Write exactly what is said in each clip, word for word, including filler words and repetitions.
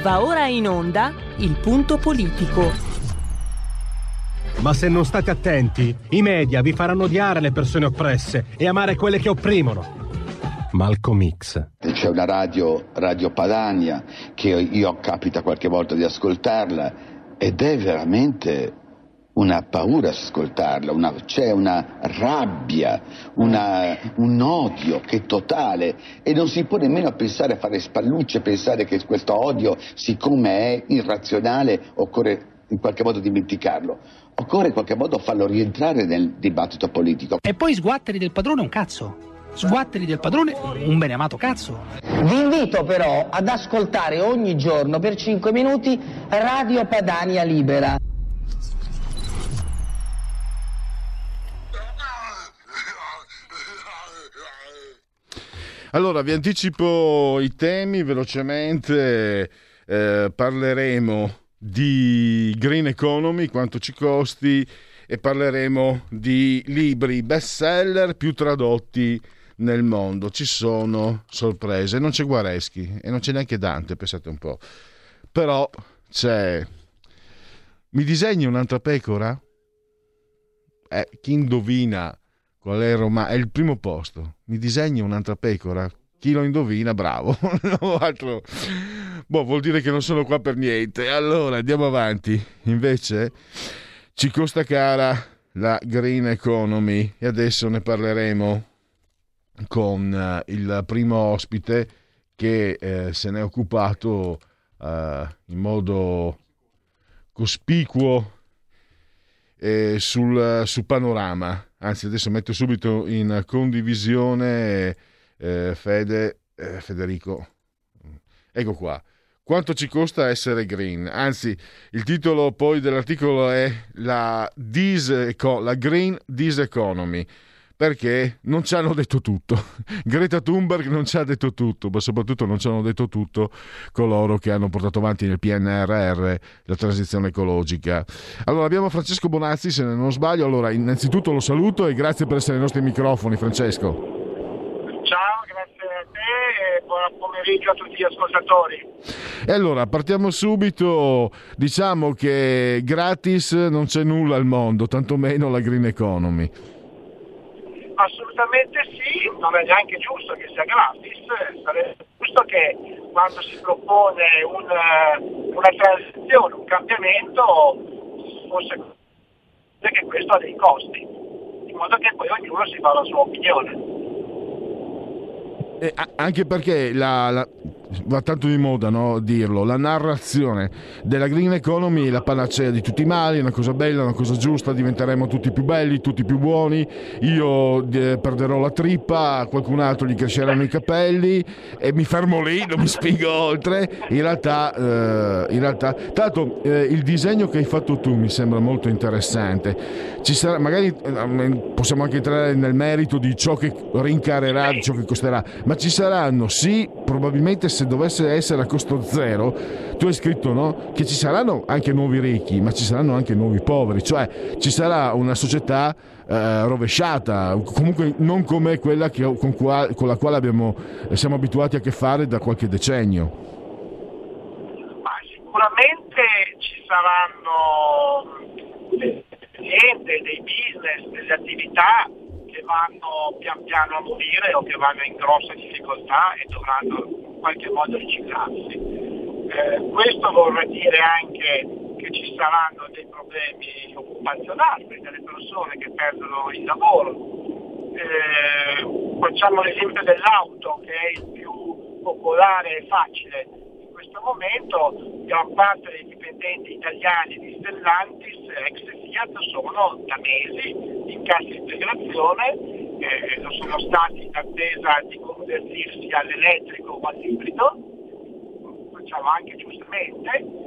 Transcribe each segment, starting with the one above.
Va ora in onda Il Punto Politico. Ma se non state attenti, i media vi faranno odiare le persone oppresse e amare quelle che opprimono. Malcolm X. C'è una radio, Radio Padania, che io capita qualche volta di ascoltarla ed è veramente una paura ascoltarla, una, c'è una rabbia, una, un odio che è totale e non si può nemmeno pensare a fare spallucce, pensare che questo odio, siccome è irrazionale, occorre in qualche modo dimenticarlo. Occorre in qualche modo farlo rientrare nel dibattito politico. E poi sguatteri del padrone un cazzo. Sguatteri del padrone un beneamato cazzo. Vi invito però ad ascoltare ogni giorno per cinque minuti Radio Padania Libera. Allora, vi anticipo i temi velocemente. Eh, parleremo di green economy, quanto ci costi, e parleremo di libri bestseller più tradotti nel mondo. Ci sono sorprese, non c'è Guareschi e non c'è neanche Dante, pensate un po', però c'è mi disegni un'altra pecora? Eh, chi indovina qual è Roma? È il primo posto. Mi disegni un'altra pecora? Chi lo indovina, bravo. No, altro. Boh, vuol dire che non sono qua per niente. Allora, andiamo avanti. Invece ci costa cara la green economy e adesso ne parleremo con uh, il primo ospite che eh, se ne è occupato uh, in modo cospicuo eh, sul, sul panorama. Anzi, adesso metto subito in condivisione eh, Fede, eh, Federico. Ecco qua. Quanto ci costa essere green? Anzi, il titolo poi dell'articolo è la, dis, la Green Diseconomy, perché non ci hanno detto tutto. Greta Thunberg non ci ha detto tutto, ma soprattutto non ci hanno detto tutto coloro che hanno portato avanti nel P N R R la transizione ecologica. Allora, abbiamo Francesco Bonazzi, se non sbaglio. Allora, innanzitutto lo saluto e grazie per essere ai nostri microfoni, Francesco. Ciao, grazie a te e buon pomeriggio a tutti gli ascoltatori. E allora, partiamo subito. Diciamo che gratis non c'è nulla al mondo, tantomeno la green economy. Assolutamente sì, non è neanche giusto che sia gratis, sarebbe giusto che quando si propone un, una transizione, un cambiamento, fosse che questo ha dei costi, in modo che poi ognuno si fa la sua opinione. Eh, anche perché la, la, va tanto di moda, no, dirlo, la narrazione della green economy è la panacea di tutti i mali, è una cosa bella, una cosa giusta, diventeremo tutti più belli, tutti più buoni, io eh, perderò la trippa, qualcun altro gli cresceranno i capelli e mi fermo lì, non mi spingo oltre. In realtà, eh, in realtà tanto eh, il disegno che hai fatto tu mi sembra molto interessante. Ci sarà, magari eh, possiamo anche entrare nel merito di ciò che rincarerà, di ciò che costerà, ma ci saranno, sì, probabilmente, se dovesse essere a costo zero, tu hai scritto, no, che ci saranno anche nuovi ricchi, ma ci saranno anche nuovi poveri, cioè ci sarà una società eh, rovesciata, comunque non come quella che, con, qua, con la quale abbiamo, siamo abituati a che fare da qualche decennio. Ma sicuramente ci saranno delle aziende, dei business, delle attività che vanno pian piano a morire o che vanno in grossa difficoltà e dovranno in qualche modo riciclarsi. Eh, questo vorrà dire anche che ci saranno dei problemi occupazionali per delle persone che perdono il lavoro. Eh, facciamo l'esempio dell'auto, che è il più popolare e facile. In questo momento gran parte dei dipendenti italiani di Stellantis, ex Fiat, sono da mesi in cassa integrazione, eh, lo sono stati in attesa di convertirsi all'elettrico o all'ibrido, facciamo anche giustamente.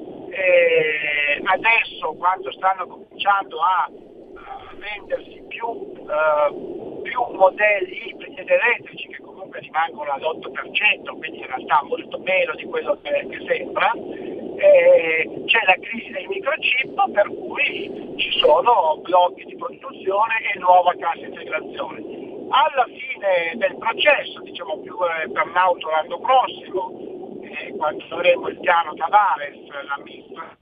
Eh, adesso, quando stanno cominciando a uh, vendersi più, uh, più modelli ibridi ed elettrici, che comunque rimangono all'otto per cento, quindi in realtà molto meno di quello che, che sembra, eh, c'è la crisi dei microchip, per cui ci sono blocchi di produzione e nuova cassa integrazione. Alla fine del processo, diciamo più eh, per l'auto l'anno prossimo, eh, quando avremo il piano Tavares, l'amministrazione,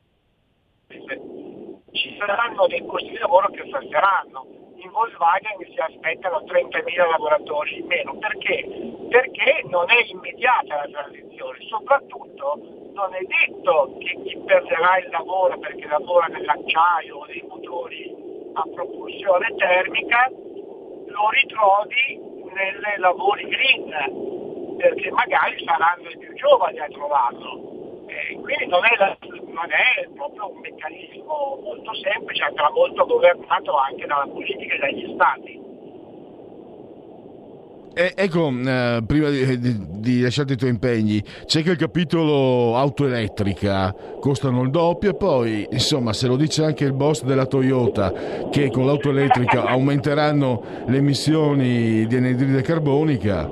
ci saranno dei posti di lavoro che salteranno. In Volkswagen si aspettano trentamila lavoratori in meno. Perché? Perché non è immediata la transizione, soprattutto non è detto che chi perderà il lavoro perché lavora nell'acciaio o nei motori a propulsione termica lo ritrovi nei lavori green, perché magari saranno i più giovani a trovarlo. Eh, quindi non è, la, non è proprio un meccanismo molto semplice, andrà molto governato anche dalla politica e dagli stati. Eh, ecco, eh, prima di, di, di lasciarti i tuoi impegni, c'è che il capitolo auto elettrica costano il doppio e poi, insomma, se lo dice anche il boss della Toyota che con l'auto elettrica aumenteranno le emissioni di anidride carbonica.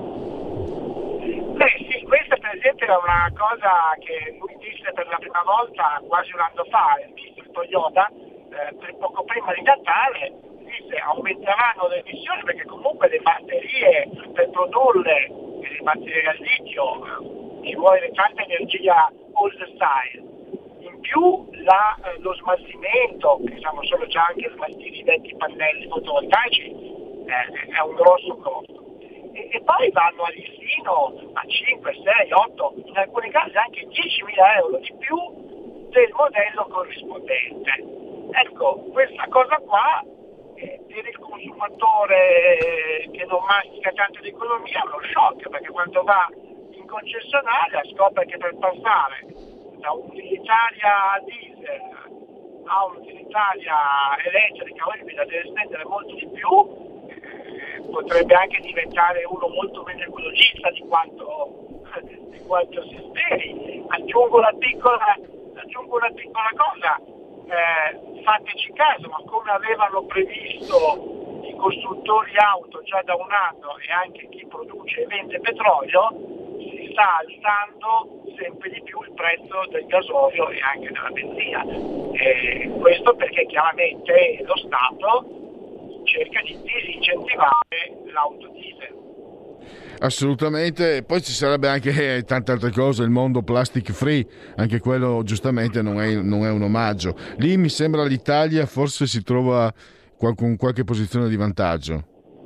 Beh sì, questa per esempio è una cosa che lui disse per la prima volta quasi un anno fa, il ministro Toyota, eh, per poco prima di Natale, disse aumenteranno le emissioni perché comunque le batterie per produrle, le batterie al litio, ci vuole tanta energia old style. In più la, lo smaltimento, che siamo solo già anche smaltiti i vecchi pannelli fotovoltaici, eh, è un grosso costo. E, e poi vanno a listino a cinque, sei, otto, in alcuni casi anche diecimila euro di più del modello corrispondente. Ecco, questa cosa qua eh, per il consumatore che non mastica tanto l'economia è uno shock, perché quando va in concessionaria scopre che per passare da un'utilitaria diesel a un'utilitaria elettrica o ibrida deve spendere molto di più. Potrebbe anche diventare uno molto meno ecologista di quanto, di quanto si speri. Aggiungo una piccola, aggiungo una piccola cosa, eh, fateci caso, ma come avevano previsto i costruttori auto già da un anno e anche chi produce e vende petrolio, si sta alzando sempre di più il prezzo del gasolio e anche della benzina. Eh, questo perché chiaramente lo Stato cerca di disincentivare l'auto diesel. Assolutamente, poi ci sarebbe anche tante altre cose, il mondo plastic free, anche quello giustamente non è, non è un omaggio. Lì mi sembra l'Italia forse si trova con qualche posizione di vantaggio.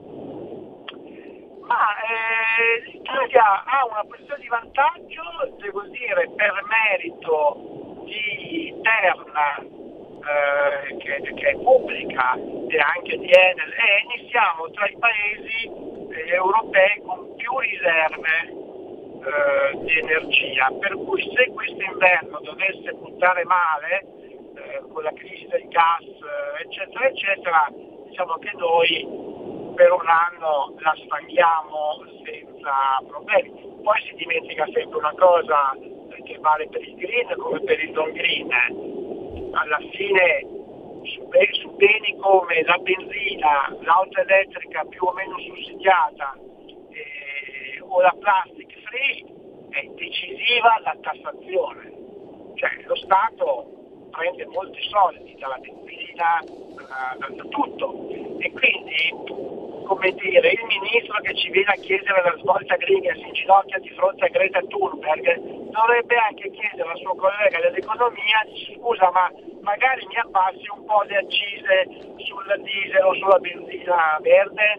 Ma eh, l'Italia ha una posizione di vantaggio, devo dire, per merito di Terna, Eh, che, che è pubblica, e anche di Enel e Eni. Siamo tra i paesi eh, europei con più riserve eh, di energia, per cui se quest'inverno dovesse puntare male eh, con la crisi del gas eh, eccetera eccetera, diciamo che noi per un anno la sfanghiamo senza problemi. Poi si dimentica sempre una cosa che vale per il green come per il non green. Alla fine su, su beni come la benzina, l'auto elettrica più o meno sussidiata eh, o la plastic free è decisiva la tassazione, cioè lo Stato prende molti soldi dalla benzina, da, da tutto, e quindi, come dire, il ministro che ci viene a chiedere la svolta green e si inginocchia di fronte a Greta Thunberg dovrebbe anche chiedere al suo collega dell'economia: scusa, ma magari mi abbassi un po' le accise sul diesel o sulla benzina verde?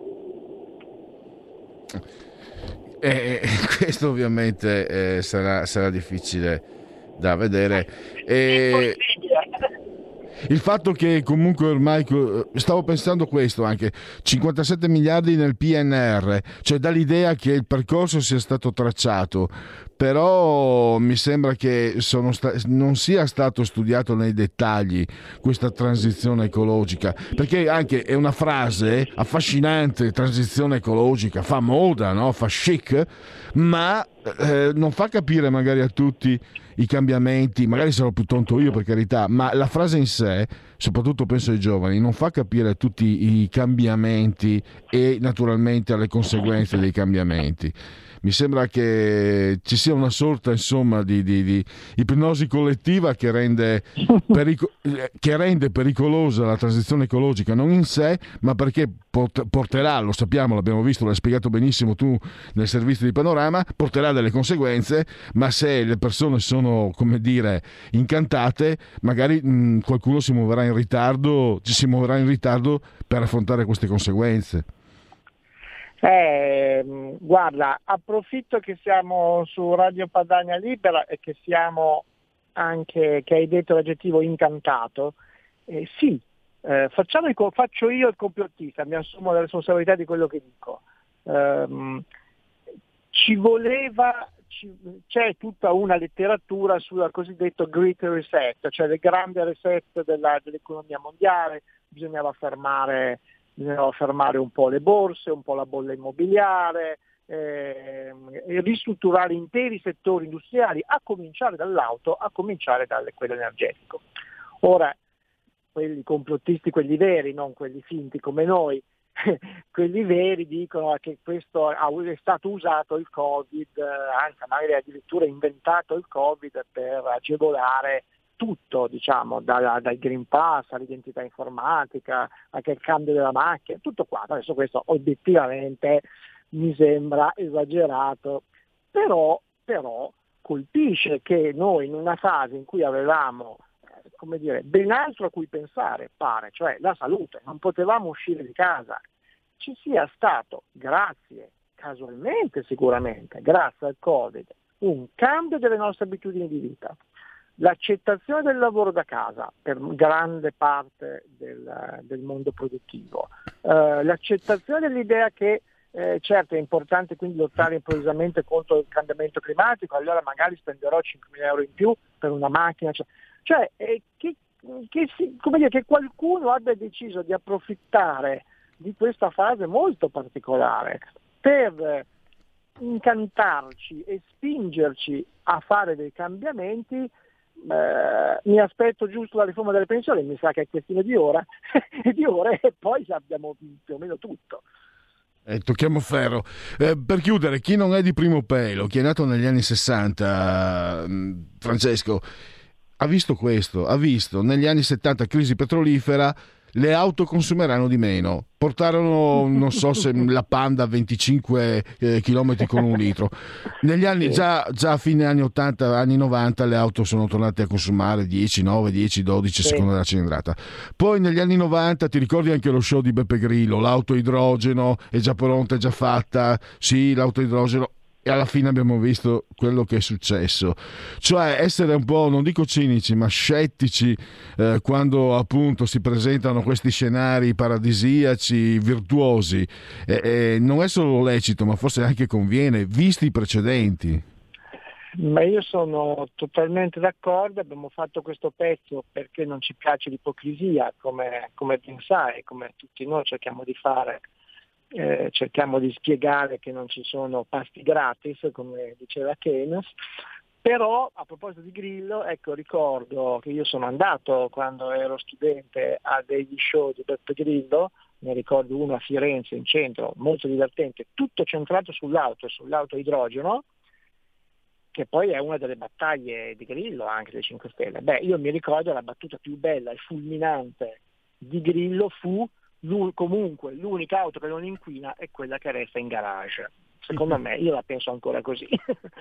Eh, questo ovviamente eh, sarà, sarà difficile da vedere. Eh, il fatto che comunque ormai, stavo pensando questo anche, cinquantasette miliardi nel P N R, cioè dà l'idea che il percorso sia stato tracciato, però mi sembra che sono sta- non sia stato studiato nei dettagli questa transizione ecologica, perché anche è una frase affascinante, transizione ecologica, fa moda, no? Fa chic, ma eh, non fa capire magari a tutti i cambiamenti. Magari sarò più tonto io, per carità, ma la frase in sé, soprattutto penso ai giovani, non fa capire tutti i cambiamenti e naturalmente alle conseguenze dei cambiamenti. Mi sembra che ci sia una sorta, insomma, di, di, di ipnosi collettiva che rende, perico- che rende pericolosa la transizione ecologica, non in sé, ma perché porterà, lo sappiamo, l'abbiamo visto, l'hai spiegato benissimo tu nel servizio di Panorama, porterà avrà delle conseguenze, ma se le persone sono, come dire, incantate, magari mh, qualcuno si muoverà in ritardo, ci si muoverà in ritardo per affrontare queste conseguenze. Eh, guarda, approfitto che siamo su Radio Padania Libera e che siamo anche, che hai detto l'aggettivo incantato, eh, sì, eh, facciamo il, faccio io il complottista, mi assumo la responsabilità di quello che dico. Um, ci voleva, ci, c'è tutta una letteratura sul cosiddetto Great Reset, cioè il grande reset della, dell'economia mondiale. Bisognava fermare Bisognava fermare un po' le borse, un po' la bolla immobiliare, eh, e ristrutturare interi settori industriali, a cominciare dall'auto, a cominciare da quello energetico. Ora, quelli complottisti, quelli veri, non quelli finti come noi, quelli veri dicono che questo è stato usato il Covid, anzi magari addirittura inventato il Covid per agevolare tutto, diciamo, dal, dal Green Pass all'identità informatica, anche il cambio della macchina, tutto qua. Adesso questo obiettivamente mi sembra esagerato, però, però colpisce che noi in una fase in cui avevamo, eh, come dire, ben altro a cui pensare, pare, cioè la salute, non potevamo uscire di casa, ci sia stato, grazie, casualmente sicuramente, grazie al Covid, un cambio delle nostre abitudini di vita. L'accettazione del lavoro da casa per grande parte del, del mondo produttivo, eh, l'accettazione dell'idea che eh, certo è importante quindi lottare improvvisamente contro il cambiamento climatico, allora magari spenderò cinquemila euro in più per una macchina, cioè, cioè eh, che, che, si, come dire, che qualcuno abbia deciso di approfittare di questa fase molto particolare per incantarci e spingerci a fare dei cambiamenti. Eh, mi aspetto giusto la riforma delle pensioni, mi sa che è questione di ora e di ore e poi abbiamo più o meno tutto. Eh, tocchiamo ferro. Eh, per chiudere, chi non è di primo pelo, chi è nato negli anni sessanta, Francesco, ha visto questo, ha visto negli anni settanta crisi petrolifera, le auto consumeranno di meno, portarono, non so se la Panda a venticinque eh, chilometri con un litro. Negli anni, già, già a fine anni ottanta, anni novanta, le auto sono tornate a consumare dieci, nove, dieci, dodici sì. secondo la cilindrata. Poi negli anni novanta, ti ricordi anche lo show di Beppe Grillo, l'auto idrogeno è già pronta, è già fatta, sì, l'auto idrogeno. E alla fine abbiamo visto quello che è successo, cioè essere un po', non dico cinici, ma scettici eh, quando appunto si presentano questi scenari paradisiaci, virtuosi, e, e non è solo lecito, ma forse anche conviene, visti i precedenti. Ma io sono totalmente d'accordo, abbiamo fatto questo pezzo perché non ci piace l'ipocrisia, come, come ben sai, come tutti noi cerchiamo di fare. Eh, cerchiamo di spiegare che non ci sono pasti gratis, come diceva Keynes. Però a proposito di Grillo, ecco, ricordo che io sono andato quando ero studente a degli show di Beppe Grillo, ne ricordo uno a Firenze in centro, molto divertente, tutto centrato sull'auto, sull'auto idrogeno, che poi è una delle battaglie di Grillo, anche dei cinque Stelle. Beh, io mi ricordo la battuta più bella e fulminante di Grillo fu: comunque l'unica auto che non inquina è quella che resta in garage. Secondo me, io la penso ancora così.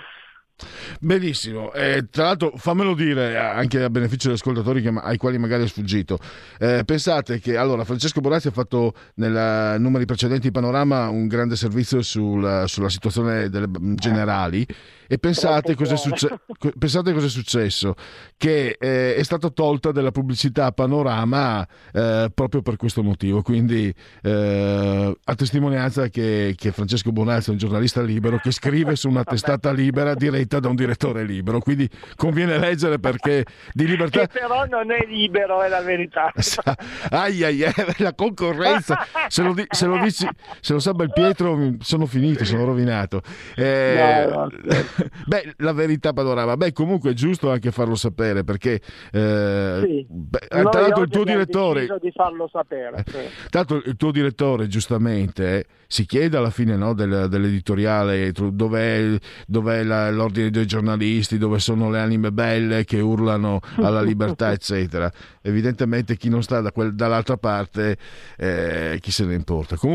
Benissimo, eh, tra l'altro fammelo dire anche a beneficio degli ascoltatori che, ai quali magari è sfuggito, eh, pensate che allora Francesco Bonazzi ha fatto nei numeri precedenti di Panorama un grande servizio sul, sulla situazione delle generali e pensate cosa è, succe- pensate cosa è successo, che eh, è stata tolta della pubblicità a Panorama eh, proprio per questo motivo, quindi eh, a testimonianza che, che Francesco Bonazzi è un giornalista libero che scrive su una testata libera diretta da un direttore libero, quindi conviene leggere perché di libertà che però non è libero, è la verità. ai ai ai, la concorrenza, se lo, di, se lo dici, se lo sa Belpietro sono finito, sono rovinato. Eh, no, no. Beh, la verità Panorama, beh comunque è giusto anche farlo sapere perché eh, sì. beh, tra l'altro il tuo direttore di farlo sapere, sì. Tanto il tuo direttore giustamente eh, si chiede alla fine, no, del, dell'editoriale dov'è, dov'è la, l'ordine dei giornalisti, dove sono le anime belle che urlano alla libertà eccetera. Evidentemente chi non sta da quel, dall'altra parte eh, chi se ne importa. Comunque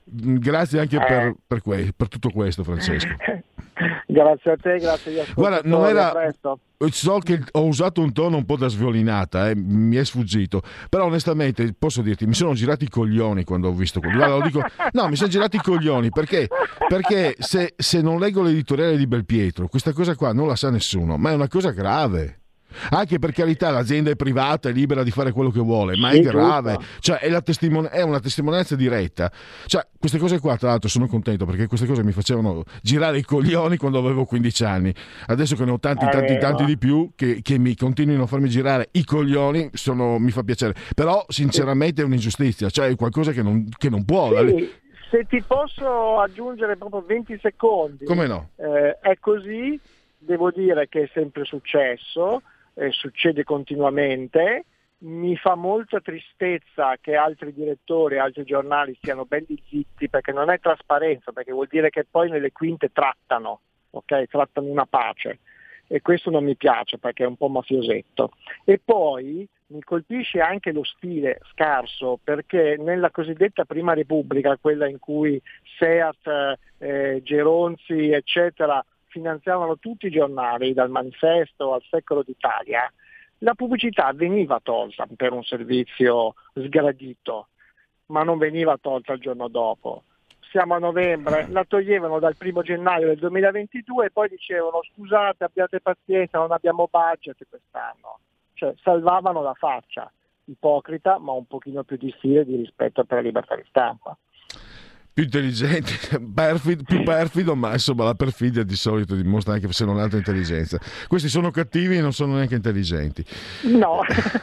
Grazie anche eh. per, per, que- per tutto questo, Francesco. Grazie a te, grazie agli ascoltatori. Guarda, non era... A presto. So che ho usato un tono un po' da sviolinata, eh, mi è sfuggito, però onestamente posso dirti, mi sono girati i coglioni quando ho visto quello. Guarda, lo dico, no, mi sono girati i coglioni perché, perché se, se non leggo l'editoriale di Belpietro, questa cosa qua non la sa nessuno, ma è una cosa grave. Anche per carità, l'azienda è privata, è libera di fare quello che vuole, ma sì, è grave, giusto. cioè è, la testimon- è una testimonianza diretta. Cioè, queste cose qua, tra l'altro, sono contento perché queste cose mi facevano girare i coglioni quando avevo quindici anni. Adesso che ne ho tanti, tanti, eh, tanti no. di più che, che mi continuino a farmi girare i coglioni, sono, mi fa piacere. Però, sinceramente, è un'ingiustizia, cioè è qualcosa che non, che non può. Sì, se ti posso aggiungere proprio venti secondi. Come no? Eh, è così, devo dire che è sempre successo. Eh, succede continuamente, mi fa molta tristezza che altri direttori, altri giornali siano belli zitti, perché non è trasparenza, perché vuol dire che poi nelle quinte trattano, ok? Trattano una pace, e questo non mi piace perché è un po' mafiosetto. E poi mi colpisce anche lo stile scarso, perché nella cosiddetta Prima Repubblica, quella in cui Seat, eh, Geronzi eccetera finanziavano tutti i giornali, dal Manifesto al Secolo d'Italia, la pubblicità veniva tolta per un servizio sgradito, ma non veniva tolta il giorno dopo. Siamo a novembre, la toglievano dal primo gennaio del duemilaventidue e poi dicevano scusate, abbiate pazienza, non abbiamo budget quest'anno. Cioè salvavano la faccia, ipocrita, ma un pochino più di stile e di rispetto per la libertà di stampa. Più intelligente, perfido, più perfido, ma insomma la perfidia di solito dimostra anche se non altra intelligenza. Questi sono cattivi e non sono neanche intelligenti. No.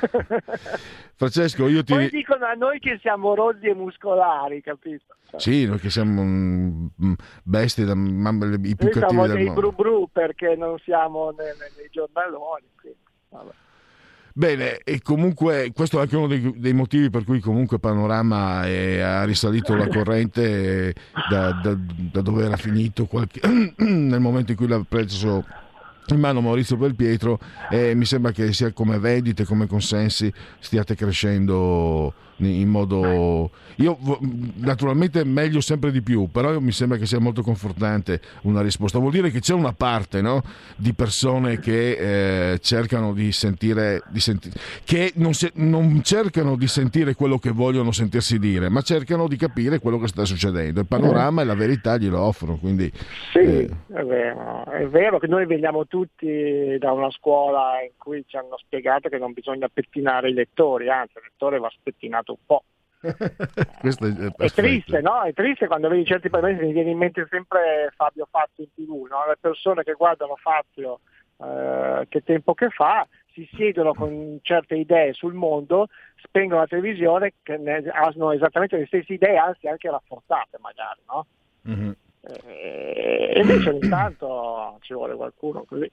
Francesco, io ti... Poi dicono a noi che siamo rozzi e muscolari, capito? Sì, noi che siamo um, bestie, da, mamma, i più noi cattivi siamo del dei mondo. bru bru perché non siamo nei, nei giornaloni. Quindi, vabbè. Bene, e comunque questo è anche uno dei, dei motivi per cui comunque Panorama è, ha risalito la corrente da, da, da dove era finito qualche, nel momento in cui l'ha preso in mano Maurizio Belpietro, e mi sembra che sia come vendite, come consensi stiate crescendo in modo, io naturalmente meglio sempre di più, però mi sembra che sia molto confortante una risposta. Vuol dire che c'è una parte, no, di persone che eh, cercano di sentire, di sentire che non, se, non cercano di sentire quello che vogliono sentirsi dire, ma cercano di capire quello che sta succedendo. Il Panorama e la verità glielo offrono, quindi sì, eh. è vero, è vero che noi veniamo tutti da una scuola in cui ci hanno spiegato che non bisogna pettinare i lettori, anzi il lettore va spettinato un po'. Questo è, è triste, no? È triste quando vedi certi parlamenti, mi viene in mente sempre Fabio Fazio in tivù, no? Le persone che guardano Fazio eh, che tempo che fa, si siedono con certe idee sul mondo, spengono la televisione, che ne hanno esattamente le stesse idee, anzi anche rafforzate magari, no? Mm-hmm. E invece ogni tanto ci vuole qualcuno così.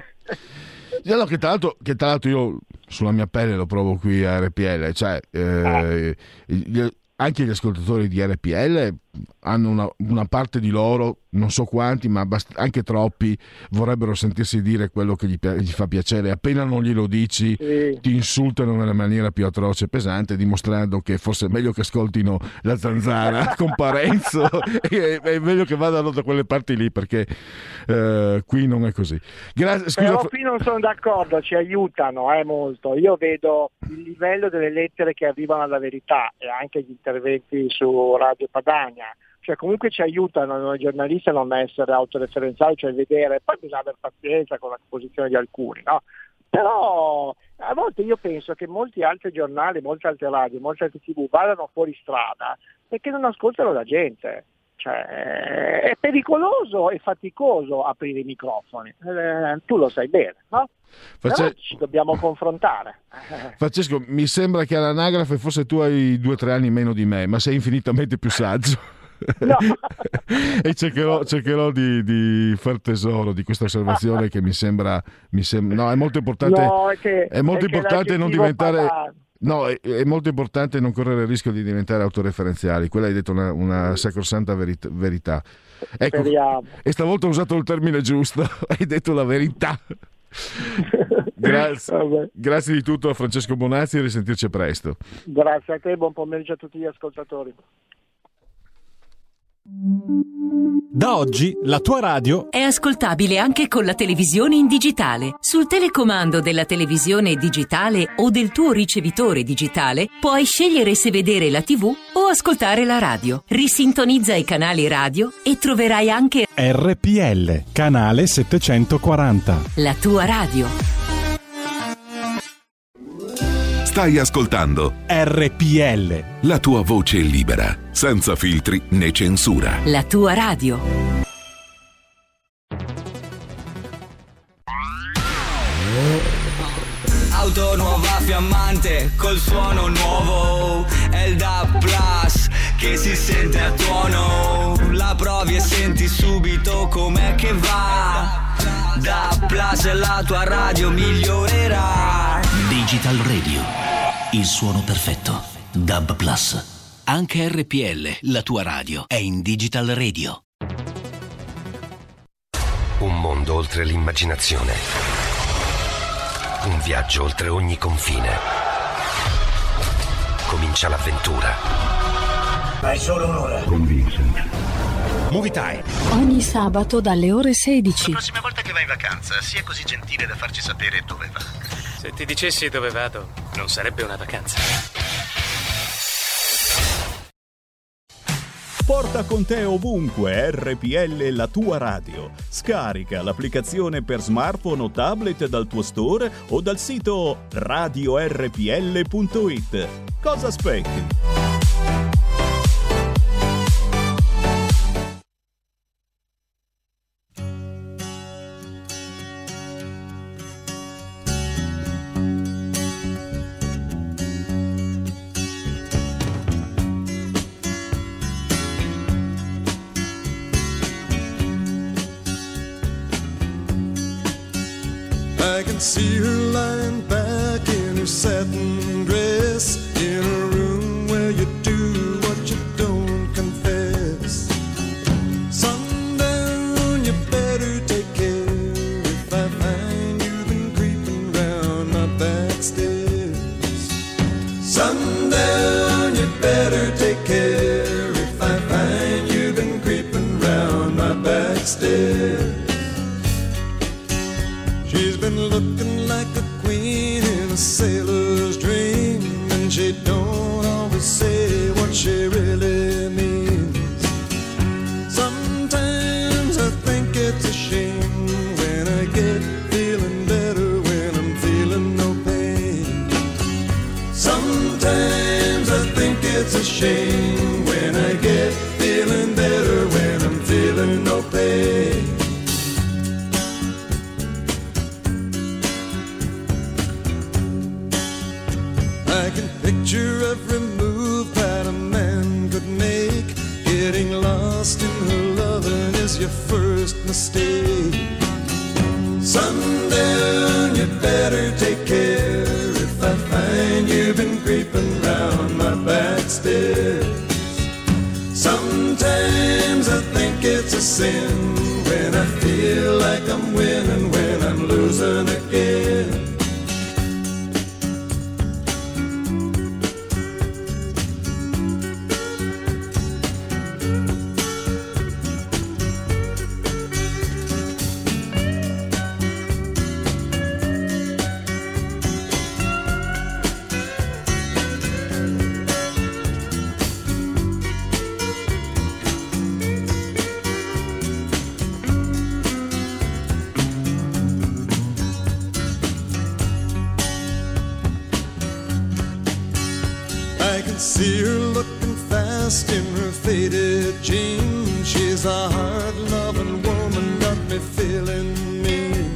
No, che tra l'altro, che tra l'altro io sulla mia pelle lo provo qui a R P L, cioè eh, gli, anche gli ascoltatori di R P L hanno una, una parte di loro, non so quanti, ma abbast- anche troppi, vorrebbero sentirsi dire quello che gli, gli fa piacere. Appena non glielo dici, sì, ti insultano nella maniera più atroce e pesante, dimostrando che forse è meglio che ascoltino la Zanzara con Parenzo e è meglio che vadano da quelle parti lì, perché eh, qui non è così. Grazie, scusa, però qui non sono d'accordo, ci aiutano eh, molto. Io vedo il livello delle lettere che arrivano alla Verità e anche gli interventi su Radio Padania, cioè comunque ci aiutano noi giornalisti a non essere autoreferenziali, cioè vedere, poi bisogna avere pazienza con la posizione di alcuni, no? Però a volte io penso che molti altri giornali, molte altre radio, molte altre tivù vadano fuori strada perché non ascoltano la gente. Cioè, è pericoloso e faticoso aprire i microfoni, eh, tu lo sai bene, no? Face... Però ci dobbiamo confrontare. Francesco, mi sembra che all'anagrafe forse tu hai due o tre anni meno di me, ma sei infinitamente più saggio. No. E cercherò, cercherò di, di far tesoro di questa osservazione che mi sembra, mi sembra no, è molto importante, no, è che, è molto è importante non diventare papà. No, è, è molto importante non correre il rischio di diventare autoreferenziali. Quella hai detto una, una sacrosanta verit- verità. Ecco, speriamo. E stavolta ho usato il termine giusto, hai detto la verità. Grazie, grazie di tutto a Francesco Bonazzi e risentirci presto. Grazie a te, buon pomeriggio a tutti gli ascoltatori. Da oggi la tua radio È ascoltabile anche con la televisione in digitale. Sul telecomando della televisione digitale o del tuo ricevitore digitale puoi scegliere se vedere la tivù o ascoltare la radio. Risintonizza i canali radio e troverai anche R P L, canale settecentoquaranta. la tua radio. Stai ascoltando R P L, la tua voce libera, senza filtri né censura. La tua radio. Auto nuova fiammante col suono nuovo, è il D A B Plus che si sente a tuono. La provi e senti subito com'è che va. D A B Plus e la tua radio migliorerà. Digital Radio, il suono perfetto. D A B Plus. Anche R P L, la tua radio, è in Digital Radio. Un mondo oltre l'immaginazione. Un viaggio oltre ogni confine. Comincia l'avventura. Hai solo un'ora. Con Vincent. Movie Time. Ogni sabato dalle ore sedici. La prossima volta che vai in vacanza, sia così gentile da farci sapere dove va. Se ti dicessi dove vado, non sarebbe una vacanza. Porta con te ovunque R P L, la tua radio. Scarica l'applicazione per smartphone o tablet dal tuo store o dal sito radio r p l punto i t. Cosa aspetti? I can see her lying back in her satin dress, in a room where you do what you don't confess. Sundown, you better take care if I find you've been creeping round my back stairs. Sundown, you better take care if I find you've been creeping round my back stairs. She's been looking like a queen in a sailor's dream, and she don't always say what she really means. Sometimes I think it's a shame when I get feeling better when I'm feeling no pain. Sometimes I think it's a shame when I get feeling better when I'm feeling no pain. I can picture every move that a man could make. Getting lost in her loving is your first mistake. Sundown, you better take care if I find you've been creeping round my back stairs. Sometimes I think it's a sin when I feel like I'm winning when I'm losing again. I can see her looking fast in her faded jeans. She's a hard-loving woman, got me feeling mean.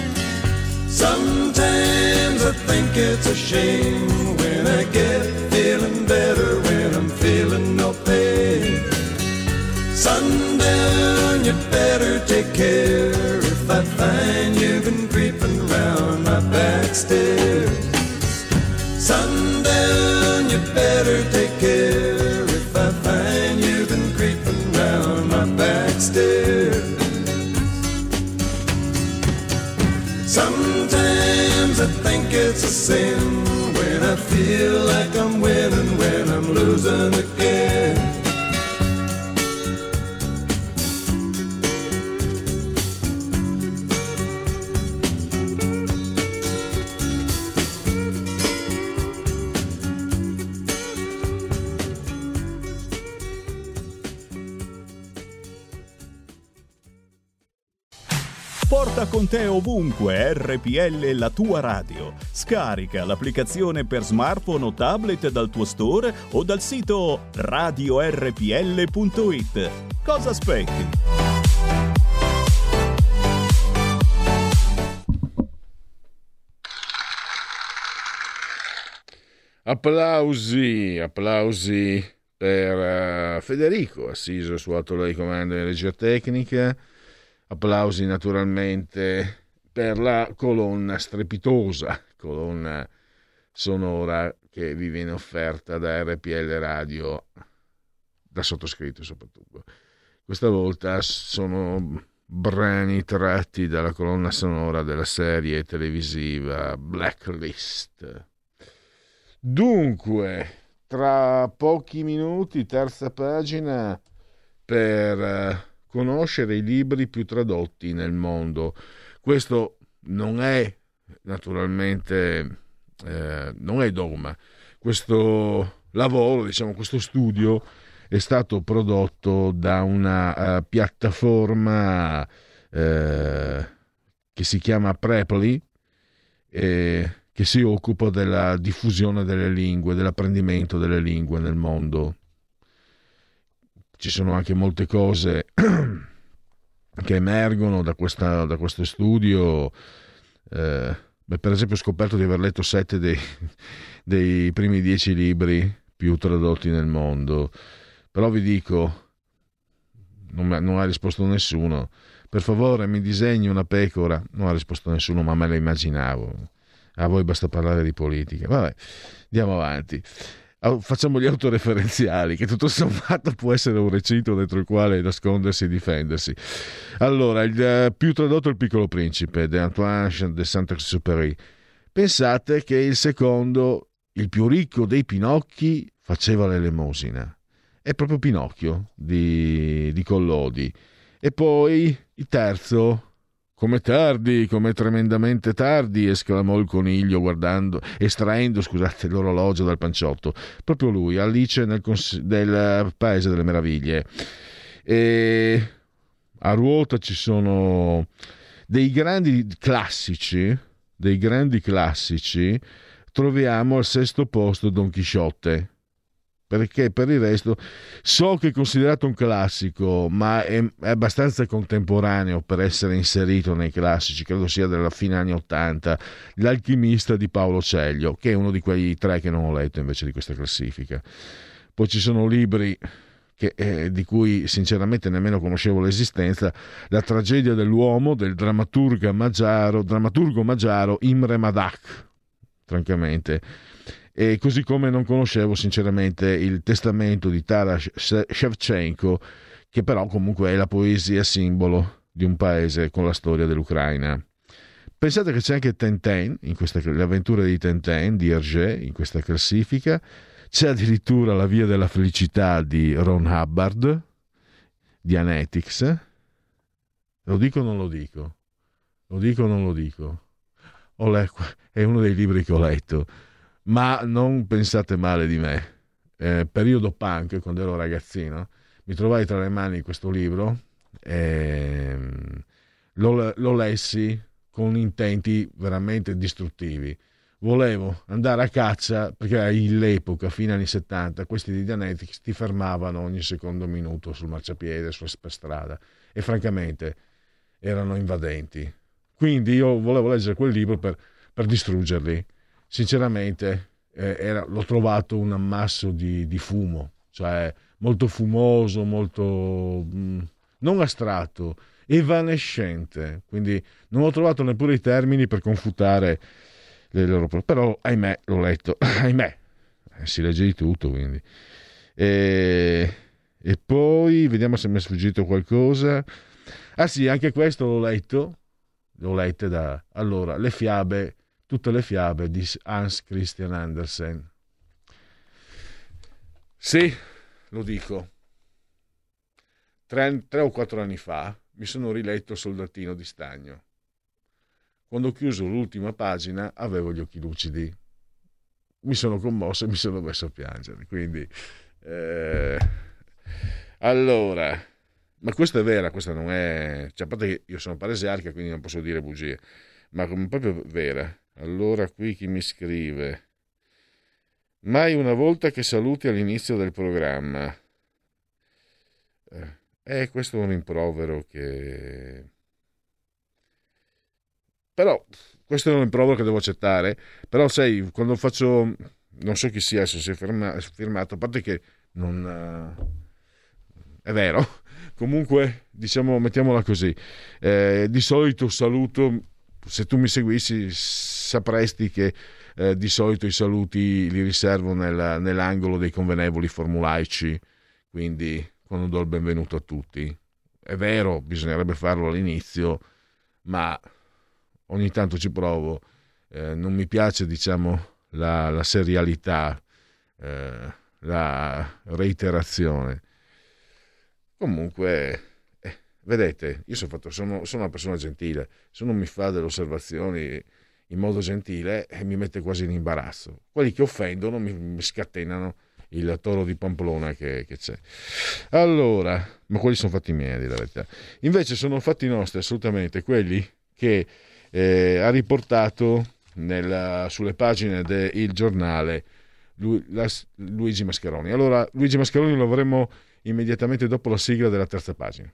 Sometimes I think it's a shame when I get feeling better when I'm feeling no pain. Sundown, you better take care if I find you've been creeping round my back stairs. Sundown, you better take care if I find you've been creeping round my back stairs. Sometimes I think it's a sin when I feel like I'm winning when I'm losing again. Porta con te ovunque R P L, la tua radio. Scarica l'applicazione per smartphone o tablet dal tuo store o dal sito radio r p l punto i t. Cosa aspetti? Applausi, applausi per uh, Federico, assiso su atto di comando in regia tecnica. Applausi naturalmente per la colonna strepitosa, colonna sonora che vi viene offerta da R P L Radio, da sottoscritto soprattutto. Questa volta sono brani tratti dalla colonna sonora della serie televisiva Blacklist. Dunque, tra pochi minuti, terza pagina per conoscere i libri più tradotti nel mondo. Questo non è naturalmente eh, non è dogma. Questo lavoro, diciamo, questo studio è stato prodotto da una uh, piattaforma uh, che si chiama Preply, eh, che si occupa della diffusione delle lingue, dell'apprendimento delle lingue nel mondo. Ci sono anche molte cose che emergono da, questa, da questo studio. Eh, beh, per esempio ho scoperto di aver letto sette dei, dei primi dieci libri più tradotti nel mondo. Però vi dico, non, non ha risposto nessuno. Per favore, mi disegni una pecora. Non ha risposto nessuno, ma me la immaginavo. A voi basta parlare di politica. Vabbè, andiamo avanti. Facciamo gli autoreferenziali, che tutto sommato può essere un recinto dentro il quale nascondersi e difendersi. Allora, il più tradotto è Il Piccolo Principe di Antoine de Saint-Exupéry. Pensate che il secondo, il più ricco dei Pinocchi, faceva l'elemosina. È proprio Pinocchio di, di Collodi. E poi il terzo, come tardi, come tremendamente tardi, esclamò il coniglio guardando, estraendo, scusate, l'orologio dal panciotto. Proprio lui, Alice nel cons- del Paese delle Meraviglie. E a ruota ci sono dei grandi classici, dei grandi classici, troviamo al sesto posto Don Chisciotte. Perché per il resto so che è considerato un classico, ma è, è abbastanza contemporaneo per essere inserito nei classici, credo sia della fine anni ottanta, L'Alchimista di Paolo Ceglio, che è uno di quei tre che non ho letto invece di questa classifica. Poi ci sono libri che, eh, di cui sinceramente nemmeno conoscevo l'esistenza, La tragedia dell'uomo del drammaturgo magiaro, drammaturgo magiaro Imre Madak, francamente. E così come non conoscevo sinceramente Il testamento di Taras Shevchenko, che però comunque è la poesia simbolo di un paese con la storia dell'Ucraina. Pensate che c'è anche Tintin, in questa, le avventure di Tintin di Hergé in questa classifica. C'è addirittura La via della felicità di Ron Hubbard, di Anetics. Lo dico o non lo dico? Lo dico o non lo dico? Olè, è uno dei libri che ho letto. Ma non pensate male di me. Eh, periodo punk, quando ero ragazzino, mi trovai tra le mani questo libro, e lo, lo lessi con intenti veramente distruttivi. Volevo andare a caccia, perché all'epoca, fine anni settanta, questi di Dianetics ti fermavano ogni secondo minuto sul marciapiede, sulla strada, e francamente erano invadenti. Quindi io volevo leggere quel libro per, per distruggerli. Sinceramente eh, era, l'ho trovato un ammasso di, di fumo, cioè molto fumoso, molto mh, non astratto, evanescente, quindi non ho trovato neppure i termini per confutare le loro, però ahimè l'ho letto, ahimè eh, si legge di tutto, quindi e, e poi vediamo se mi è sfuggito qualcosa. Ah sì, anche questo l'ho letto, l'ho letto da allora, le fiabe Tutte le fiabe di Hans Christian Andersen. Sì, lo dico. Tre, tre o quattro anni fa mi sono riletto Soldatino di Stagno. Quando ho chiuso l'ultima pagina avevo gli occhi lucidi. Mi sono commosso e mi sono messo a piangere. Quindi, eh, allora, ma questa è vera, questa non è, cioè, a parte che io sono paresiarca, quindi non posso dire bugie, ma come proprio vera. Allora qui chi mi scrive: mai una volta che saluti all'inizio del programma. Eh, eh questo è un rimprovero che... Però, questo è un rimprovero che devo accettare, però sai, quando faccio... Non so chi sia, se si è firma, firmato, a parte che non... È vero. Comunque, diciamo, mettiamola così. Eh, di solito saluto, se tu mi seguissi, sapresti che eh, di solito i saluti li riservo nel, nell'angolo dei convenevoli formulaici, quindi quando do il benvenuto a tutti. È vero, bisognerebbe farlo all'inizio, ma ogni tanto ci provo. Eh, non mi piace, diciamo, la, la serialità, eh, la reiterazione. Comunque, eh, vedete, io sono, fatto, sono, sono una persona gentile. Se uno mi fa delle osservazioni in modo gentile, eh, mi mette quasi in imbarazzo. Quelli che offendono mi, mi scatenano il toro di Pamplona che, che c'è. Allora, ma quelli sono fatti miei, di la verità. Invece sono fatti nostri assolutamente quelli che eh, ha riportato nella, sulle pagine del giornale Lu, la, Luigi Mascheroni. Allora, Luigi Mascheroni lo avremo immediatamente dopo la sigla della terza pagina.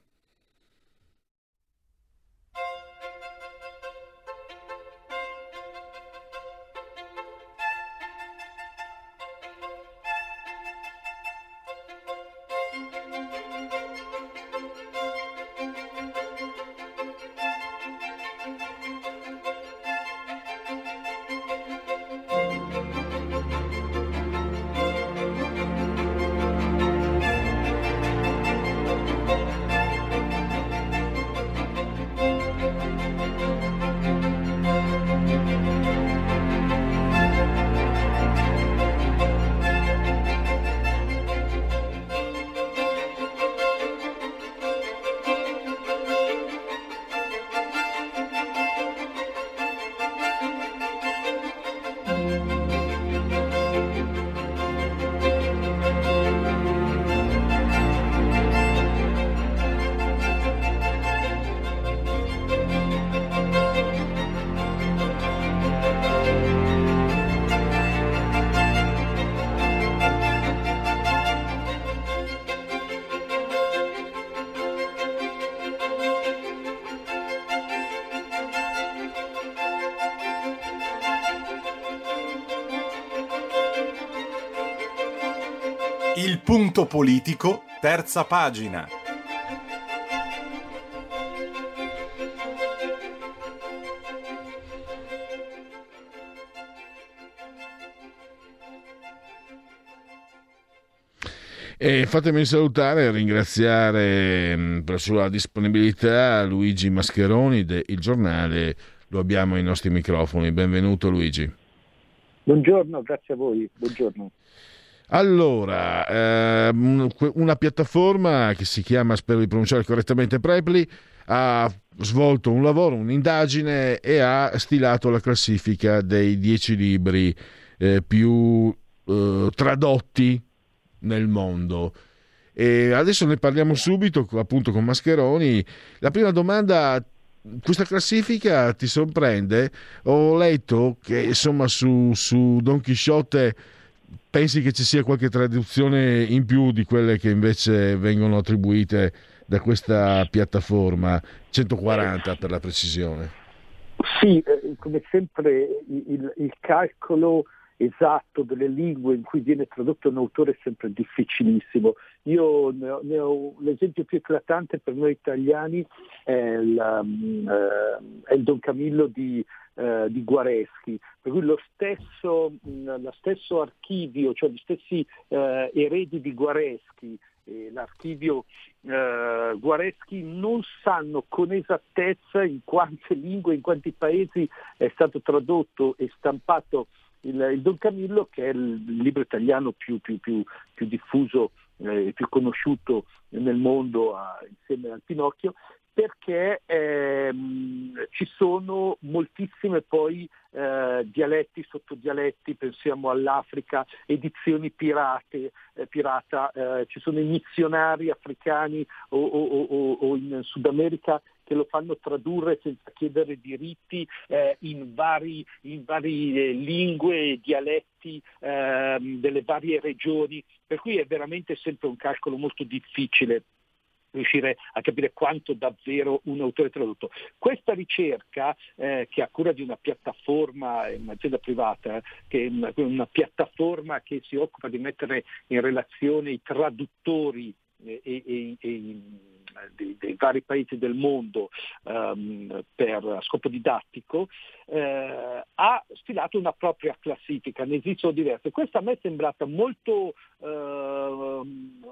Il punto politico, terza pagina. E fatemi salutare e ringraziare per la sua disponibilità Luigi Mascheroni del Giornale. Lo abbiamo ai nostri microfoni. Benvenuto Luigi. Buongiorno, grazie a voi. Buongiorno. Allora, ehm, una piattaforma che si chiama, spero di pronunciare correttamente, Preply, ha svolto un lavoro, un'indagine e ha stilato la classifica dei dieci libri eh, più eh, tradotti nel mondo. E adesso ne parliamo subito, appunto, con Mascheroni. La prima domanda: questa classifica ti sorprende? Ho letto che, insomma, su, su Don Chisciotte pensi che ci sia qualche traduzione in più di quelle che invece vengono attribuite da questa piattaforma, centoquaranta per la precisione. Sì, eh, come sempre il, il calcolo esatto delle lingue in cui viene tradotto un autore è sempre difficilissimo. Io ne ho, ne ho l'esempio più eclatante per noi italiani è il, um, uh, è il Don Camillo di Uh, di Guareschi, per cui lo stesso, mh, lo stesso archivio, cioè gli stessi uh, eredi di Guareschi, eh, l'archivio uh, Guareschi, non sanno con esattezza in quante lingue, in quanti paesi è stato tradotto e stampato il, il Don Camillo, che è il libro italiano più, più, più, più diffuso eh, più conosciuto nel mondo a, insieme al Pinocchio, perché ehm, ci sono moltissime poi eh, dialetti, sottodialetti, pensiamo all'Africa, edizioni pirate, eh, pirata, eh, ci sono i missionari africani o, o, o, o in Sud America che lo fanno tradurre senza chiedere diritti eh, in vari, in varie lingue e dialetti eh, delle varie regioni, per cui è veramente sempre un calcolo molto difficile riuscire a capire quanto davvero un autore tradotto. Questa ricerca, eh, che è a cura di una piattaforma, un'azienda privata, che è una, una piattaforma che si occupa di mettere in relazione i traduttori e, e, e, e dei, dei vari paesi del mondo um, per scopo didattico, eh, ha stilato una propria classifica, ne esistono diverse. Questa a me è sembrata molto uh,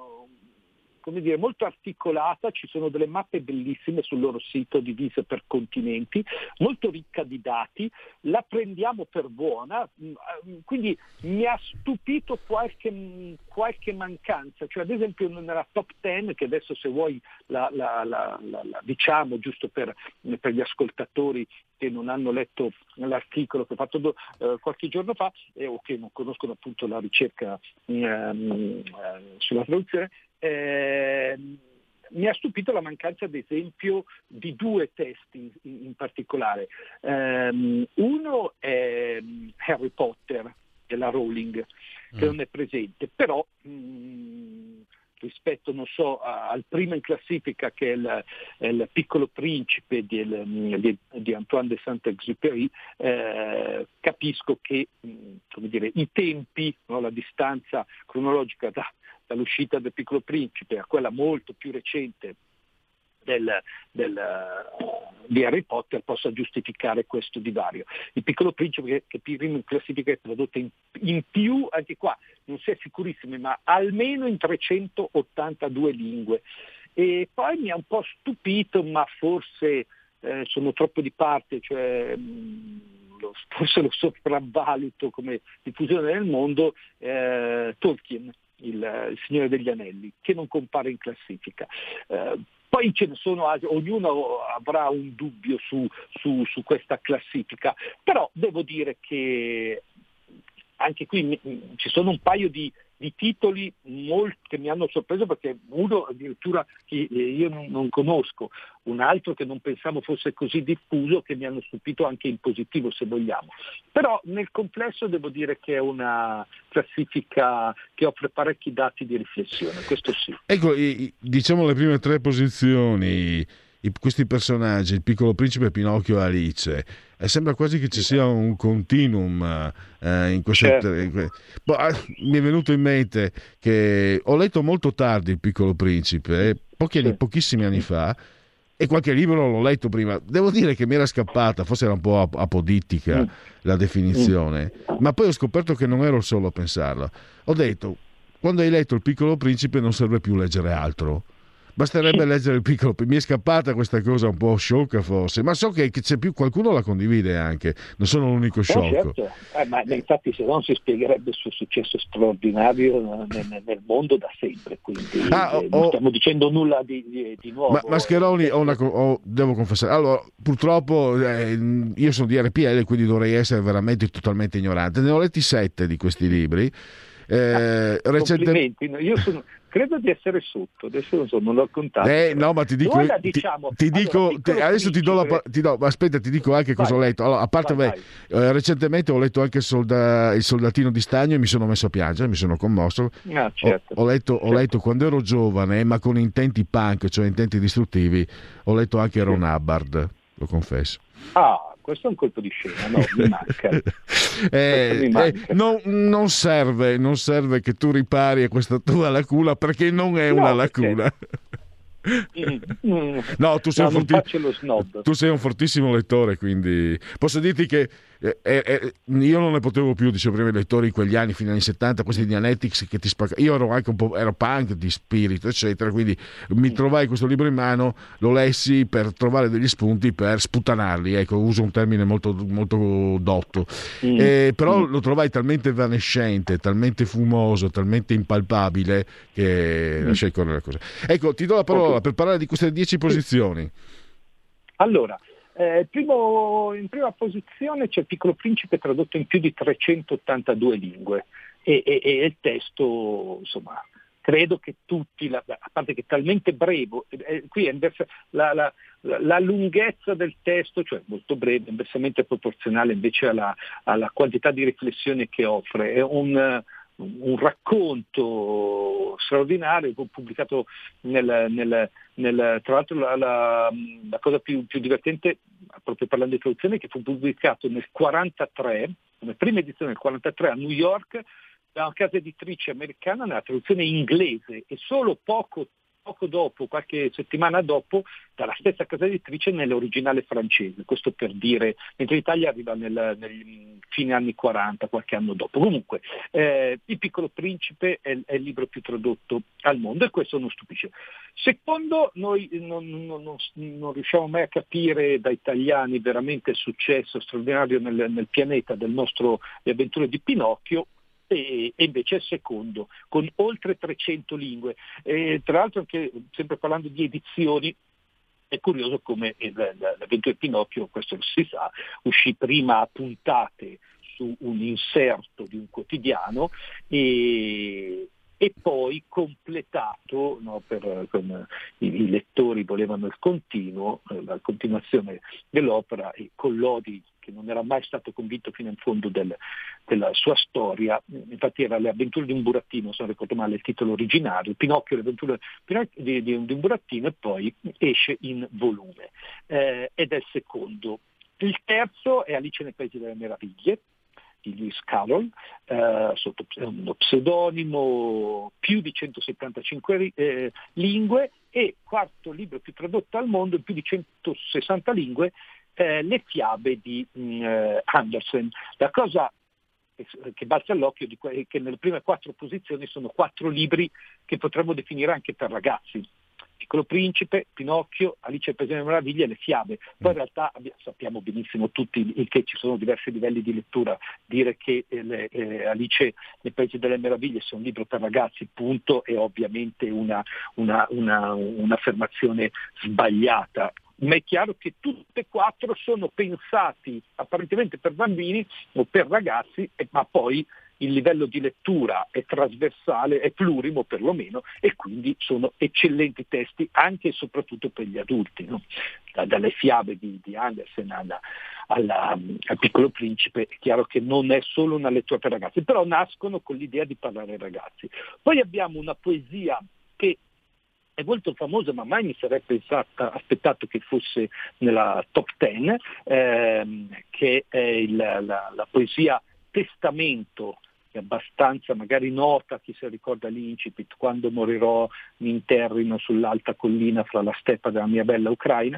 come dire, molto articolata, ci sono delle mappe bellissime sul loro sito divise per continenti, molto ricca di dati, la prendiamo per buona, quindi mi ha stupito qualche, qualche mancanza, cioè ad esempio nella top dieci, che adesso se vuoi la, la, la, la, la diciamo giusto per, per gli ascoltatori che non hanno letto l'articolo che ho fatto do, eh, qualche giorno fa eh, o che non conoscono appunto la ricerca ehm, eh, sulla traduzione, Eh, mi ha stupito la mancanza ad esempio di due testi in, in particolare. Um, uno è Harry Potter della Rowling, che mm. non è presente, però mh, rispetto non so al primo in classifica che è il, è il Piccolo Principe di, di, di Antoine de Saint-Exupéry, eh, capisco che mh, come dire, i tempi, no, la distanza cronologica da dall'uscita del Piccolo Principe a quella molto più recente del, del, uh, di Harry Potter possa giustificare questo divario. Il Piccolo Principe, che, che prima in classifica è tradotto in, in più, anche qua non si è sicurissimi, ma almeno in trecentottantadue lingue. E poi mi ha un po' stupito, ma forse eh, sono troppo di parte, cioè mh, lo, forse lo sopravvaluto come diffusione nel mondo, eh, Tolkien, Il, il Signore degli Anelli, che non compare in classifica. Eh, poi ce ne sono altri, ognuno avrà un dubbio su, su, su questa classifica, però devo dire che anche qui mi, ci sono un paio di, di titoli molto, che mi hanno sorpreso, perché uno addirittura che io non, non conosco, un altro che non pensavo fosse così diffuso, che mi hanno stupito anche in positivo se vogliamo. Però nel complesso devo dire che è una classifica che offre parecchi dati di riflessione, questo sì. Ecco, diciamo le prime tre posizioni, questi personaggi, il Piccolo Principe, Pinocchio e Alice, e sembra quasi che ci sia un continuum eh, in queste certo. tre. In que... boh, mi è venuto in mente che ho letto molto tardi il Piccolo Principe, pochi anni, sì. pochissimi anni fa, e qualche libro l'ho letto prima. Devo dire che mi era scappata, forse era un po' apodittica mm. la definizione, mm. ma poi ho scoperto che non ero solo a pensarla. Ho detto, quando hai letto il Piccolo Principe non serve più leggere altro. Basterebbe leggere il Piccolo Principe. Mi è scappata questa cosa un po' sciocca forse, ma so che c'è più, qualcuno la condivide anche, non sono l'unico sciocco. Oh, certo. eh, ma infatti se no non si spiegherebbe il suo successo straordinario nel, nel mondo da sempre, quindi ah, oh, non stiamo dicendo nulla di, di, di nuovo. Ma, Mascheroni, ho una, ho, devo confessare, allora purtroppo eh, io sono di R P L, quindi dovrei essere veramente totalmente ignorante. Ne ho letti sette di questi libri. Eh, ah, recente... Io sono credo di essere sotto, adesso non so, non l'ho contato. Eh, no, ma ti dico, la ti, diciamo, ti dico allora, ti, adesso ti do la ti do, aspetta, ti dico anche cosa vai, ho letto. Allora, a parte vai, vai. Eh, recentemente ho letto anche il, solda, il Soldatino di Stagno e mi sono messo a piangere, mi sono commosso. Ah, certo. Ho, ho letto, certo. ho letto quando ero giovane, ma con intenti punk, cioè intenti distruttivi, ho letto anche Ron Hubbard, lo confesso. Ah, questo è un colpo di scena, no, mi manca. eh, mi manca. Eh, non, non serve, non serve che tu ripari a questa tua lacuna, perché non è no, una lacuna. Mm, no, tu sei, no, un forti... tu sei un fortissimo lettore, quindi posso dirti che eh, eh, io non ne potevo più, dicevo prima, i lettori in quegli anni, fino agli anni settanta, questi Dianetics che ti spaccavano. Io ero anche un po', ero punk di spirito, eccetera, quindi mi trovai questo libro in mano, lo lessi per trovare degli spunti per sputanarli, ecco, uso un termine molto, molto dotto, mm. eh, però mm. lo trovai talmente evanescente, talmente fumoso, talmente impalpabile che mm. lasciai correre la cosa. Ecco, ti do la parola okay. per parlare di queste dieci posizioni. Allora, Eh, primo, in prima posizione c'è Il Piccolo Principe, tradotto in più di trecentottantadue lingue e, e, e il testo, insomma, credo che tutti, la, a parte che è talmente breve, eh, qui è invers- la, la, la lunghezza del testo, cioè molto breve, inversamente proporzionale invece alla, alla quantità di riflessione che offre. È un un racconto straordinario pubblicato nel, nel, nel tra l'altro la, la, la cosa più, più divertente, proprio parlando di traduzione, è che fu pubblicato nel quarantatré, come prima edizione nel quarantatré a New York da una casa editrice americana nella traduzione inglese e solo poco poco dopo, qualche settimana dopo, dalla stessa casa editrice nell'originale francese, questo per dire, mentre l'Italia arriva nel, nel fine anni quaranta, qualche anno dopo. Comunque, eh, Il Piccolo Principe è, è il libro più tradotto al mondo e questo non stupisce. Secondo, noi non, non, non, non riusciamo mai a capire da italiani veramente il successo straordinario nel, nel pianeta del nostro Le avventure di Pinocchio, e invece è il secondo, con oltre trecento lingue. E tra l'altro, anche sempre parlando di edizioni, è curioso come l'avventura di Pinocchio, questo si sa, uscì prima a puntate su un inserto di un quotidiano e, e poi completato, no, per, con, i, i lettori volevano il continuo, la continuazione dell'opera, e Collodi, che non era mai stato convinto fino in fondo del, della sua storia, infatti era Le avventure di un burattino, se non ricordo male il titolo originario, Pinocchio, le avventure di, di, di un burattino, e poi esce in volume, eh, ed è il secondo. Il terzo è Alice nei Paesi delle Meraviglie, di Lewis Carroll, eh, sotto uno pseudonimo, più di centosettantacinque eh, lingue, e quarto libro più tradotto al mondo, in più di centosessanta lingue, eh, Le fiabe di mh, Andersen. La cosa che balza all'occhio è che nelle prime quattro posizioni sono quattro libri che potremmo definire anche per ragazzi: Piccolo Principe, Pinocchio, Alice nel Paese delle Meraviglie e Le fiabe. Poi in realtà sappiamo benissimo tutti che ci sono diversi livelli di lettura. Dire che eh, le, eh, Alice nel Paese delle Meraviglie sia un libro per ragazzi, punto, è ovviamente una, una, una, un'affermazione sbagliata. Ma è chiaro che tutte e quattro sono pensati apparentemente per bambini o per ragazzi, ma poi il livello di lettura è trasversale, è plurimo perlomeno, e quindi sono eccellenti testi anche e soprattutto per gli adulti, no? Da, dalle fiabe di, di Andersen alla, alla, al Piccolo Principe è chiaro che non è solo una lettura per ragazzi, però nascono con l'idea di parlare ai ragazzi. Poi abbiamo una poesia che è molto famosa, ma mai mi sarei pensata, aspettato che fosse nella top ten, ehm, che è il, la, la poesia Testamento, che è abbastanza magari nota, chi si ricorda l'incipit: quando morirò mi interrino sull'alta collina fra la steppa della mia bella Ucraina,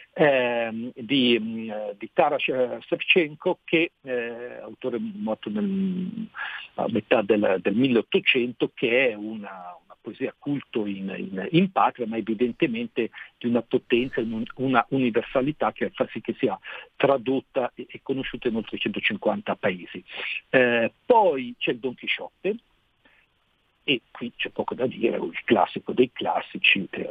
ehm, di, di Taras Shevchenko, che è autore morto nel, a metà del, del milleottocento, che è una poesia culto in, in, in patria, ma evidentemente di una potenza, una universalità che fa sì che sia tradotta e, e conosciuta in oltre centocinquanta paesi. Eh, poi c'è il Don Chisciotte, e qui c'è poco da dire, il classico dei classici, eh,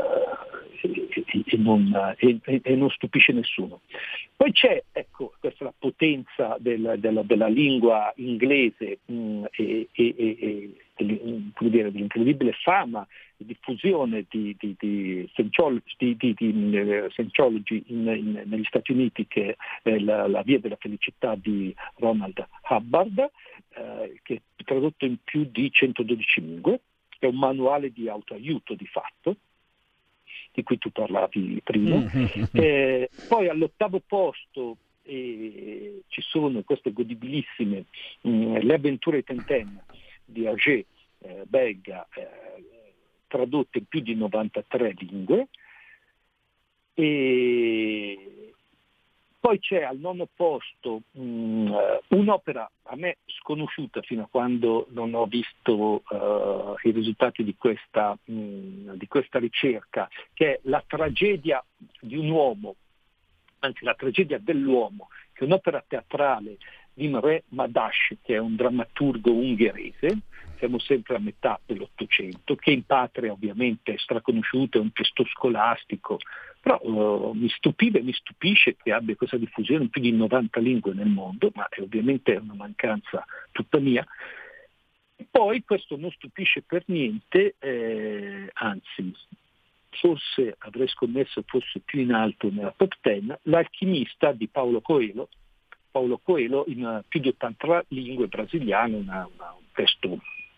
e, e, e, non, e, e non stupisce nessuno. Poi c'è, ecco, questa è la potenza del, della, della lingua inglese mh, e, e, e come dire, dell'incredibile fama e diffusione di, di, di, Scientology, di, di, di Scientology in, in, negli Stati Uniti, che è la, la via della felicità di Ronald Hubbard, eh, che è tradotto in più di centododici lingue, è un manuale di autoaiuto di fatto, di cui tu parlavi prima. Mm-hmm. Eh, poi all'ottavo posto eh, ci sono queste godibilissime mh, Le avventure di Tintin di Hergé, eh, belga, eh, tradotte in più di novantatré lingue, e Poi c'è al nono posto mh, un'opera a me sconosciuta fino a quando non ho visto uh, i risultati di questa, mh, di questa ricerca, che è La tragedia di un uomo, anzi La tragedia dell'uomo, che è un'opera teatrale di Imre Madash, che è un drammaturgo ungherese, siamo sempre a metà dell'Ottocento, che in patria ovviamente è straconosciuto, è un testo scolastico, però uh, mi stupiva e mi stupisce che abbia questa diffusione in più di novanta lingue nel mondo, ma è ovviamente una mancanza tutta mia. Poi questo non stupisce per niente, eh, anzi forse avrei scommesso fosse più in alto nella top ten, L'alchimista di Paulo Coelho, Paulo Coelho in più di ottanta lingue brasiliane, una, una, un testo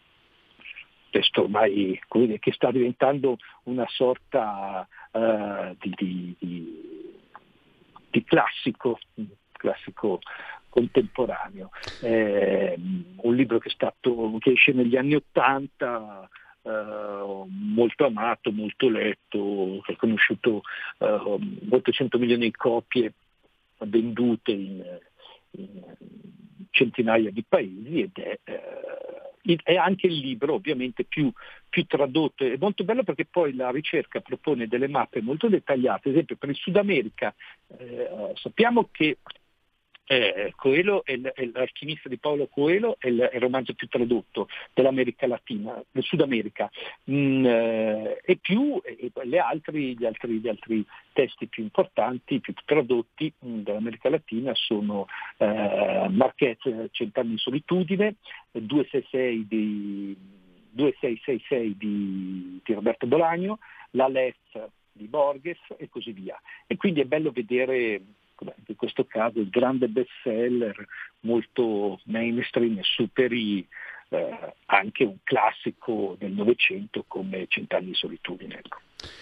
testo ormai che sta diventando una sorta uh, di, di, di, di classico, classico contemporaneo. Eh, un libro che è stato che esce negli anni Ottanta, uh, molto amato, molto letto, che ha conosciuto uh, ottocento milioni di copie vendute in, in centinaia di paesi ed è uh, è anche il libro ovviamente più, più tradotto. È molto bello perché poi la ricerca propone delle mappe molto dettagliate. Ad esempio per il Sud America eh, sappiamo che eh, Coelho è, è l'alchimista di Paulo Coelho è il, è il romanzo più tradotto dell'America Latina, del Sud America, mm, eh, e più e le altri, gli, altri, gli altri testi più importanti, più tradotti mh, dell'America Latina sono eh, Marquez, Cent'anni di solitudine, duecentosessantasei di, duemilaseicentasessantasei di, di Roberto Bolaño, La Lez di Borges e così via. E quindi è bello vedere in questo caso il grande bestseller molto mainstream e superi eh, anche un classico del Novecento come Cent'anni di solitudine. Ecco.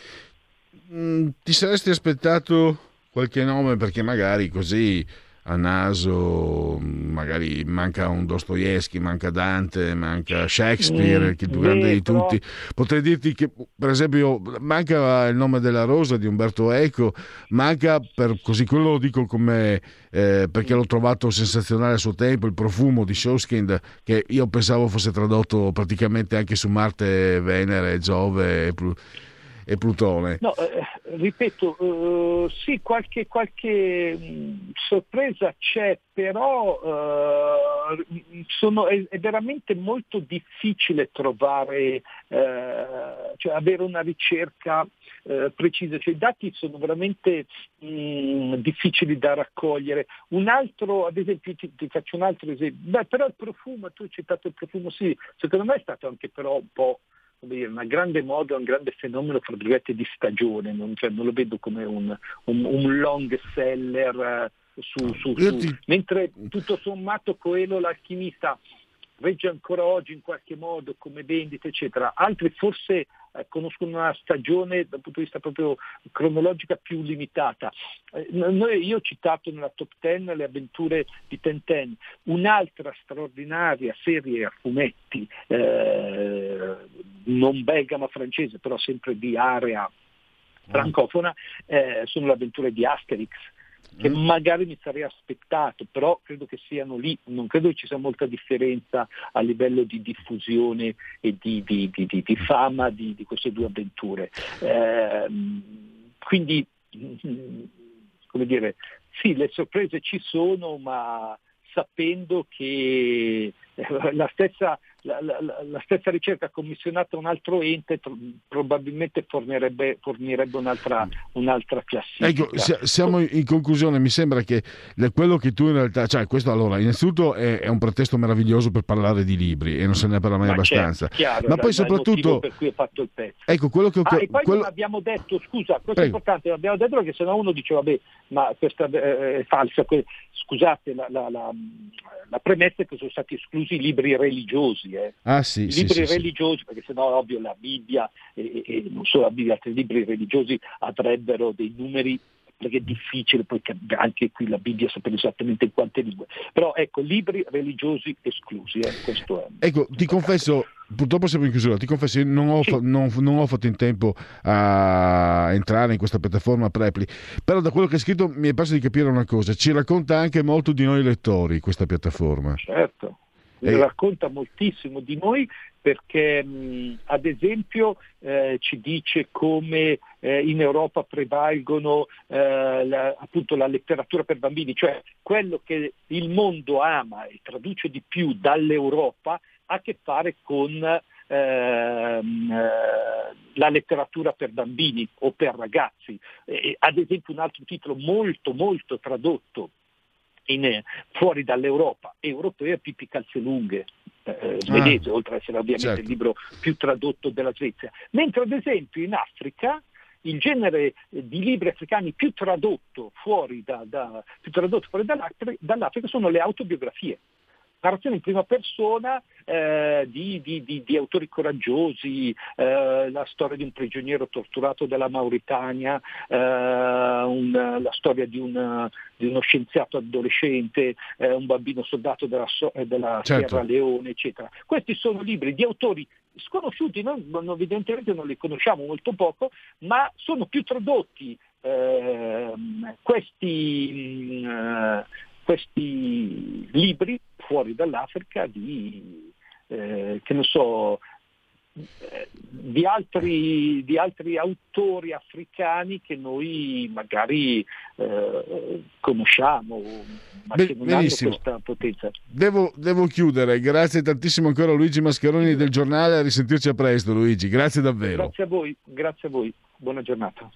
Mm, ti saresti aspettato qualche nome, perché magari così a naso magari manca un Dostoevsky, manca Dante, manca Shakespeare, mm, che è il più grande di tutti. Potrei dirti che per esempio manca Il nome della rosa di Umberto Eco, manca, per così quello lo dico come eh, perché l'ho trovato sensazionale a suo tempo, Il profumo di Suskind, che io pensavo fosse tradotto praticamente anche su Marte, Venere, Giove e Pl- e Plutone. No, eh, ripeto, uh, sì, qualche, qualche mh, sorpresa c'è, però uh, sono, è, è veramente molto difficile trovare, uh, cioè avere una ricerca uh, precisa, cioè i dati sono veramente mh, difficili da raccogliere. Un altro, ad esempio, ti, ti faccio un altro esempio, beh, però il profumo, tu hai citato il profumo, sì, secondo me è stato anche però un po' una grande moda, un grande fenomeno fra virgolette di stagione, non, cioè, non lo vedo come un, un, un long seller uh, su, su, su. Ti... mentre tutto sommato Coelho l'alchimista regge ancora oggi in qualche modo come vendita eccetera, altri forse eh, conoscono una stagione dal punto di vista proprio cronologica più limitata. Eh, noi, io ho citato nella top ten Le avventure di Tintin, un'altra straordinaria serie a fumetti eh, non belga ma francese, però sempre di area francofona, eh, sono Le avventure di Asterix, che mm. magari mi sarei aspettato, però credo che siano lì, non credo che ci sia molta differenza a livello di diffusione e di, di, di, di, di fama di, di queste due avventure. Eh, quindi, come dire, sì, le sorprese ci sono, ma sapendo che la stessa, la, la, la stessa ricerca commissionata a un altro ente probabilmente fornirebbe, fornirebbe un'altra, un'altra classifica. Ecco, siamo in conclusione. Mi sembra che quello che tu in realtà, cioè questo allora innanzitutto è, è un pretesto meraviglioso per parlare di libri e non se ne parla mai ma abbastanza, chiaro, ma poi soprattutto per cui ho fatto il pezzo. Ecco quello che ho, ah, e poi quello... non abbiamo detto, scusa, questo è importante, non abbiamo detto perché sennò uno dice vabbè, ma questa eh, è falsa, scusate, la, la, la, la premessa è che sono stati esclusi i libri religiosi, eh. ah, sì, i sì, libri sì, religiosi, sì. Perché sennò ovvio la Bibbia e, e non solo la Bibbia, altri libri religiosi avrebbero dei numeri, perché è difficile poi anche qui la Bibbia sapere esattamente in quante lingue, però ecco, libri religiosi esclusi, eh, questo è. Ecco, ti confesso, purtroppo siamo in chiusura, ti confesso, io non ho, sì. fa, non, non ho fatto in tempo a entrare in questa piattaforma Preply, però da quello che hai scritto mi è perso di capire una cosa, ci racconta anche molto di noi lettori questa piattaforma. Certo, e... racconta moltissimo di noi perché mh, ad esempio eh, ci dice come eh, in Europa prevalgono eh, la, appunto la letteratura per bambini, cioè quello che il mondo ama e traduce di più dall'Europa ha a che fare con ehm, eh, la letteratura per bambini o per ragazzi. Eh, ad esempio un altro titolo molto molto tradotto in, fuori dall'Europa, europea, Pippi Calzelunghe, eh, svedese, ah, oltre ad essere ovviamente certo. il libro più tradotto della Svezia. Mentre ad esempio in Africa il genere di libri africani più tradotto fuori, da, da, più tradotto fuori dall'Africa, dall'Africa sono le autobiografie. Narrazione in prima persona eh, di, di, di, di autori coraggiosi, eh, la storia di un prigioniero torturato dalla Mauritania, eh, un, la storia di, un, di uno scienziato adolescente, eh, un bambino soldato della, della certo. Sierra Leone, eccetera. Questi sono libri di autori sconosciuti, noi evidentemente non li conosciamo molto poco, ma sono più tradotti eh, questi... Eh, questi libri fuori dall'Africa di eh, che ne so eh, di altri di altri autori africani che noi magari eh, conosciamo, ma Be- che non benissimo. hanno questa potenza. Devo, devo chiudere, grazie tantissimo ancora a Luigi Mascheroni del Giornale, a risentirci a presto Luigi, grazie davvero. Grazie a voi, grazie a voi, buona giornata.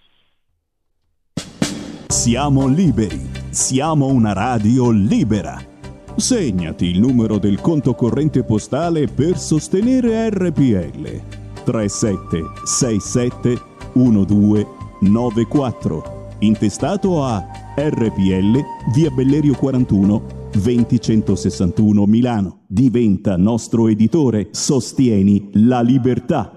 Siamo liberi, siamo una radio libera. Segnati il numero del conto corrente postale per sostenere R P L. tre sette sei sette uno due nove quattro. Intestato a R P L, via Bellerio quarantuno, venti centosessantuno Milano. Diventa nostro editore, sostieni la libertà.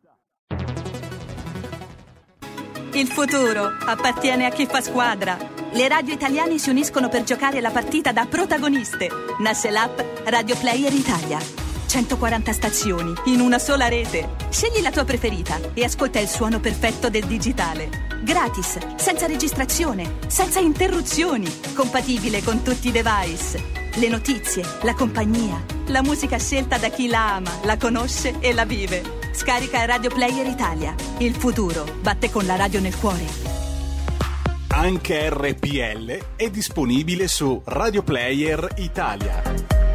Il futuro appartiene a chi fa squadra. Le radio italiane si uniscono per giocare la partita da protagoniste. Nasce l'app Radio Player Italia. centoquaranta stazioni in una sola rete. Scegli la tua preferita e ascolta il suono perfetto del digitale. Gratis, senza registrazione, senza interruzioni. Compatibile con tutti i device. Le notizie, la compagnia, la musica scelta da chi la ama, la conosce e la vive. Scarica Radio Player Italia. Il futuro batte con la radio nel cuore. Anche R P L è disponibile su Radio Player Italia.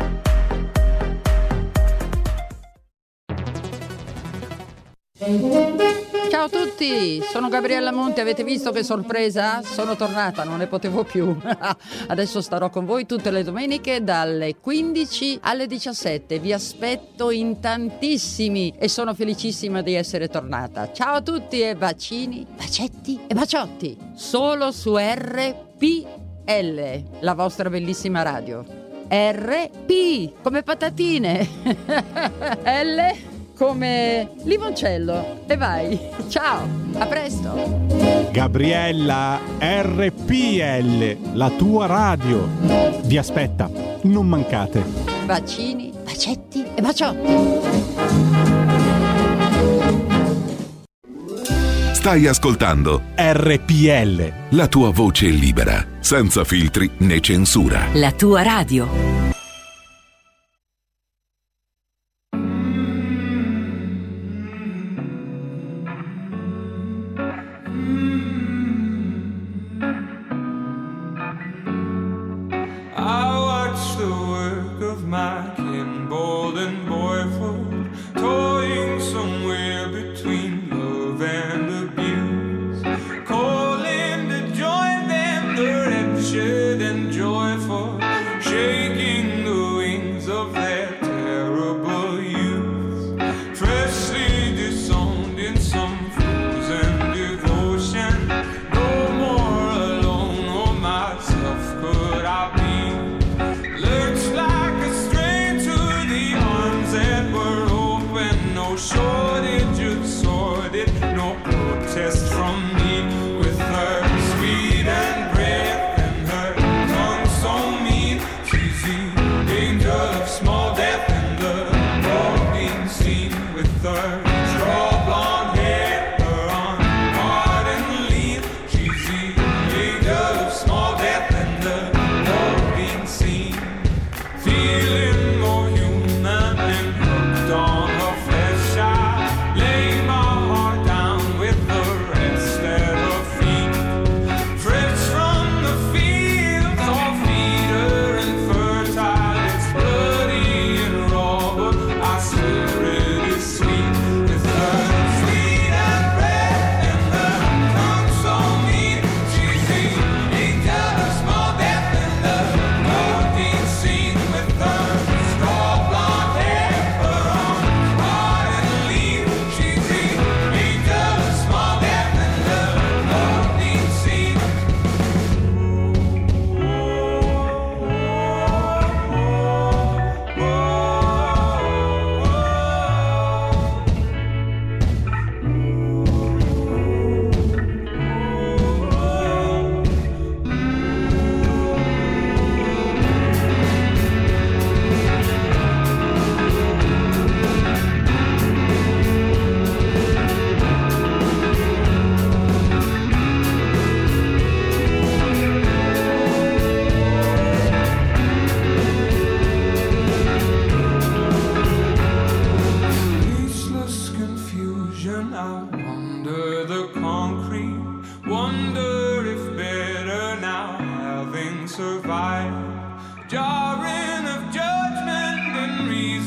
Ciao a tutti, sono Gabriella Monti, avete visto che sorpresa? Sono tornata, non ne potevo più. Adesso starò con voi tutte le domeniche dalle quindici alle diciassette, vi aspetto in tantissimi e sono felicissima di essere tornata. Ciao a tutti e bacini, bacetti e baciotti, solo su R P L, la vostra bellissima radio. R P come patatine, L come limoncello. E vai, ciao, a presto. Gabriella, R P L, la tua radio, vi aspetta, non mancate. Bacini, bacetti e baciotti. Stai ascoltando R P L, la tua voce libera, senza filtri né censura. La tua radio. Looks like a stranger to the arms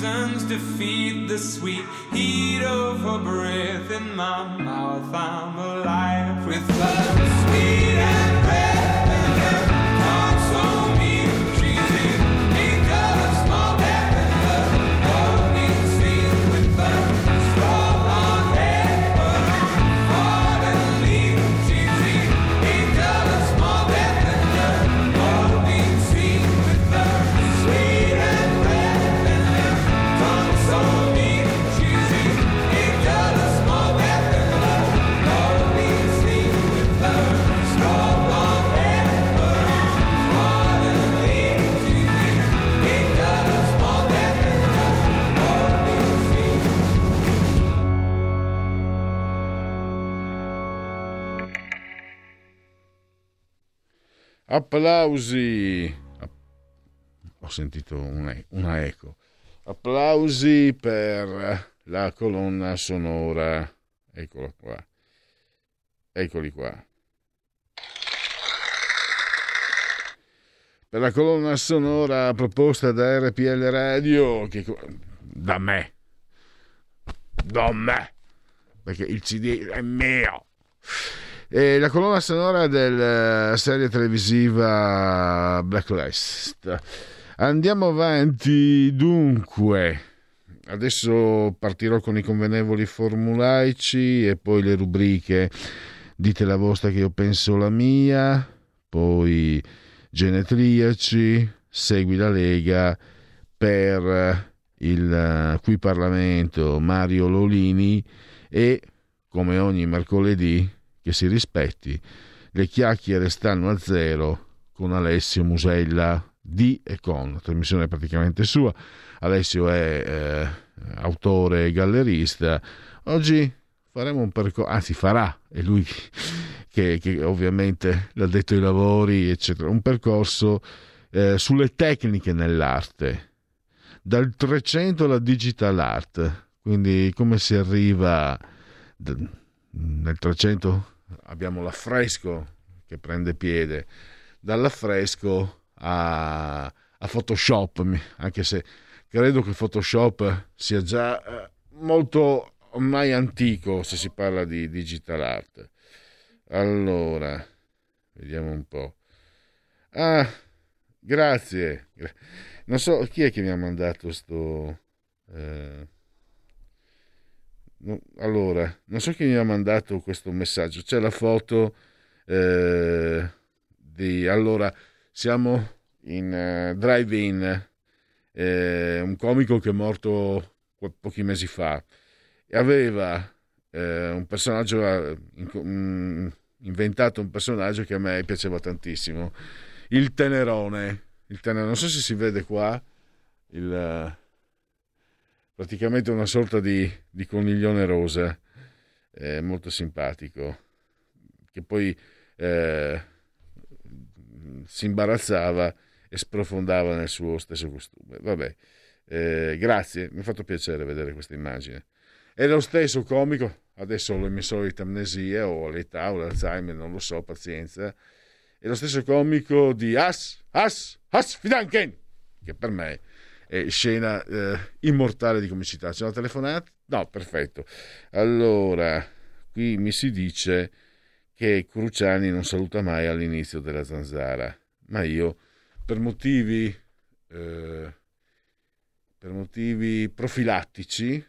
reasons to feed the sweet heat of her breath in my mouth. I'm alive with her sweet and breath and her console me. She's in ink of a small death and her walking scene with her straw blonde hair. But I'm falling leave. She's in ink of a small death and her walking scene with her sweet and breath and her console me. She's in ink of a small death and her walking scene with her straw blonde hair. But I'm falling leave. She's in ink of a small death and her walking scene. Applausi. Ho sentito una, una eco. Applausi per la colonna sonora. Eccola qua. Eccoli qua. Per la colonna sonora proposta da R P L Radio, che da me. Da me. Perché il C D è mio. E la colonna sonora della serie televisiva Blacklist. Andiamo avanti dunque. Adesso partirò con i convenevoli formulaici e poi le rubriche dite la vostra che io penso la mia, poi genetriaci, segui la Lega per il Qui Parlamento Mario Lolini e come ogni mercoledì che si rispetti, le chiacchiere stanno a zero con Alessio Musella di e con, la trasmissione è praticamente sua. Alessio è eh, autore e gallerista. Oggi faremo un percorso, anzi farà, è lui che, che ovviamente l'ha detto ai lavori, eccetera, un percorso eh, sulle tecniche nell'arte, dal trecento alla digital art, quindi come si arriva nel trecento. Abbiamo l'affresco che prende piede, dall'affresco a, a Photoshop, anche se credo che Photoshop sia già eh, molto ormai antico se si parla di digital art. Allora, vediamo un po'. Ah, grazie. Non so chi è che mi ha mandato sto... Eh... No, allora, non so chi mi ha mandato questo messaggio. C'è la foto eh, di... Allora, siamo in uh, drive-in, eh, un comico che è morto po- pochi mesi fa e aveva eh, un personaggio, uh, in, um, inventato un personaggio che a me piaceva tantissimo, il Tenerone. Il Tenerone, non so se si vede qua, il... Uh, praticamente una sorta di, di coniglione rosa, eh, molto simpatico, che poi eh, si imbarazzava e sprofondava nel suo stesso costume. Vabbè, eh, grazie, mi ha fatto piacere vedere questa immagine. È lo stesso comico, adesso ho le mie solite amnesie, o l'età, o l'Alzheimer, non lo so, pazienza, è lo stesso comico di As, As, As Fidanken, che per me è scena eh, immortale di comicità. C'è una telefonata? No, perfetto. Allora, qui mi si dice che Cruciani non saluta mai all'inizio della zanzara, ma io per motivi eh, per motivi profilattici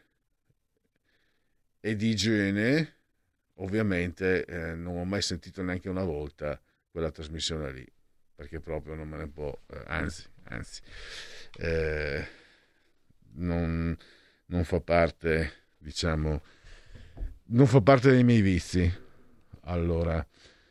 e di igiene ovviamente eh, non ho mai sentito neanche una volta quella trasmissione lì, perché proprio non me ne può, eh, anzi anzi eh, non, non fa parte, diciamo, non fa parte dei miei vizi. Allora,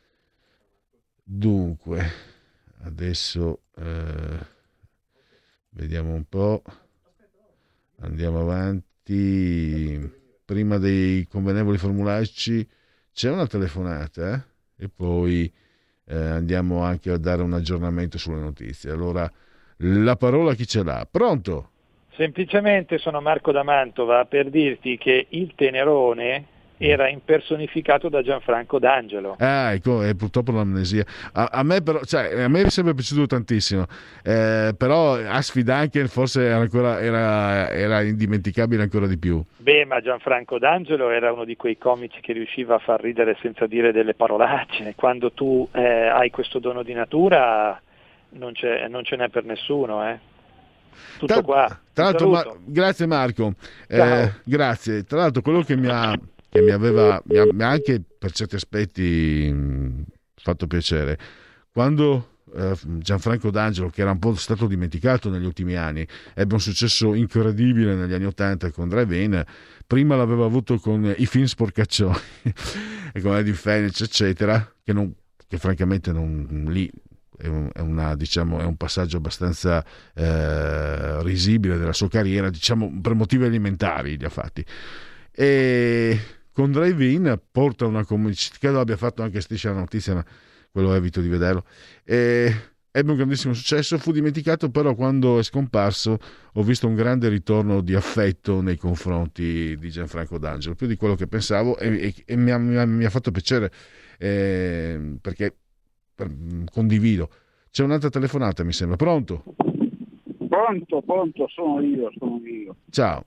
dunque adesso eh, vediamo un po', andiamo avanti. Prima dei convenevoli formulaici c'è una telefonata eh? E poi eh, andiamo anche a dare un aggiornamento sulle notizie. Allora la parola a chi ce l'ha? Pronto? Semplicemente sono Marco da Mantova per dirti che il Tenerone era impersonificato da Gianfranco D'Angelo. Ah, ecco, è purtroppo l'amnesia. A, a me però, cioè, a me è sempre piaciuto tantissimo, eh, però Asfi Duncan forse era, ancora, era, era indimenticabile ancora di più. Beh, ma Gianfranco D'Angelo era uno di quei comici che riusciva a far ridere senza dire delle parolacce. Quando tu eh, hai questo dono di natura non, c'è, non ce n'è per nessuno, eh. Tutto tra, qua. Tra l'altro, ma, grazie Marco, eh, grazie. Tra l'altro quello che mi ha che mi aveva mi ha, mi ha anche per certi aspetti mh, fatto piacere quando eh, Gianfranco D'Angelo, che era un po' stato dimenticato negli ultimi anni, ebbe un successo incredibile negli anni Ottanta con Drive-In. Prima l'aveva avuto con i film sporcaccioni e con Eddie Fenech eccetera, che, non, che francamente non lì è, un, è una diciamo è un passaggio abbastanza eh, risibile della sua carriera, diciamo per motivi alimentari li ha fatti. E con Drive-In porta una comicità, credo abbia fatto anche Striscia la Notizia, ma quello evito di vederlo, e ebbe un grandissimo successo. Fu dimenticato, però quando è scomparso ho visto un grande ritorno di affetto nei confronti di Gianfranco D'Angelo, più di quello che pensavo, e, e, e mi, ha, mi, ha, mi ha fatto piacere eh, perché per, condivido. C'è un'altra telefonata, mi sembra. Pronto? Pronto, pronto, sono io, sono io. Ciao.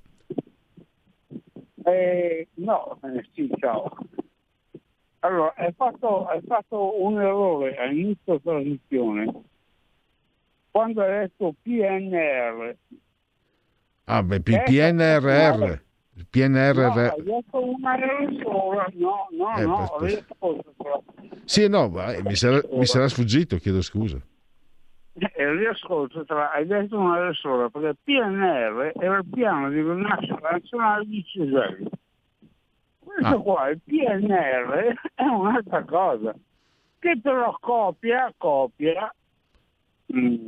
Eh, no, eh, sì, ciao. Allora, hai fatto, hai fatto un errore all'inizio della trasmissione quando hai detto P N R. Ah, beh, P- PNRR. PNRR. No, hai detto una R sola. No, no, eh, no. per... Detto... Sì, no, vai, mi, sarà, mi sarà sfuggito, chiedo scusa. Eh, riascolto, tra, hai detto una R sola, perché il P N R era il piano di rinascita nazionale di Ciseli. Questo ah. qua, il P N R, è un'altra cosa, che però copia, copia mh,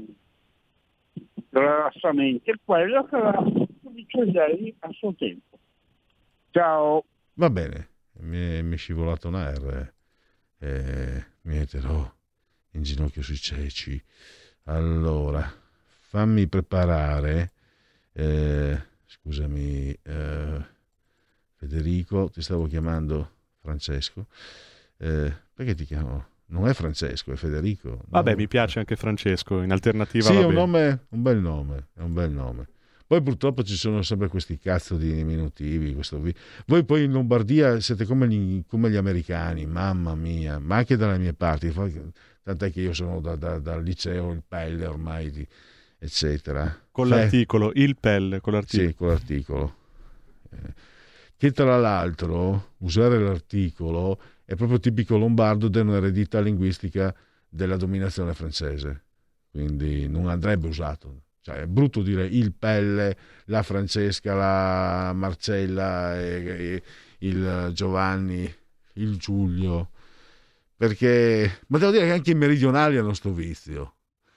grassamente quello che era di Ciseli a suo tempo. Ciao. Va bene, mi è, mi è scivolato una R, eh, mi metterò in ginocchio sui ceci. Allora, fammi preparare, eh, scusami eh, Federico, ti stavo chiamando Francesco, eh, perché ti chiamo? Non è Francesco, è Federico. Vabbè, no? Mi piace anche Francesco, in alternativa sì, va è un bene. nome, un bel nome, è un bel nome. Poi purtroppo ci sono sempre questi cazzo di diminutivi. Questo vi... Voi poi in Lombardia siete come gli, come gli americani, mamma mia, ma anche dalle mie parti. Tant'è che io sono da, da, dal liceo, il Pelle ormai, di, eccetera. Con Fe... l'articolo, il Pelle, con l'articolo. Sì, con l'articolo. Eh, che tra l'altro, usare l'articolo è proprio tipico lombardo dell'eredità linguistica della dominazione francese. Quindi non andrebbe usato. Cioè, è brutto dire il Pelle, la Francesca, la Marcella, e, e, il Giovanni, il Giulio, perché, ma devo dire che anche i meridionali hanno sto vizio,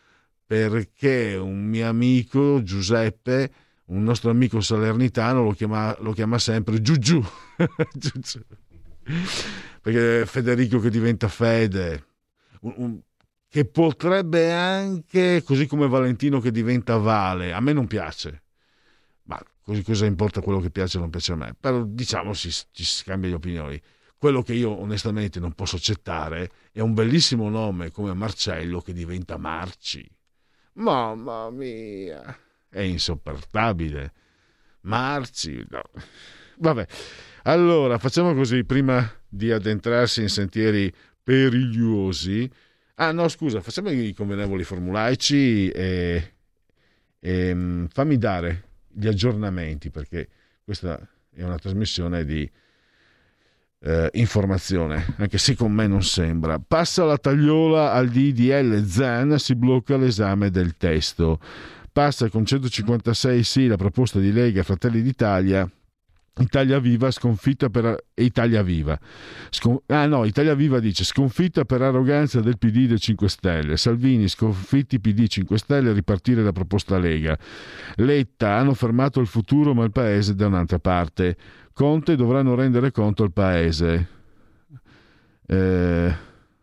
perché un mio amico Giuseppe, un nostro amico salernitano, lo chiama, lo chiama sempre Giugiù, perché Federico che diventa Fede, un, un, che potrebbe anche, così come Valentino che diventa Vale, a me non piace, ma così cosa importa quello che piace o non piace a me, però diciamo si, ci si scambia le opinioni. Quello che io onestamente non posso accettare è un bellissimo nome come Marcello che diventa Marci. Mamma mia, è insopportabile. Marci, no. Vabbè, allora facciamo così, prima di addentrarsi in sentieri perigliosi. Ah no, scusa, facciamo i convenevoli formulaici e, e fammi dare gli aggiornamenti, perché questa è una trasmissione di eh, informazione, anche se con me non sembra. Passa la tagliola al D D L Zan, si blocca l'esame del testo. Passa con centocinquantasei sì la proposta di Lega Fratelli d'Italia. Italia Viva sconfitta per Italia Viva Scon... ah no Italia Viva dice sconfitta per arroganza del P D del cinque Stelle. Salvini sconfitti P D cinque Stelle, ripartire la proposta Lega. Letta hanno fermato il futuro ma il paese da un'altra parte. Conte dovranno rendere conto al paese. Eh...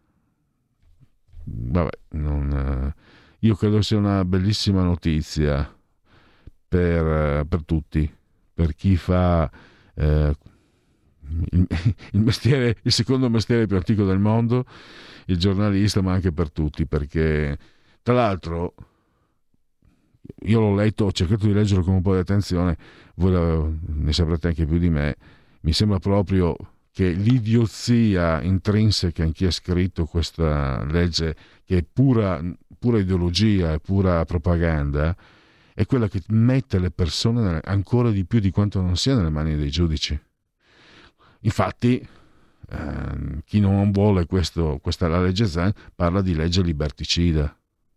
vabbè non... io credo sia una bellissima notizia per, per tutti, per chi fa eh, il, il mestiere, il secondo mestiere più antico del mondo, il giornalista, ma anche per tutti, perché tra l'altro io l'ho letto, ho cercato di leggerlo con un po' di attenzione, voi ne saprete anche più di me, mi sembra proprio che l'idiozia intrinseca in chi ha scritto questa legge, che è pura, pura ideologia e pura propaganda, è quella che mette le persone ancora di più di quanto non sia nelle mani dei giudici. Infatti eh, chi non vuole questo, questa la legge Zan parla di legge liberticida,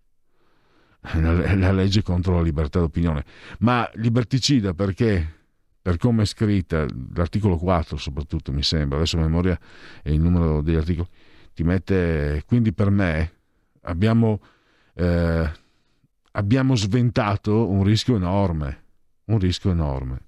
la, la legge contro la libertà d'opinione, ma liberticida perché, per come è scritta, l'articolo quattro soprattutto, mi sembra, adesso a memoria è il numero degli articoli, ti mette, quindi per me abbiamo eh, abbiamo sventato un rischio enorme, un rischio enorme.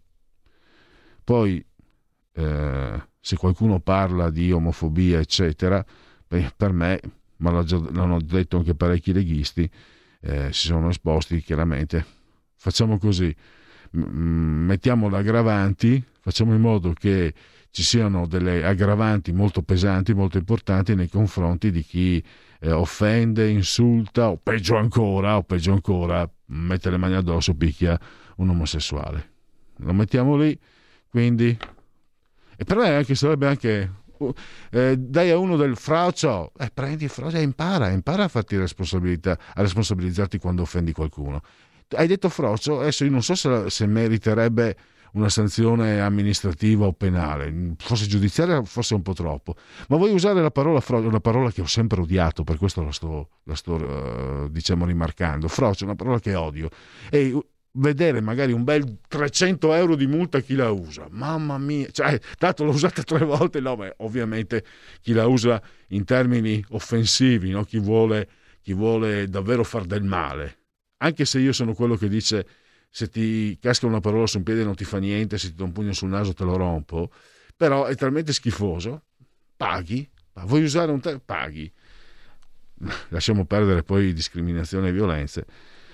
Poi eh, se qualcuno parla di omofobia eccetera, beh, per me, ma l'ho già, l'hanno detto anche parecchi leghisti, eh, si sono esposti chiaramente. Facciamo così, m- mettiamo le aggravanti, facciamo in modo che ci siano delle aggravanti molto pesanti, molto importanti nei confronti di chi eh, offende, insulta o peggio ancora, o peggio ancora mette le mani addosso, picchia un omosessuale. Lo mettiamo lì, quindi, e per me anche sarebbe anche eh, dai a uno del frocio, eh, prendi il frocio e impara, impara a farti responsabilità, a responsabilizzarti quando offendi qualcuno. Hai detto frocio, adesso io non so se, se meriterebbe una sanzione amministrativa o penale, forse giudiziaria, forse un po' troppo, ma voglio usare la parola frocio, una parola che ho sempre odiato, per questo la sto, la sto uh, diciamo rimarcando. Frocio è una parola che odio, e vedere magari un bel trecento euro di multa a chi la usa, mamma mia, cioè tanto l'ho usata tre volte, no, beh, ovviamente chi la usa in termini offensivi, no? chi vuole, chi vuole davvero far del male, anche se io sono quello che dice se ti casca una parola su un piede non ti fa niente, se ti do un pugno sul naso te lo rompo, però è talmente schifoso, paghi, vuoi usare un te- paghi, lasciamo perdere poi discriminazione e violenze,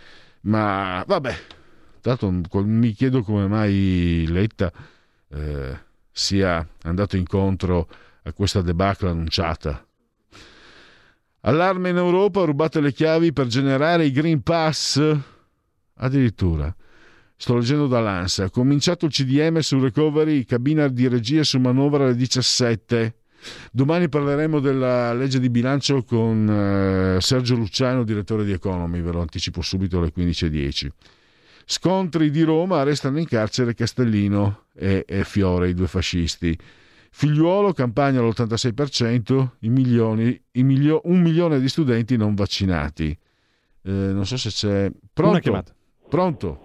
ma vabbè, tanto mi chiedo come mai Letta eh, sia andato incontro a questa debacle annunciata. Allarme in Europa, rubate le chiavi per generare i Green Pass, addirittura. Sto leggendo dall'Ansa. Ha cominciato il C D M sul recovery, cabina di regia su manovra alle diciassette. Domani parleremo della legge di bilancio con eh, Sergio Luciano, direttore di Economy, ve lo anticipo subito alle quindici e dieci. Scontri di Roma, arrestano in carcere Castellino e, e Fiore, i due fascisti. Figliuolo, campagna all'ottantasei per cento, i milioni, i milio, un milione di studenti non vaccinati. Eh, non so se c'è... Pronto? Una chiamata. Pronto?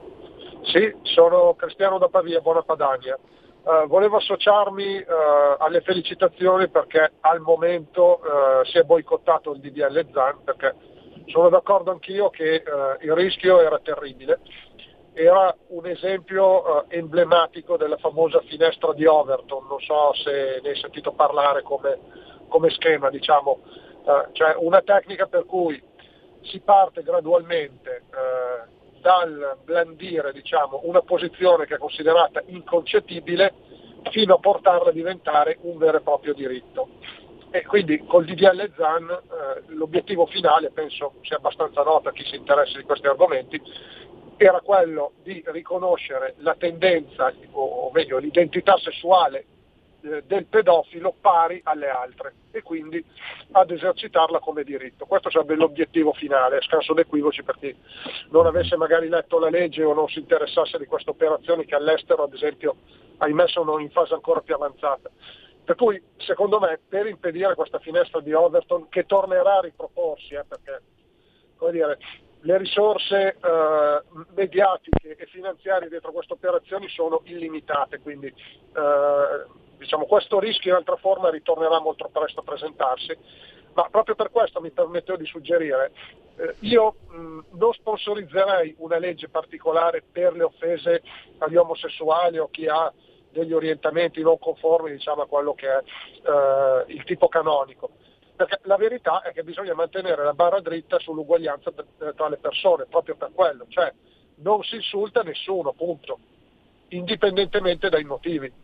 Sì, sono Cristiano da Pavia, buona Padania. Uh, volevo associarmi uh, alle felicitazioni perché al momento uh, si è boicottato il D D L Zan, perché sono d'accordo anch'io che uh, il rischio era terribile. Era un esempio uh, emblematico della famosa finestra di Overton, non so se ne hai sentito parlare come, come schema, diciamo, uh, cioè una tecnica per cui si parte gradualmente uh, dal blandire, diciamo, una posizione che è considerata inconcepibile fino a portarla a diventare un vero e proprio diritto. E quindi col D D L Zan eh, l'obiettivo finale, penso sia abbastanza noto a chi si interessa di questi argomenti, era quello di riconoscere la tendenza, o, o meglio l'identità sessuale eh, del pedofilo pari alle altre e quindi ad esercitarla come diritto. Questo sarebbe l'obiettivo finale, a scanso d'equivoci per chi non avesse magari letto la legge o non si interessasse di queste operazioni che all'estero, ad esempio, ahimè sono in fase ancora più avanzata. Per cui, secondo me, per impedire questa finestra di Overton, che tornerà a riproporsi, eh, perché, come dire, le risorse eh, mediatiche e finanziarie dietro queste operazioni sono illimitate, quindi eh, diciamo questo rischio in altra forma ritornerà molto presto a presentarsi, ma proprio per questo mi permetto di suggerire, eh, io mh, non sponsorizzerei una legge particolare per le offese agli omosessuali o chi ha degli orientamenti non conformi, diciamo, a quello che è eh, il tipo canonico. Perché la verità è che bisogna mantenere la barra dritta sull'uguaglianza tra le persone, proprio per quello, cioè non si insulta nessuno, punto, indipendentemente dai motivi.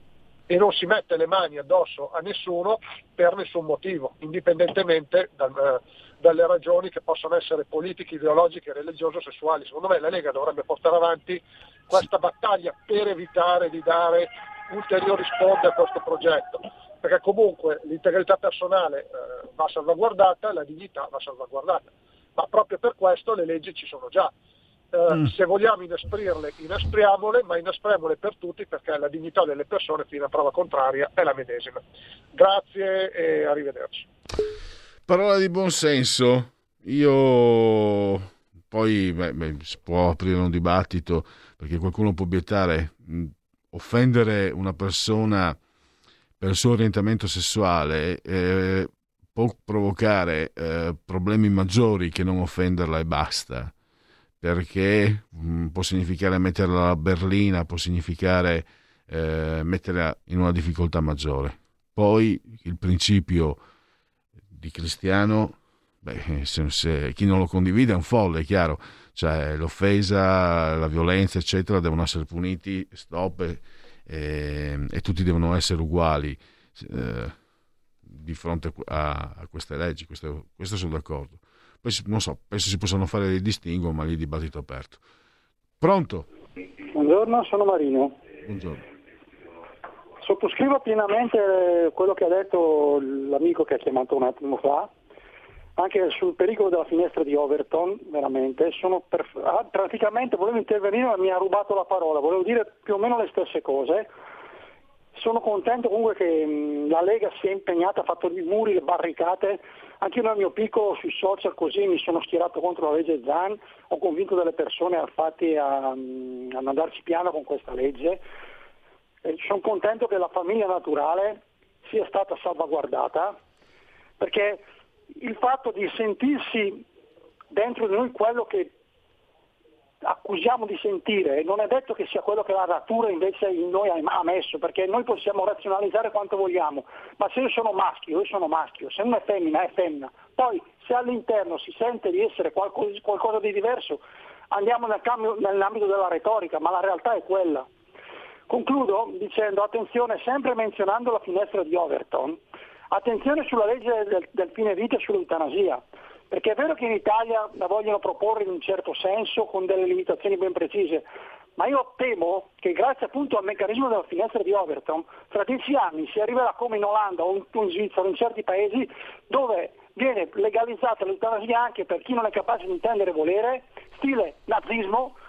e non si mette le mani addosso a nessuno per nessun motivo, indipendentemente dal, dalle ragioni che possono essere politiche, ideologiche, religiose o sessuali. Secondo me la Lega dovrebbe portare avanti questa battaglia per evitare di dare ulteriori sponde a questo progetto, perché comunque l'integrità personale eh, va salvaguardata, la dignità va salvaguardata, ma proprio per questo le leggi ci sono già. Eh, mm. Se vogliamo inesprirle, inespriamole, ma inespriamole per tutti, perché la dignità delle persone fino a prova contraria è la medesima. Grazie e arrivederci. Parola di buonsenso. Io poi beh, beh, si può aprire un dibattito, perché qualcuno può obiettare, mh, offendere una persona per il suo orientamento sessuale eh, può provocare eh, problemi maggiori che non offenderla e basta, perché mh, può significare metterla alla berlina, può significare eh, metterla in una difficoltà maggiore. Poi il principio di cristiano, beh, se, se chi non lo condivide è un folle, è chiaro, cioè l'offesa, la violenza eccetera devono essere puniti, stop, e, e, e tutti devono essere uguali eh, di fronte a, a queste leggi, questo, questo sono d'accordo. Poi non so, penso si possano fare dei distinguo, ma lì dibattito aperto. Pronto? Buongiorno, sono Marino. Buongiorno. Sottoscrivo pienamente quello che ha detto l'amico che ha chiamato un attimo fa, anche sul pericolo della finestra di Overton, veramente. Sono per... ah, praticamente volevo intervenire ma mi ha rubato la parola, volevo dire più o meno le stesse cose. Sono contento comunque che mh, la Lega si è impegnata, ha fatto i muri, le barricate. Anche io nel mio piccolo sui social così mi sono schierato contro la legge Zan, ho convinto delle persone infatti a, a andarci piano con questa legge. E sono contento che la famiglia naturale sia stata salvaguardata, perché il fatto di sentirsi dentro di noi quello che accusiamo di sentire non è detto che sia quello che la natura invece in noi ha messo, perché noi possiamo razionalizzare quanto vogliamo, ma se io sono maschio, io sono maschio, se uno è femmina è femmina. Poi se all'interno si sente di essere qualcosa, qualcosa di diverso, andiamo nel cambio, nell'ambito della retorica, ma la realtà è quella. Concludo dicendo attenzione, sempre menzionando la finestra di Overton, attenzione sulla legge del, del fine vita e sull'eutanasia, perché è vero che in Italia la vogliono proporre in un certo senso con delle limitazioni ben precise, ma io temo che grazie appunto al meccanismo della finestra di Overton fra dieci anni si arriverà come in Olanda o in, in Svizzera o in certi paesi dove viene legalizzata l'eutanasia anche per chi non è capace di intendere e volere, stile nazismo,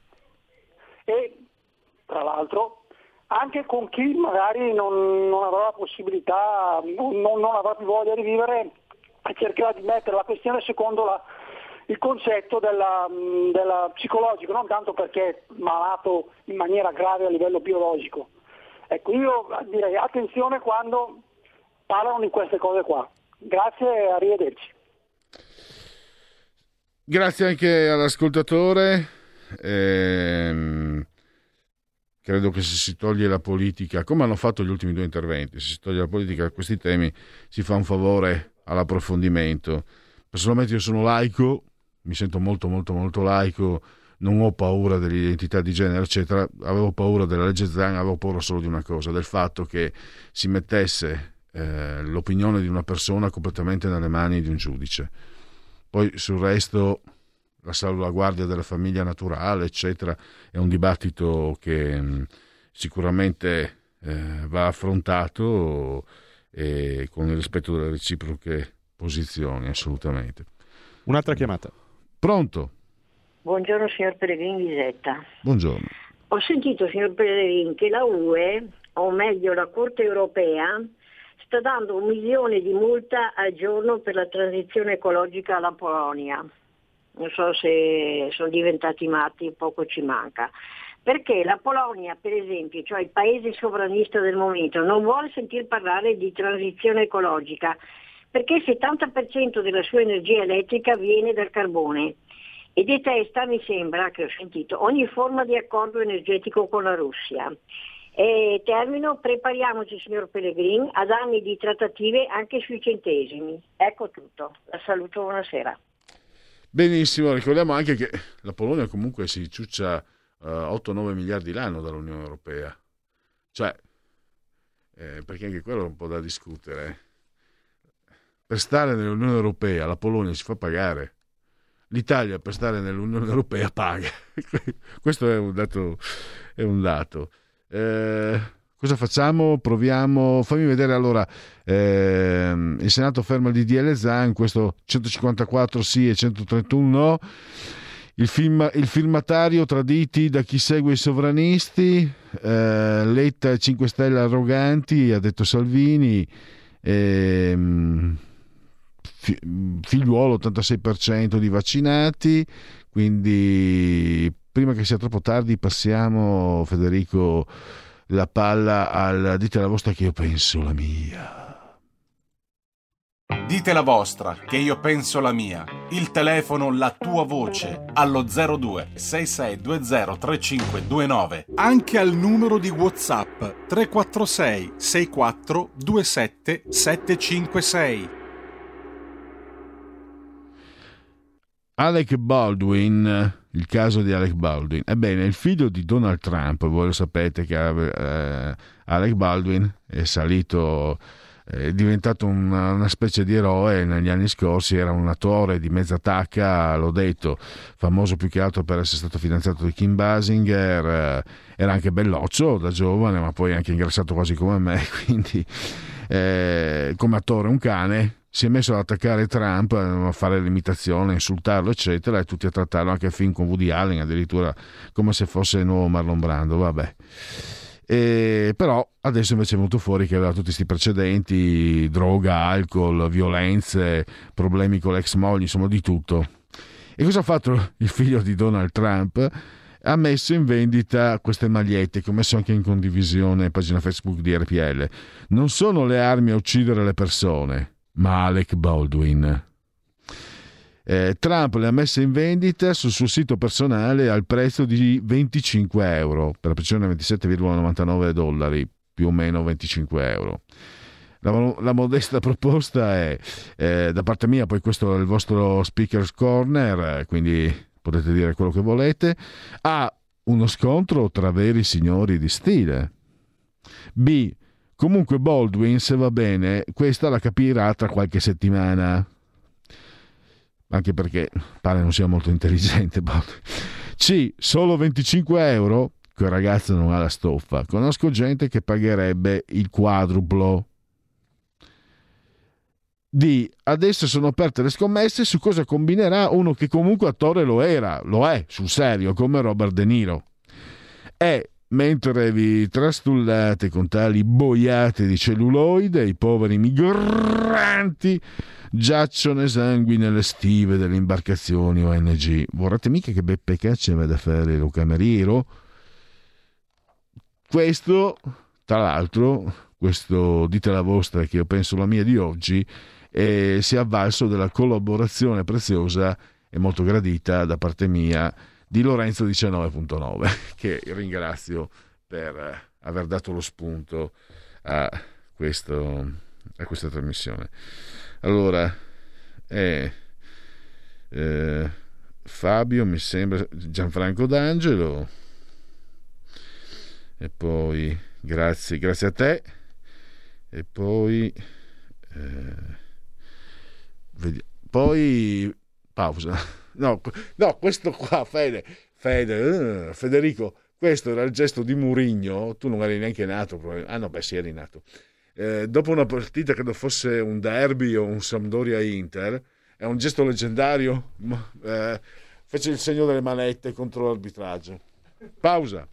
e tra l'altro anche con chi magari non, non avrà la possibilità, non, non avrà più voglia di vivere e cercherà di mettere la questione secondo la, il concetto della, della psicologico, non tanto perché è malato in maniera grave a livello biologico. Ecco, io direi attenzione quando parlano di queste cose qua. Grazie e arrivederci. Grazie anche all'ascoltatore. Ehm... Credo che se si toglie la politica, come hanno fatto gli ultimi due interventi, se si toglie la politica a questi temi si fa un favore all'approfondimento. Personalmente io sono laico, mi sento molto molto molto laico, non ho paura dell'identità di genere eccetera, avevo paura della legge Zan, avevo paura solo di una cosa, del fatto che si mettesse eh, l'opinione di una persona completamente nelle mani di un giudice. Poi sul resto la salvaguardia della famiglia naturale eccetera è un dibattito che mh, sicuramente eh, va affrontato e con il rispetto delle reciproche posizioni, assolutamente. Un'altra chiamata. Pronto? Buongiorno signor Pellegrini Lisetta. Buongiorno. Ho sentito signor Pellegrini che la U E, o meglio la Corte Europea, sta dando un milione di multa al giorno per la transizione ecologica alla Polonia. Non so se sono diventati matti, poco ci manca. Perché la Polonia, per esempio, cioè il paese sovranista del momento, non vuole sentir parlare di transizione ecologica, perché il settanta per cento della sua energia elettrica viene dal carbone e detesta, mi sembra, che ho sentito, ogni forma di accordo energetico con la Russia. E termino, prepariamoci signor Pellegrini ad anni di trattative anche sui centesimi. Ecco tutto, la saluto, buonasera. Benissimo, ricordiamo anche che la Polonia comunque si ciuccia uh, otto nove miliardi l'anno dall'Unione Europea, cioè eh, perché anche quello è un po' da discutere. Per stare nell'Unione Europea la Polonia si fa pagare, l'Italia per stare nell'Unione Europea paga. Questo è un dato, è un dato. Eh, cosa facciamo? Proviamo, fammi vedere allora. Eh, il Senato ferma il D D L Zan, questo centocinquantaquattro sì e centotrentuno no. Il, film, il firmatario traditi da chi segue i sovranisti, eh, Letta e cinque Stelle arroganti, ha detto Salvini. Eh, Figliuolo ottantasei per cento di vaccinati, quindi prima che sia troppo tardi passiamo, Federico, la palla al dite la vostra che io penso la mia. Dite la vostra che io penso la mia. Il telefono, la tua voce allo zero due sei sei due zero tre cinque due nove, anche al numero di WhatsApp tre quattro sei sei quattro due sette sette cinque sei. Alec Baldwin, il caso di Alec Baldwin. Ebbene, il figlio di Donald Trump, voi lo sapete che eh, Alec Baldwin è salito, è diventato una, una specie di eroe negli anni scorsi, era un attore di mezza tacca, l'ho detto, famoso più che altro per essere stato fidanzato di Kim Basinger, eh, era anche belloccio da giovane, ma poi anche ingrassato quasi come me, quindi eh, come attore un cane. Si è messo ad attaccare Trump, a fare l'imitazione, a insultarlo, eccetera, e tutti a trattarlo anche a film con Woody Allen, addirittura come se fosse il nuovo Marlon Brando, vabbè. E, però adesso invece è venuto fuori che aveva tutti questi precedenti, droga, alcol, violenze, problemi con l'ex moglie, insomma di tutto. E cosa ha fatto il figlio di Donald Trump? Ha messo in vendita queste magliette che ho messo anche in condivisione pagina Facebook di R P L. Non sono le armi a uccidere le persone, ma Alec Baldwin. Eh, Trump le ha messe in vendita sul suo sito personale al prezzo di venticinque euro, per la precisione ventisette virgola novantanove dollari, più o meno venticinque euro. La, la modesta proposta è, eh, da parte mia, poi questo è il vostro Speaker's Corner, quindi potete dire quello che volete, A, uno scontro tra veri signori di stile. B, comunque Baldwin, se va bene, questa la capirà tra qualche settimana. Anche perché pare non sia molto intelligente Baldwin. C, solo venticinque euro? Quel ragazzo non ha la stoffa. Conosco gente che pagherebbe il quadruplo. D, adesso sono aperte le scommesse su cosa combinerà uno che comunque attore lo era, lo è, sul serio, come Robert De Niro. E, mentre vi trastullate con tali boiate di celluloide, i poveri migranti giacciono esangui nelle stive delle imbarcazioni O N G. Vorrete mica che Beppe Caccia vada a fare lo cameriero? Questo, tra l'altro, questo dite la vostra che io penso la mia di oggi, e si è avvalso della collaborazione preziosa e molto gradita da parte mia di Lorenzo diciannove punto nove, che ringrazio per aver dato lo spunto a, questo, a questa trasmissione. Allora, eh, eh, Fabio, mi sembra, Gianfranco D'Angelo, e poi grazie, grazie a te, e poi eh, vedi, poi pausa. No, no, questo qua, Fede, Fede, uh, Federico, questo era il gesto di Mourinho, tu non eri neanche nato, ah no, beh sì, eri nato. Eh, dopo una partita, credo fosse un derby o un Sampdoria-Inter, è un gesto leggendario, eh, fece il segno delle manette contro l'arbitraggio. Pausa.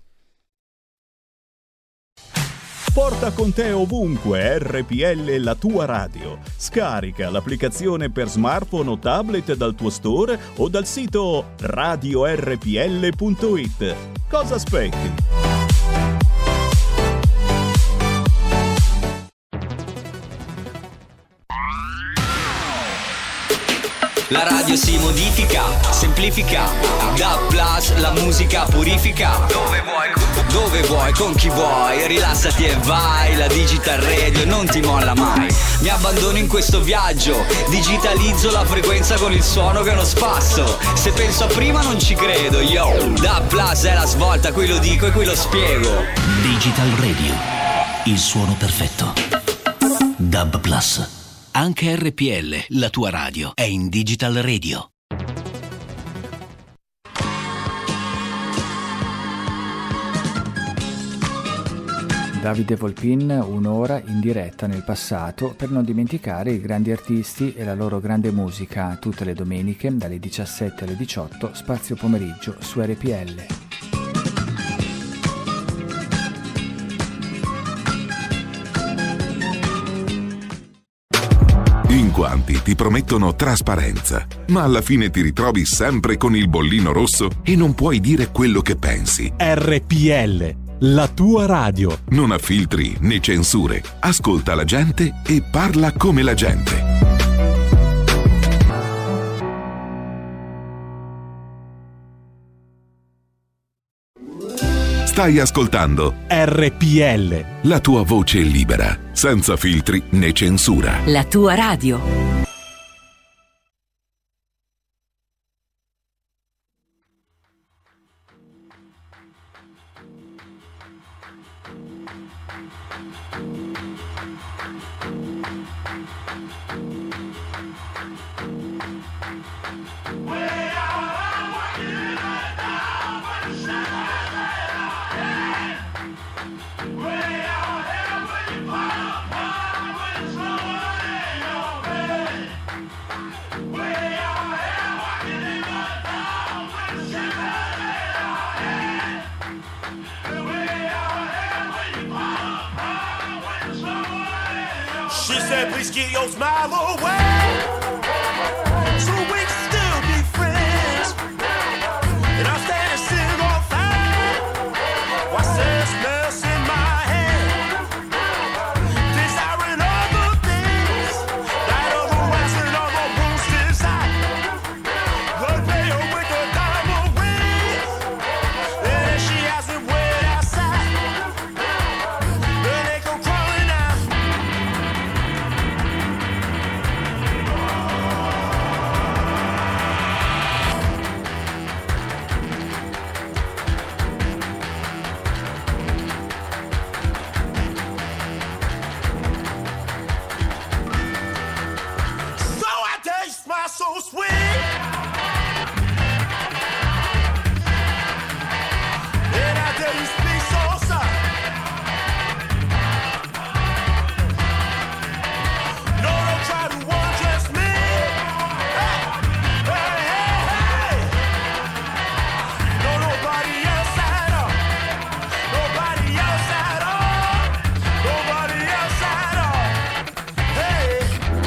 Porta con te ovunque R P L, la tua radio. Scarica l'applicazione per smartphone o tablet dal tuo store o dal sito radio R P L punto it. Cosa aspetti? La radio si modifica, semplifica, da plus la musica purifica. Dove vuoi, dove vuoi, con chi vuoi, rilassati e vai. La Digital Radio non ti molla mai. Mi abbandono in questo viaggio, digitalizzo la frequenza con il suono che non spasso. Se penso a prima non ci credo, yo. Da plus è la svolta, qui lo dico e qui lo spiego. Digital Radio. il suono perfetto. Dub Plus. Anche R P L, la tua radio, è in Digital Radio. Davide Volpin, un'ora in diretta nel passato per non dimenticare i grandi artisti e la loro grande musica, tutte le domeniche dalle diciassette alle diciotto, spazio pomeriggio su R P L. In quanti ti promettono trasparenza, ma alla fine ti ritrovi sempre con il bollino rosso e non puoi dire quello che pensi. R P L, la tua radio. Non ha filtri né censure. Ascolta la gente e parla come la gente. Stai ascoltando R P L, la tua voce libera, senza filtri né censura. La tua radio. She said, please keep your smile away, so we can still be friends. And I'm standing still on fire, what's this mess in my head? Desiring other things, that otherwise and other wounds desire. The player with the diamond ring, and she has it wet outside. Then they go crawling out. So I taste my so sweet. And I tell you speak so soft. No, don't try to undress me. Hey, hey, hey, hey. No, nobody else at all. Nobody else at all. Nobody else at all. Hey.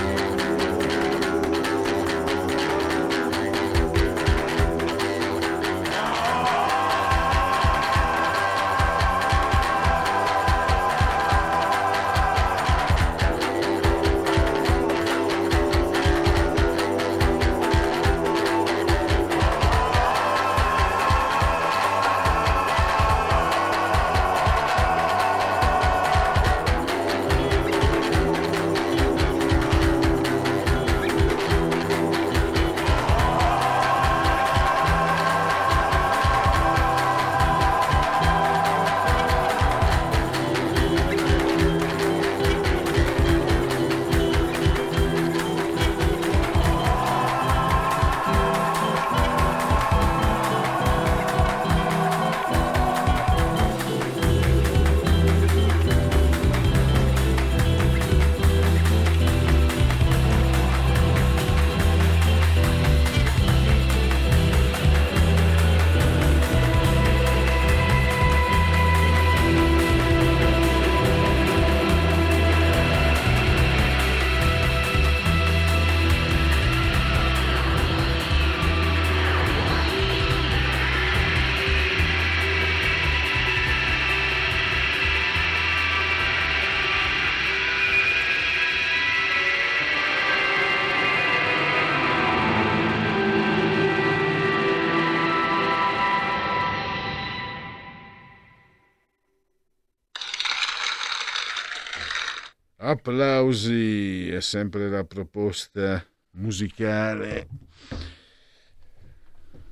Applausi, è sempre la proposta musicale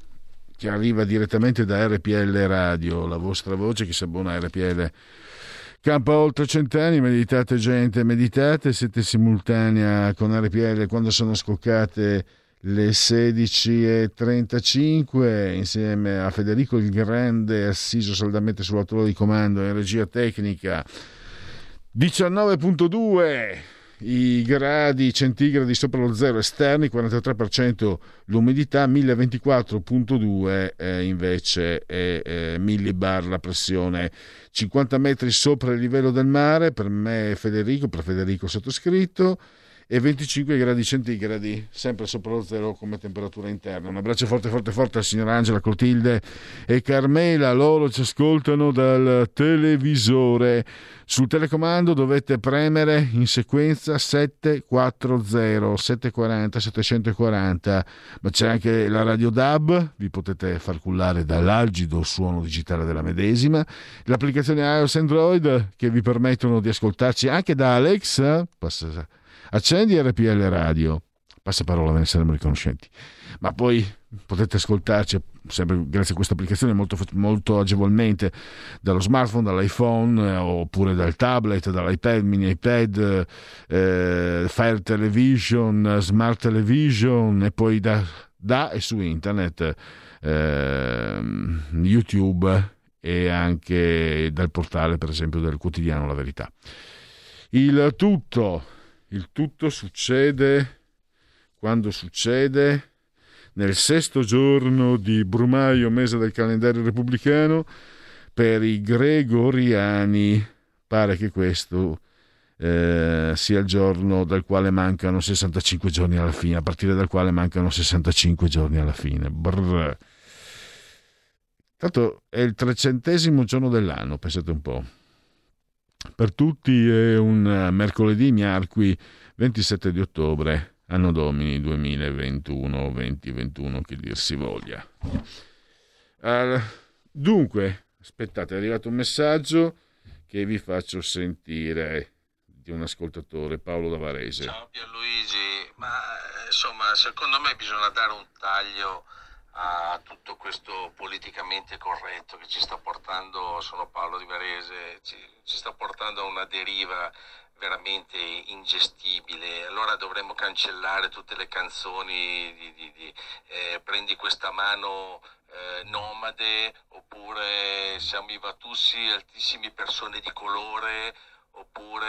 che arriva direttamente da R P L Radio, la vostra voce che si abbona a R P L Campa oltre cent'anni, meditate gente, meditate, siete simultanea con R P L quando sono scoccate le sedici e trentacinque, insieme a Federico il Grande, assiso saldamente sulla tolla di comando in regia tecnica. diciannove virgola due i gradi centigradi sopra lo zero esterni, quarantatré per cento l'umidità, mille ventiquattro virgola due eh, invece è eh, millibar la pressione, cinquanta metri sopra il livello del mare per me Federico, per Federico sottoscritto, e venticinque gradi centigradi sempre sopra lo zero come temperatura interna. Un abbraccio forte forte forte al signor Angela, Clotilde e Carmela, loro ci ascoltano dal televisore. Sul telecomando dovete premere in sequenza sette quattro zero sette quaranta settecentoquaranta, ma c'è anche la radio D A B, vi potete far cullare dall'algido suono digitale della medesima, l'applicazione iOS e Android che vi permettono di ascoltarci anche da Alexa. Passa, accendi R P L Radio, passaparola, ve ne saremo riconoscenti, ma poi potete ascoltarci sempre grazie a questa applicazione molto, molto agevolmente dallo smartphone, dall'iPhone eh, oppure dal tablet, dall'iPad, mini iPad, eh, Fire Television, Smart Television, e poi da, da e su internet, eh, YouTube, e anche dal portale per esempio del quotidiano La Verità. Il tutto il tutto succede quando succede nel sesto giorno di Brumaio, mese del calendario repubblicano. Per i gregoriani pare che questo eh, sia il giorno dal quale mancano sessantacinque giorni alla fine, a partire dal quale mancano sessantacinque giorni alla fine. Brr. Tanto è il trecentesimo giorno dell'anno, pensate un po'. Per tutti è un mercoledì miarqui ventisette di ottobre, anno domini duemilaventuno, venti ventuno, che dir si voglia. Uh, dunque, aspettate, è arrivato un messaggio che vi faccio sentire di un ascoltatore, Paolo da Varese. Ciao Pierluigi, ma insomma secondo me bisogna dare un taglio a tutto questo politicamente corretto che ci sta portando, sono Paolo di Varese, ci, ci sta portando a una deriva veramente ingestibile. Allora dovremmo cancellare tutte le canzoni di, di, di eh, prendi questa mano eh, nomade, oppure siamo i Vatussi, altissimi persone di colore, oppure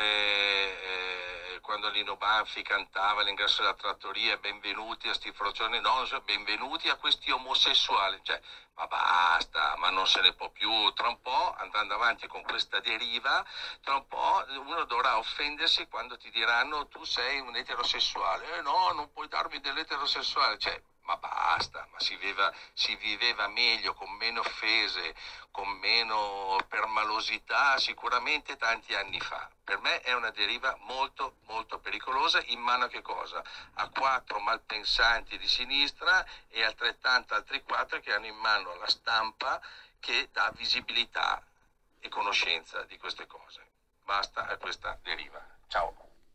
eh, quando Lino Banfi cantava all'ingresso della trattoria benvenuti a sti frocioni, no, benvenuti a questi omosessuali, cioè, ma basta, ma non se ne può più. Tra un po', andando avanti con questa deriva, tra un po' uno dovrà offendersi quando ti diranno tu sei un eterosessuale, eh no, non puoi darmi dell'eterosessuale, cioè, ma basta, ma si viveva, si viveva meglio, con meno offese, con meno permalosità sicuramente tanti anni fa. Per me è una deriva molto molto pericolosa, in mano a che cosa? A quattro malpensanti di sinistra e altrettanto altri quattro che hanno in mano la stampa che dà visibilità e conoscenza di queste cose. Basta a questa deriva. Ciao.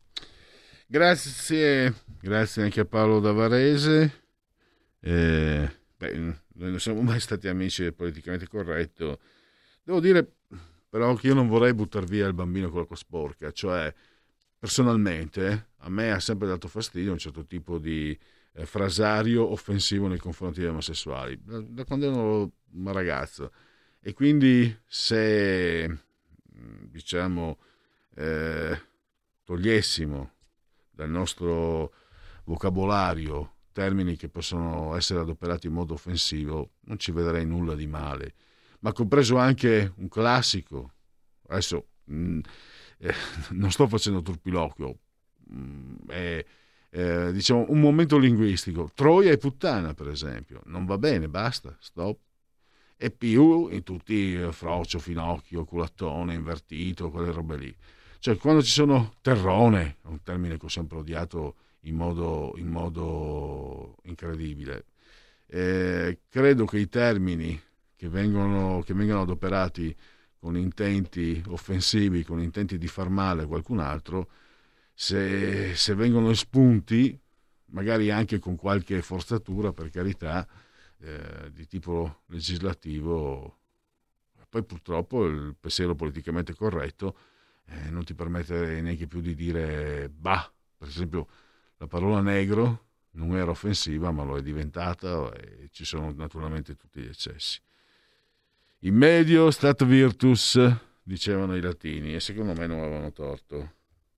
Grazie, grazie anche a Paolo da Varese. Eh, beh, noi non siamo mai stati amici del politicamente corretto. Devo dire però che io non vorrei buttare via il bambino con l'acqua sporca, cioè personalmente a me ha sempre dato fastidio un certo tipo di eh, frasario offensivo nei confronti degli omosessuali da, da quando ero un ragazzo, e quindi se diciamo eh, togliessimo dal nostro vocabolario termini che possono essere adoperati in modo offensivo, non ci vedrei nulla di male. Ma compreso anche un classico, adesso mh, eh, non sto facendo turpiloquio, mh, è eh, diciamo un momento linguistico, Troia e puttana per esempio, non va bene, basta, stop. E più in tutti eh, frocio, finocchio, culattone, invertito, quelle robe lì. Cioè quando ci sono terrone, è un termine che ho sempre odiato in modo, in modo incredibile. Eh, credo che i termini che vengono, che vengono adoperati con intenti offensivi, con intenti di far male a qualcun altro, se, se vengono espunti, magari anche con qualche forzatura, per carità, eh, di tipo legislativo, poi purtroppo il pensiero politicamente corretto eh, non ti permette neanche più di dire bah. Per esempio la parola negro non era offensiva, ma lo è diventata, e ci sono naturalmente tutti gli eccessi. In medio stat virtus, dicevano i latini, e secondo me non avevano torto.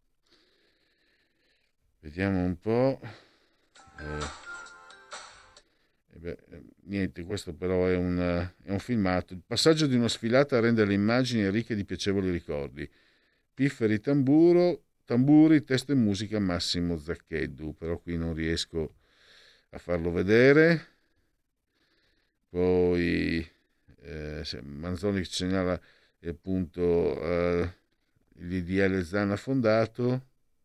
Vediamo un po'. Eh, eh beh, niente, questo però è un, è un filmato. Il passaggio di una sfilata rende le immagini ricche di piacevoli ricordi. Pifferi tamburo, tamburi, testo e musica Massimo Zaccheddu, però qui non riesco a farlo vedere. Poi eh, Manzoni segnala appunto eh, l'I D L Zan ha fondato.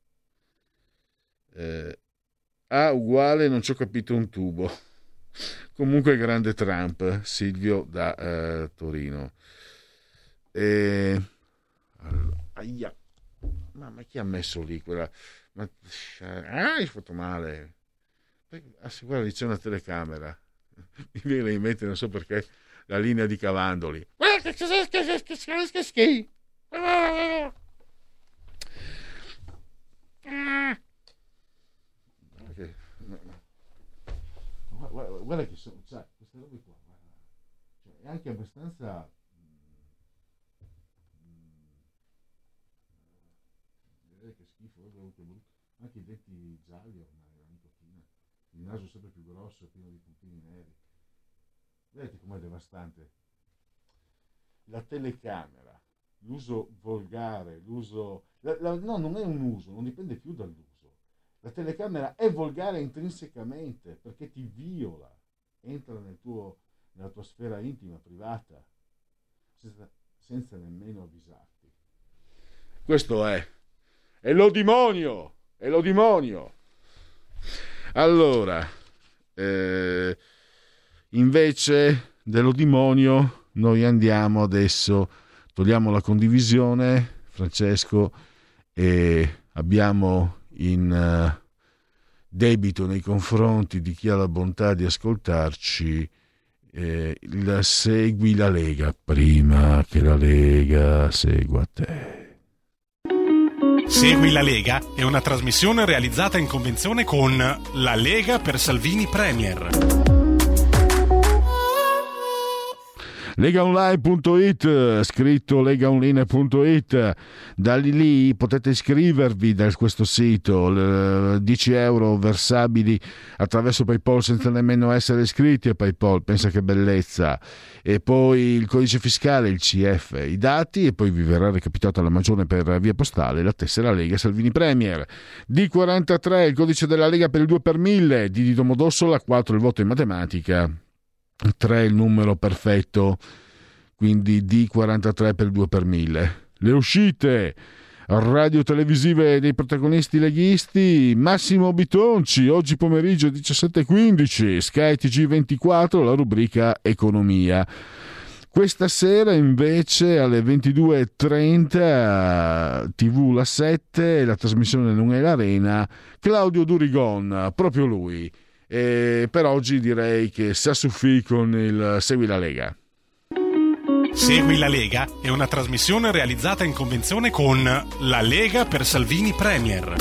Eh, A uguale non ci ho capito un tubo. Comunque grande Trump, Silvio da eh, Torino. E... Aia. Ma, ma chi ha messo lì quella? Ma... Ah, hai fatto male. Ah, sì, guarda, c'è una telecamera. Mi viene in mente, non so perché, la linea di Cavandoli. Guarda, guarda che sono, cioè, queste robe qua, cioè, è anche abbastanza vedete che schifo, anche i denti gialli ormai, la nicotina, il naso sempre più grosso, pieno di puntini neri. Vedete com'è devastante la telecamera, l'uso volgare, l'uso la, la, no, non è un uso, non dipende più dall'uso. La telecamera è volgare intrinsecamente perché ti viola, entra nel tuo, nella tua sfera intima, privata, senza, senza nemmeno avvisarti. Questo è, è lo demonio, è lo demonio. Allora, eh, invece dello demonio, noi andiamo adesso, togliamo la condivisione, Francesco, e abbiamo in uh, debito nei confronti di chi ha la bontà di ascoltarci eh, il segui la Lega prima che la Lega segua te. Segui la Lega è una trasmissione realizzata in convenzione con La Lega per Salvini Premier. legaonline punto it, scritto legaonline punto it, da lì potete iscrivervi da questo sito, dieci euro versabili attraverso PayPal senza nemmeno essere iscritti a PayPal, pensa che bellezza, e poi il codice fiscale, il C F, i dati, e poi vi verrà recapitata la magione per via postale la tessera Lega Salvini Premier. D quarantatré il codice della Lega per il due per mille, di Di Domodossola, quattro il voto in matematica, tre il numero perfetto, quindi D quarantatré per il due per mille. Le uscite radio televisive dei protagonisti leghisti: Massimo Bitonci oggi pomeriggio diciassette e quindici, Sky T G ventiquattro, la rubrica Economia. Questa sera invece alle ventidue e trenta T V La sette, la trasmissione Non è l'Arena, Claudio Durigon, proprio lui. E per oggi direi che sa suffì con il Segui la Lega. Segui la Lega è una trasmissione realizzata in convenzione con La Lega per Salvini Premier.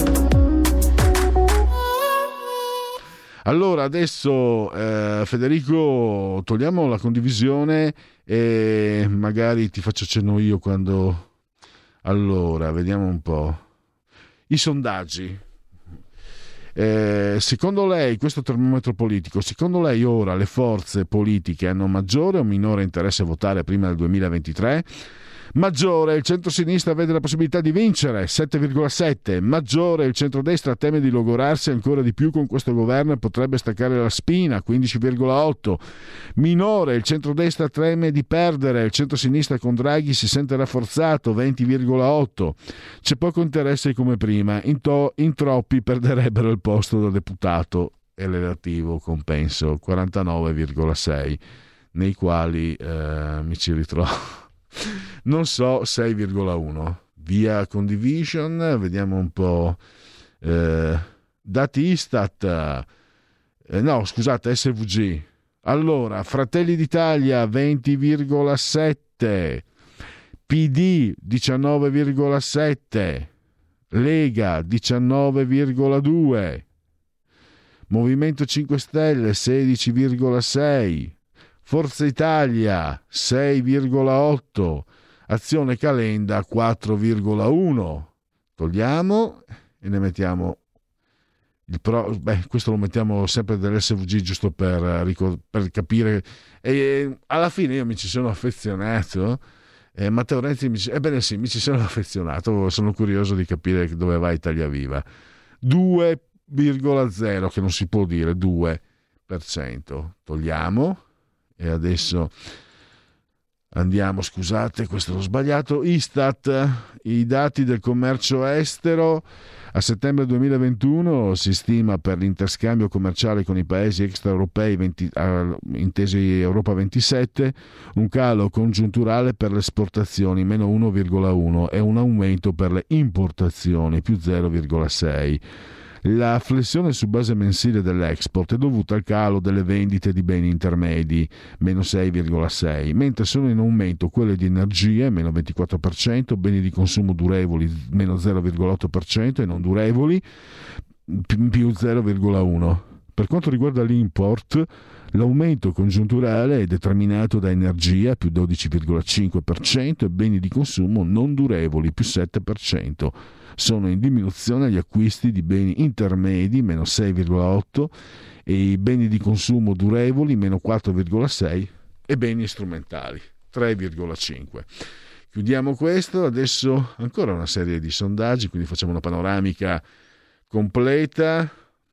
Allora adesso eh, Federico, togliamo la condivisione e magari ti faccio cenno io quando... Allora, vediamo un po'. I sondaggi. Eh, secondo lei, questo termometro politico, secondo lei ora le forze politiche hanno maggiore o minore interesse a votare prima del duemilaventitré? Maggiore, il centro-sinistra vede la possibilità di vincere, sette virgola sette. Maggiore, il centrodestra teme di logorarsi ancora di più con questo governo e potrebbe staccare la spina, quindici virgola otto. Minore, il centrodestra teme di perdere, il centro-sinistra con Draghi si sente rafforzato, venti virgola otto. C'è poco interesse come prima, in, to- in troppi perderebbero il posto da deputato e relativo compenso, quarantanove virgola sei, nei quali eh, mi ci ritrovo. Non so, sei virgola uno. Via Condivision, vediamo un po'. Eh, dati Istat, eh, no, scusate, S V G. Allora, Fratelli d'Italia venti virgola sette, P D diciannove virgola sette, Lega diciannove virgola due, Movimento cinque Stelle sedici virgola sei, Forza Italia sei virgola otto, Azione Calenda quattro virgola uno. Togliamo e ne mettiamo il pro, beh, questo lo mettiamo sempre dell'S V G giusto per, per capire. E alla fine io mi ci sono affezionato. Eh, Matteo Renzi mi dice, ebbene sì, mi ci sono affezionato, sono curioso di capire dove va Italia Viva. due virgola zero, che non si può dire, due per cento. Togliamo e adesso andiamo, scusate, questo l'ho sbagliato. Istat, i dati del commercio estero. A settembre duemilaventuno si stima per l'interscambio commerciale con i paesi extraeuropei, venti, uh, intesi Europa ventisette, un calo congiunturale per le esportazioni, meno uno virgola uno, e un aumento per le importazioni, più zero virgola sei. La flessione su base mensile dell'export è dovuta al calo delle vendite di beni intermedi, meno sei virgola sei, mentre sono in aumento quelle di energie, meno ventiquattro per cento, beni di consumo durevoli, meno zero virgola otto per cento, e non durevoli, più zero virgola uno. Per quanto riguarda l'import, l'aumento congiunturale è determinato da energia, più dodici virgola cinque per cento, e beni di consumo non durevoli, più sette per cento. Sono in diminuzione gli acquisti di beni intermedi, meno sei virgola otto, e i beni di consumo durevoli, meno quattro virgola sei, e beni strumentali, tre virgola cinque. Chiudiamo questo, adesso ancora una serie di sondaggi, quindi facciamo una panoramica completa.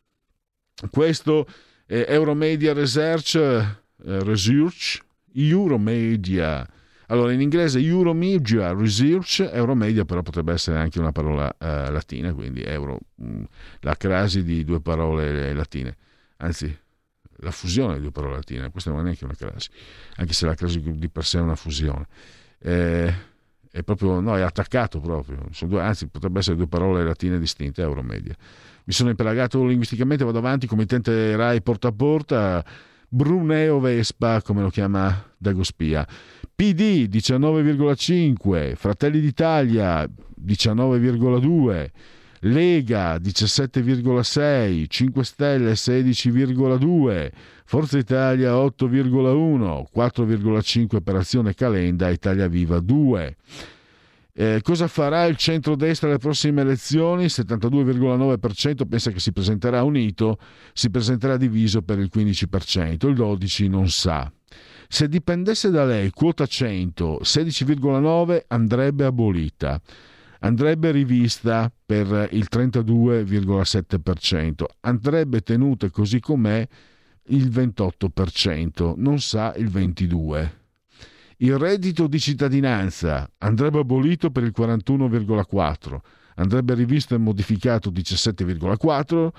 Questo è Euromedia Research, eh, Research, Euromedia. Allora, in inglese Euromedia Research, Euromedia però potrebbe essere anche una parola eh, latina, quindi euro, mh, la crasi di due parole latine, anzi la fusione di due parole latine, questa non è neanche una crasi, anche se la crasi di per sé è una fusione. Eh, è proprio, no, è attaccato proprio, sono due, anzi potrebbe essere due parole latine distinte, Euromedia. Mi sono impelagato linguisticamente, vado avanti, committente Rai porta a porta, Bruneo Vespa, come lo chiama Dagospia. P D diciannove virgola cinque, Fratelli d'Italia diciannove virgola due, Lega diciassette virgola sei, cinque Stelle sedici virgola due, Forza Italia otto virgola uno, quattro virgola cinque per Azione Calenda, Italia Viva due. Eh, cosa farà il centrodestra alle prossime elezioni? Il settantadue virgola nove per cento pensa che si presenterà unito, si presenterà diviso per il quindici per cento, il dodici per cento non sa. Se dipendesse da lei, quota cento, sedici virgola nove andrebbe abolita, andrebbe rivista per il trentadue virgola sette per cento, andrebbe tenuta così com'è il ventotto per cento, non sa il ventidue per cento. Il reddito di cittadinanza andrebbe abolito per il quarantuno virgola quattro, andrebbe rivisto e modificato diciassette virgola quattro,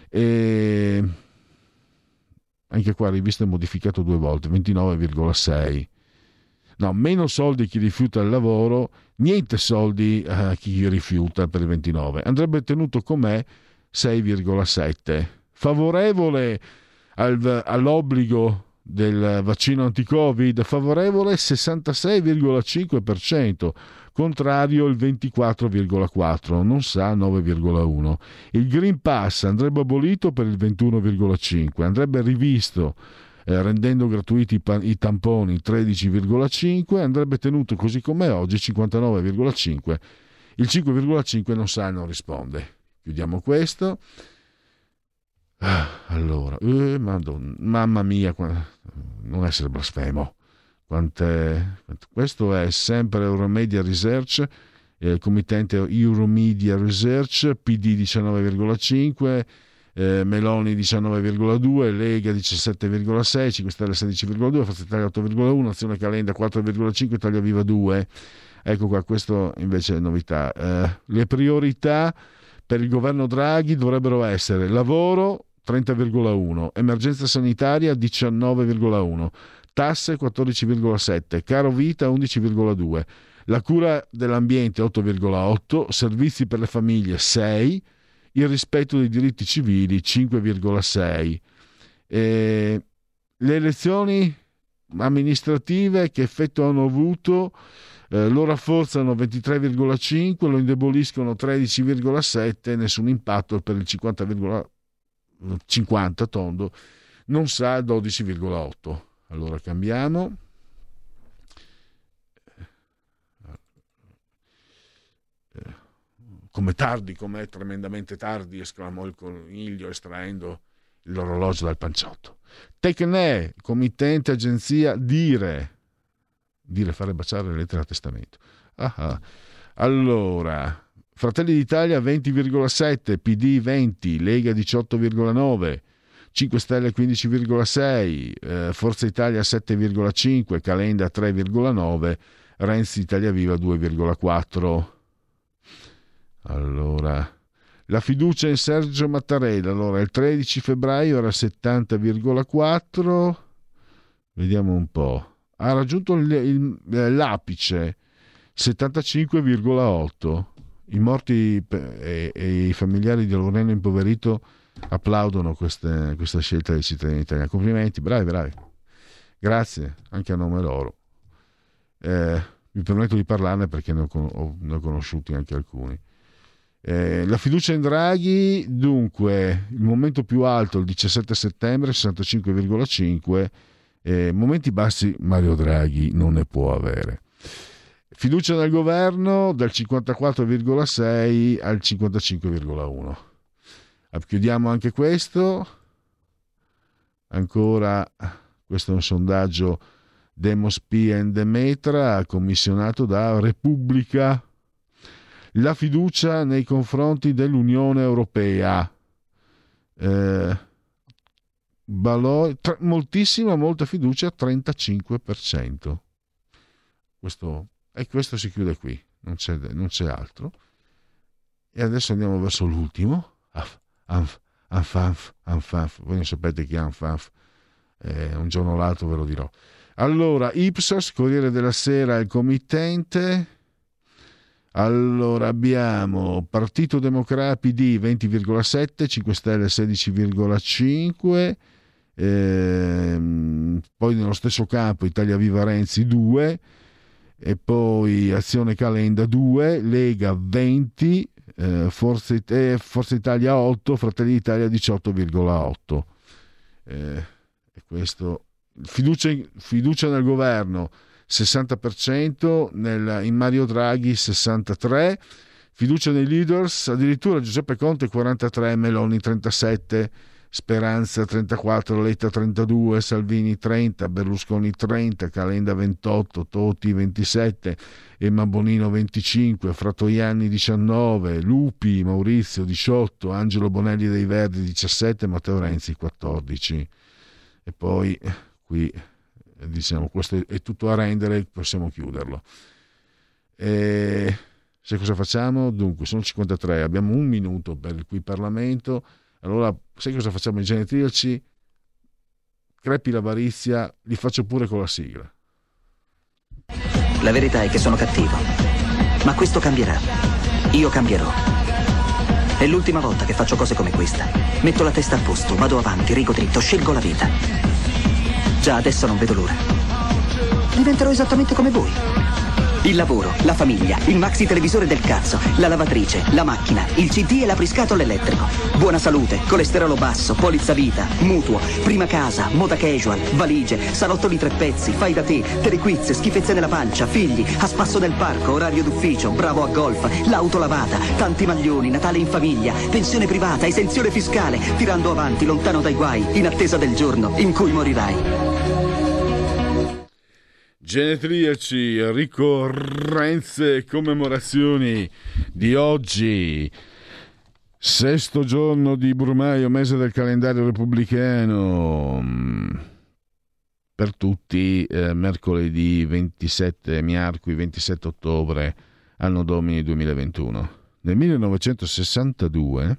e anche qua rivisto e modificato due volte, ventinove virgola sei. No, meno soldi chi rifiuta il lavoro, niente soldi a chi rifiuta per il ventinove. Andrebbe tenuto com'è sei virgola sette. Favorevole al, all'obbligo del vaccino anti-Covid, favorevole sessantasei virgola cinque per cento, contrario il ventiquattro virgola quattro, non sa nove virgola uno. Il Green Pass andrebbe abolito per il ventuno virgola cinque, andrebbe rivisto eh, rendendo gratuiti i, pa- i tamponi tredici virgola cinque, andrebbe tenuto così come oggi cinquantanove virgola cinque, il cinque virgola cinque non sa, non risponde. Chiudiamo questo. Allora, eh, madonna, mamma mia, non essere blasfemo. Quante, questo è sempre Euromedia Research, eh, committente Euromedia Research, P D diciannove virgola cinque, eh, Meloni diciannove virgola due, Lega diciassette virgola sei, cinque Stelle sedici virgola due, Forza Italia otto virgola uno, Azione Calenda quattro virgola cinque, Italia Viva due. Ecco qua, questo invece è novità. Eh, le priorità per il governo Draghi dovrebbero essere lavoro trenta virgola uno, emergenza sanitaria diciannove virgola uno, tasse quattordici virgola sette, caro vita undici virgola due, la cura dell'ambiente otto virgola otto, servizi per le famiglie sei, il rispetto dei diritti civili cinque virgola sei. E le elezioni amministrative che effetto hanno avuto? Eh, lo rafforzano ventitré virgola cinque, lo indeboliscono tredici virgola sette, nessun impatto per il cinquanta virgola cinquanta tondo, non sa dodici virgola otto. Allora cambiamo. Come tardi, com'è tremendamente tardi, esclamò il coniglio estraendo l'orologio dal panciotto. Tecne, committente, agenzia, dire. Dire, fare baciare le lettere a testamento. Ah ah. Allora, Fratelli d'Italia venti virgola sette, P D venti, Lega diciotto virgola nove, cinque Stelle quindici virgola sei, eh, Forza Italia sette virgola cinque, Calenda tre virgola nove, Renzi Italia Viva due virgola quattro. Allora, la fiducia in Sergio Mattarella, allora il tredici febbraio era settanta virgola quattro, vediamo un po', ha raggiunto il, il, l'apice settantacinque virgola otto. I morti e, e i familiari di Lorena impoverito applaudono queste, questa scelta dei cittadini italiani. Complimenti, bravi, bravi, grazie anche a nome loro. Eh, mi permetto di parlarne perché ne ho, ne ho conosciuti anche alcuni. Eh, la fiducia in Draghi, dunque, il momento più alto il diciassette settembre, sessantacinque virgola cinque, eh, momenti bassi Mario Draghi non ne può avere. Fiducia nel governo dal cinquantaquattro virgola sei al cinquantacinque virgola uno. Chiudiamo anche questo. Ancora, questo è un sondaggio Demos P and Demetra commissionato da Repubblica. La fiducia nei confronti dell'Unione Europea, eh, Balò, tra, moltissima, molta fiducia, trentacinque per cento. Questo, e questo si chiude qui, non c'è, non c'è altro. E adesso andiamo verso l'ultimo. Anf, anf, anf, anf, anf. Voi non sapete chi è Anfanf, eh, un giorno o l'altro ve lo dirò. Allora, Ipsos, Corriere della Sera, il committente. Allora abbiamo Partito Democratico P D venti virgola sette, cinque Stelle sedici virgola cinque, ehm, poi nello stesso campo Italia Viva Renzi due, e poi Azione Calenda due, Lega venti, eh, Forza, eh, Forza Italia otto, Fratelli d'Italia diciotto virgola otto. Eh, e questo, fiducia, fiducia nel governo sessanta per cento, nel, in Mario Draghi sessantatré, fiducia nei leaders, addirittura Giuseppe Conte quarantatré, Meloni trentasette, Speranza trentaquattro, Letta trentadue, Salvini trenta, Berlusconi trenta, Calenda ventotto, Toti ventisette, Emma Bonino venticinque, Fratoianni diciannove, Lupi Maurizio diciotto, Angelo Bonelli dei Verdi diciassette, Matteo Renzi quattordici. E poi qui diciamo questo è tutto a rendere, possiamo chiuderlo. E se cosa facciamo? Dunque sono cinquantatré, abbiamo un minuto per il qui Parlamento. Allora sai cosa facciamo in genetriaci? Crepi l'avarizia, li faccio pure con la sigla. La verità è che sono cattivo, ma questo cambierà. Io cambierò. È l'ultima volta che faccio cose come questa. Metto la testa a posto, vado avanti, rigo dritto, scelgo la vita. Già adesso non vedo l'ora. Diventerò esattamente come voi. Il lavoro, la famiglia, il maxi televisore del cazzo, la lavatrice, la macchina, il C D e l'apriscatole elettrico. Buona salute, colesterolo basso, polizza vita, mutuo, prima casa, moda casual, valigie, salottoli tre pezzi, fai da te, telequiz, schifezze nella pancia, figli, a spasso nel parco, orario d'ufficio, bravo a golf, l'auto lavata, tanti maglioni, Natale in famiglia, pensione privata, esenzione fiscale, tirando avanti, lontano dai guai, in attesa del giorno in cui morirai. Genetriaci, ricorrenze e commemorazioni di oggi, sesto giorno di Brumaio, mese del calendario repubblicano, per tutti, eh, mercoledì ventisette miarqui, ventisette ottobre, anno domini duemilaventuno. Nel millenovecentosessantadue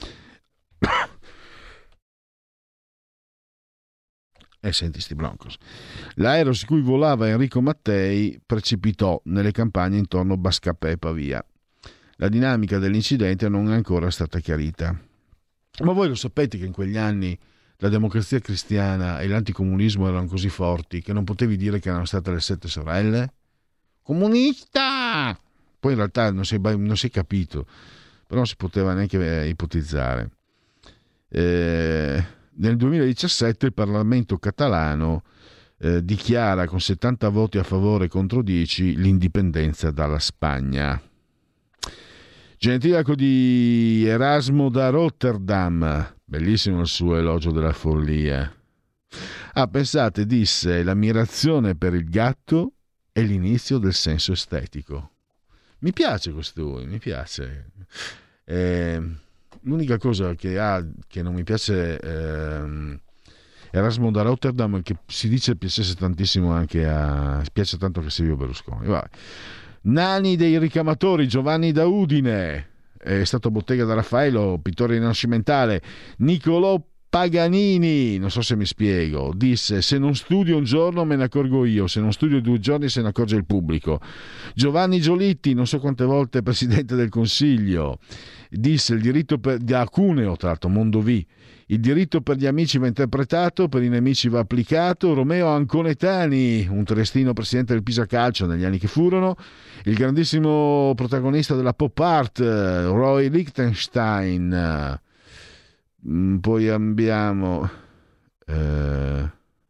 E eh, senti sti Broncos. L'aereo su cui volava Enrico Mattei precipitò nelle campagne intorno a Bascapè e Pavia. La dinamica dell'incidente non è ancora stata chiarita. Ma voi lo sapete che in quegli anni la Democrazia Cristiana e l'anticomunismo erano così forti che non potevi dire che erano state le sette sorelle? Comunista! Poi in realtà non si è, non si è capito, però non si poteva neanche ipotizzare. Eh, nel duemiladiciassette il Parlamento catalano eh, dichiara con settanta voti a favore contro dieci l'indipendenza dalla Spagna. Gentiliaco di Erasmo da Rotterdam, bellissimo il suo elogio della follia. Ah, pensate, disse: l'ammirazione per il gatto è l'inizio del senso estetico. Mi piace questo, mi piace. Eh, l'unica cosa che ha che non mi piace eh, Erasmo da Rotterdam è che si dice piacesse tantissimo anche a piace tanto che Silvio Berlusconi. Vai. Nani dei ricamatori, Giovanni da Udine, è stato bottega da Raffaello, pittore rinascimentale. Niccolò Paganini, non so se mi spiego, disse: se non studio un giorno me ne accorgo io, se non studio due giorni se ne accorge il pubblico. Giovanni Giolitti, non so quante volte presidente del Consiglio, disse: il diritto per, da Cuneo, tra l'altro Mondovì, il diritto per gli amici va interpretato, per i nemici va applicato. Romeo Anconetani, un triestino presidente del Pisa Calcio negli anni che furono, il grandissimo protagonista della pop art, Roy Lichtenstein. Poi abbiamo eh,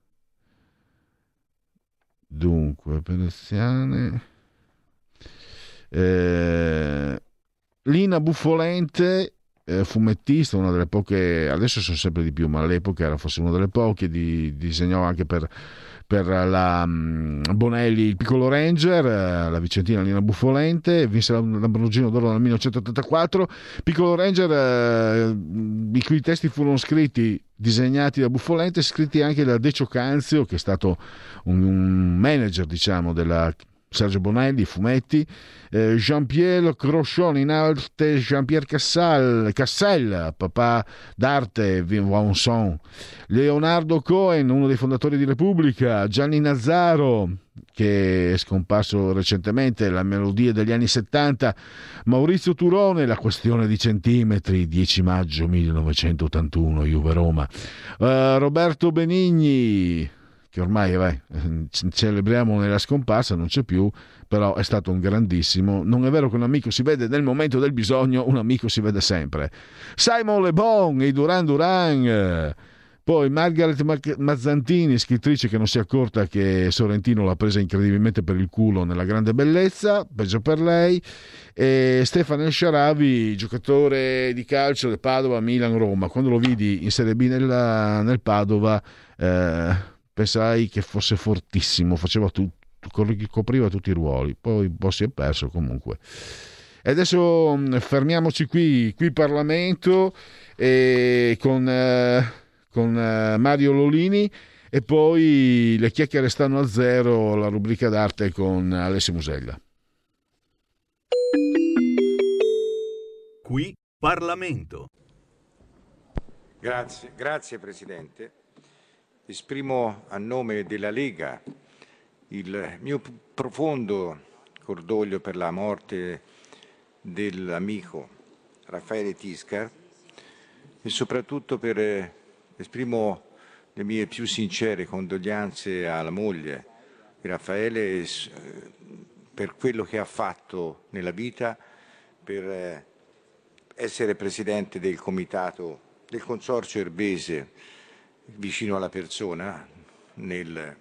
dunque Veneziane, eh, Lina Buffolente, eh, fumettista, una delle poche, adesso sono sempre di più, ma all'epoca era forse una delle poche, di, disegnò anche per, per la um, Bonelli il Piccolo Ranger, eh, la vicentina Lina Buffolente, vinse l'Ambrogino d'Oro nel millenovecentottantaquattro. Piccolo Ranger, eh, i cui testi furono scritti, disegnati da Buffolente, scritti anche da Decio Canzio, che è stato un, un manager, diciamo, della Sergio Bonelli, fumetti, eh, Jean-Pierre Crochon, in arte Jean-Pierre Cassel, Cassel, papà d'arte, Vincent, Leonardo Cohen, uno dei fondatori di Repubblica, Gianni Nazzaro, che è scomparso recentemente, la melodia degli anni settanta, Maurizio Turone, La questione di centimetri, dieci maggio millenovecentottantuno, Juve Roma, uh, Roberto Benigni, che ormai vai, celebriamo nella scomparsa, non c'è più, però è stato un grandissimo. Non è vero che un amico si vede nel momento del bisogno, un amico si vede sempre. Simon Le Bon, i Duran Duran, poi Margaret Mazzantini, scrittrice che non si è accorta che Sorrentino l'ha presa incredibilmente per il culo nella Grande Bellezza, peggio per lei, e Stefano El Shaarawy, giocatore di calcio del Padova, Milan, Roma. Quando lo vidi in Serie B nella, nel Padova, eh, pensai che fosse fortissimo, faceva tutto, copriva tutti i ruoli, poi un po' si è perso comunque. E adesso fermiamoci qui, qui Parlamento, e con, eh, con eh, Mario Lolini, e poi le chiacchiere stanno a zero, la rubrica d'arte con Alessio Musella. Qui Parlamento. Grazie, grazie Presidente. Esprimo a nome della Lega il mio profondo cordoglio per la morte dell'amico Raffaele Tiscar e soprattutto per esprimo le mie più sincere condoglianze alla moglie di Raffaele per quello che ha fatto nella vita, per essere presidente del comitato del Consorzio Erbese vicino alla persona nel,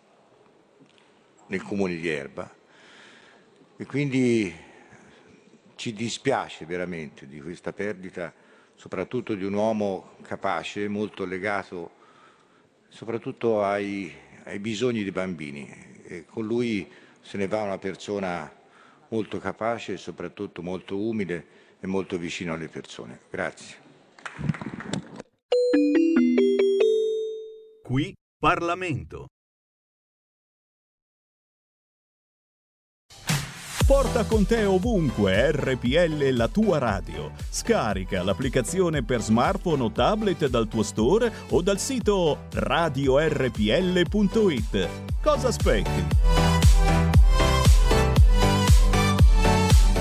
nel comune di Erba, e quindi ci dispiace veramente di questa perdita, soprattutto di un uomo capace, molto legato soprattutto ai, ai bisogni dei bambini, e con lui se ne va una persona molto capace e soprattutto molto umile e molto vicino alle persone. Grazie. Qui Parlamento. Porta con te ovunque R P L, la tua radio. Scarica l'applicazione per smartphone o tablet dal tuo store o dal sito radio R P L punto it. Cosa aspetti?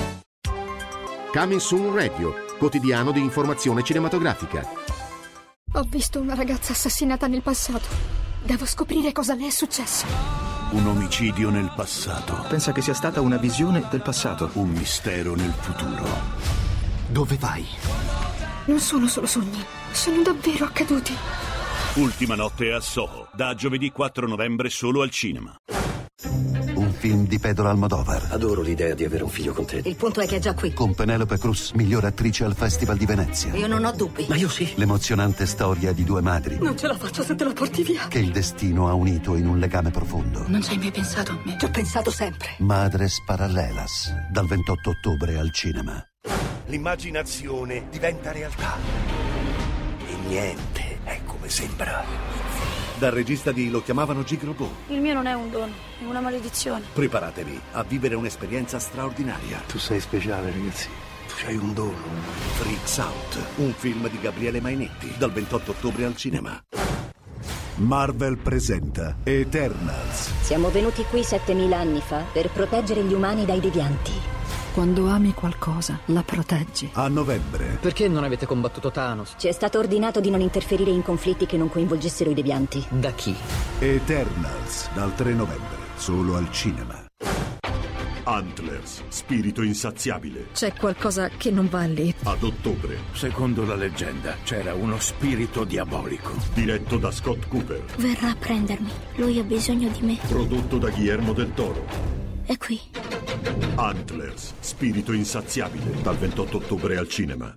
Coming Soon Radio, quotidiano di informazione cinematografica. Ho visto una ragazza assassinata nel passato. Devo scoprire cosa le è successo. Un omicidio nel passato. Pensa che sia stata una visione del passato. Un mistero nel futuro. Dove vai? Non sono solo sogni, sono davvero accaduti. Ultima notte a Soho, da giovedì quattro novembre solo al cinema. Un film di Pedro Almodovar. Adoro l'idea di avere un figlio con te. Il punto è che è già qui. Con Penelope Cruz, miglior attrice al Festival di Venezia. Io non ho dubbi. Ma io sì. L'emozionante storia di due madri Non ce la faccio se te la porti via. che il destino ha unito in un legame profondo. Non ci hai mai pensato a me? Ci ho pensato sempre. Madres Paralelas, dal ventotto ottobre al cinema. L'immaginazione diventa realtà. E niente è come sembra. Dal regista di Lo chiamavano Gigrobot. Il mio non è un dono, è una maledizione. Preparatevi a vivere un'esperienza straordinaria. Tu sei speciale, ragazzi. Tu hai un dono. Freaks Out, un film di Gabriele Mainetti, dal ventotto ottobre al cinema. Marvel presenta Eternals. Siamo venuti qui settemila anni fa per proteggere gli umani dai devianti. Quando ami qualcosa, la proteggi. A novembre. Perché non avete combattuto Thanos? Ci è stato ordinato di non interferire in conflitti che non coinvolgessero i devianti. Da chi? Eternals, dal tre novembre, solo al cinema. Antlers, spirito insaziabile. C'è qualcosa che non va lì. Ad ottobre. Secondo la leggenda c'era uno spirito diabolico. Diretto da Scott Cooper. Verrà a prendermi. Lui ha bisogno di me. Prodotto da Guillermo del Toro. È qui. Antlers, spirito insaziabile, dal ventotto ottobre al cinema.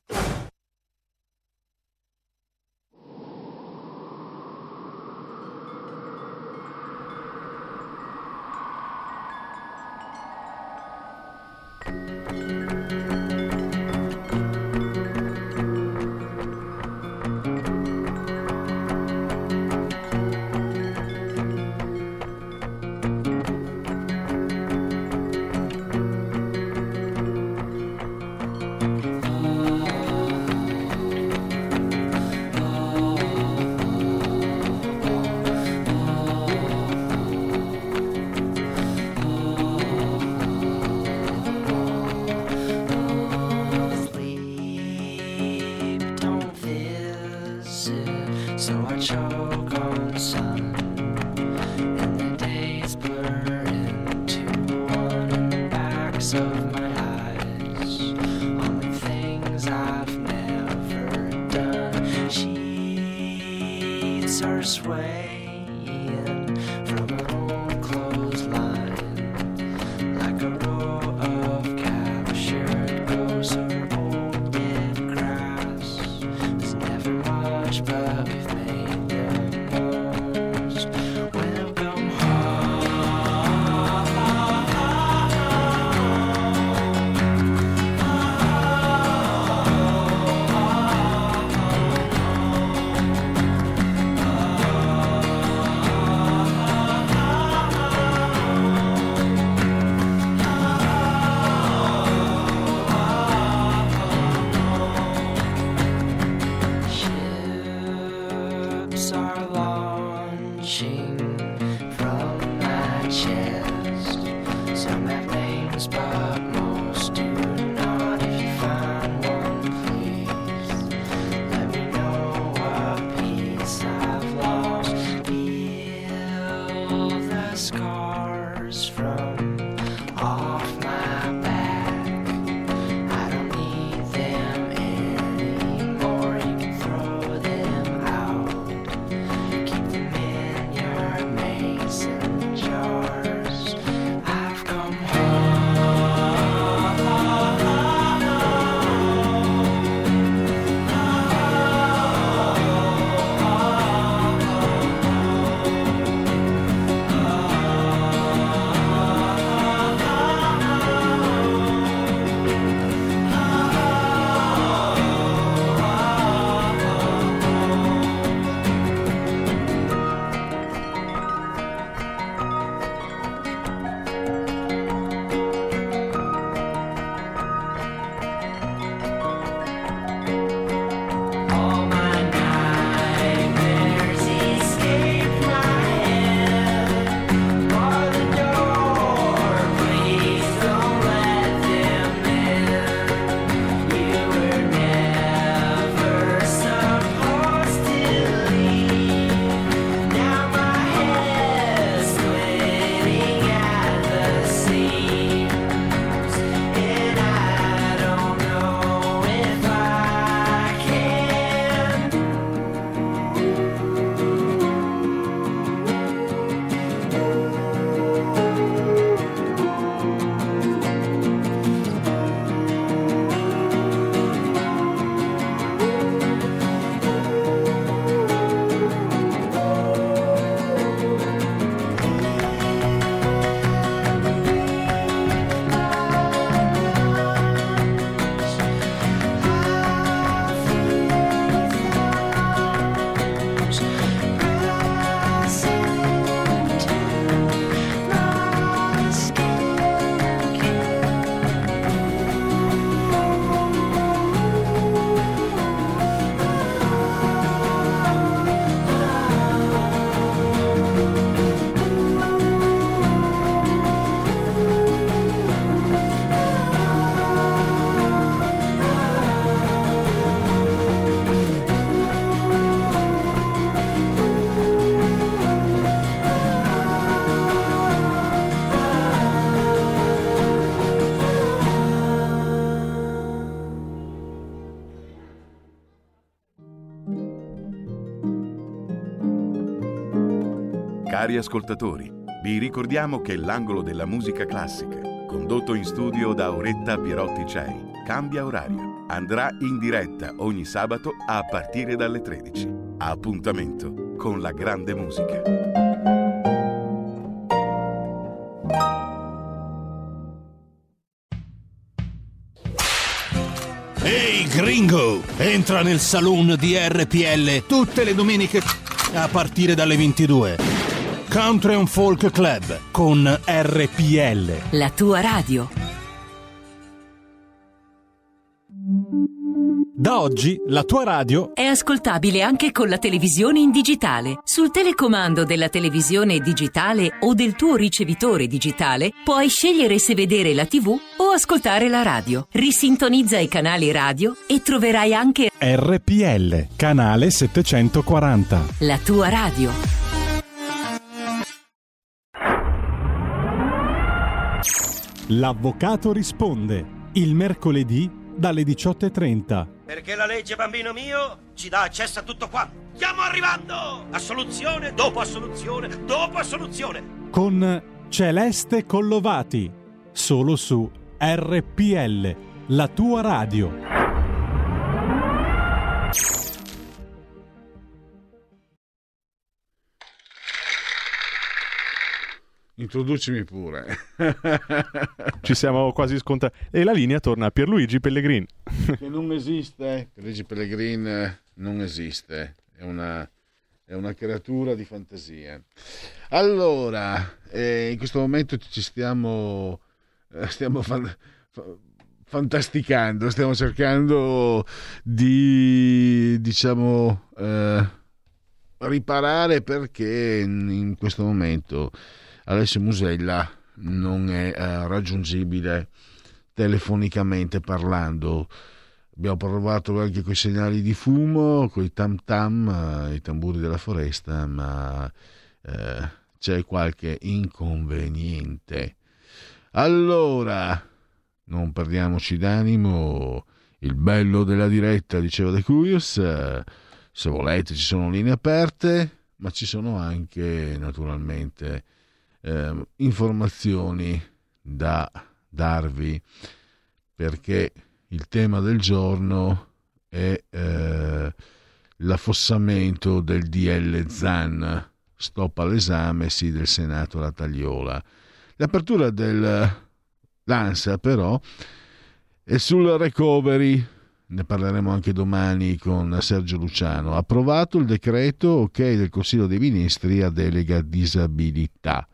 Cari ascoltatori, vi ricordiamo che l'angolo della musica classica, condotto in studio da Auretta Pierotti Cei, cambia orario. Andrà in diretta ogni sabato a partire dalle tredici. Appuntamento con la grande musica. Ehi gringo, entra nel saloon di R P L tutte le domeniche a partire dalle ventidue. Country and Folk Club con R P L, la tua radio. Da oggi la tua radio è ascoltabile anche con la televisione in digitale. Sul telecomando della televisione digitale o del tuo ricevitore digitale puoi scegliere se vedere la tivù o ascoltare la radio. Risintonizza i canali radio e troverai anche R P L, canale settecentoquaranta. La tua radio. L'avvocato risponde, il mercoledì dalle diciotto e trenta. Perché la legge, bambino mio, ci dà accesso a tutto qua. Stiamo arrivando! Assoluzione dopo assoluzione dopo assoluzione. Con Celeste Collovati, solo su R P L, la tua radio. Introducimi pure. Ci siamo quasi scontati. E la linea torna a Pierluigi Pellegrin. Che non esiste. Pierluigi Pellegrin non esiste. È una, è una creatura di fantasia. Allora, eh, in questo momento ci stiamo, eh, stiamo fan, fa, fantasticando, stiamo cercando di, diciamo, eh, riparare, perché in questo momento Alessio Musella non è uh, raggiungibile telefonicamente parlando. Abbiamo provato anche con i segnali di fumo, con i tam tam, uh, i tamburi della foresta, ma uh, c'è qualche inconveniente. Allora, non perdiamoci d'animo, il bello della diretta, diceva De Curious, uh, se volete ci sono linee aperte, ma ci sono anche naturalmente Eh, informazioni da darvi, perché il tema del giorno è eh, l'affossamento del D L Zan, stop all'esame sì del Senato alla tagliola. L'apertura dell'ANSA però è sul recovery, ne parleremo anche domani con Sergio Luciano. Approvato il decreto ok del Consiglio dei Ministri a delega disabilità.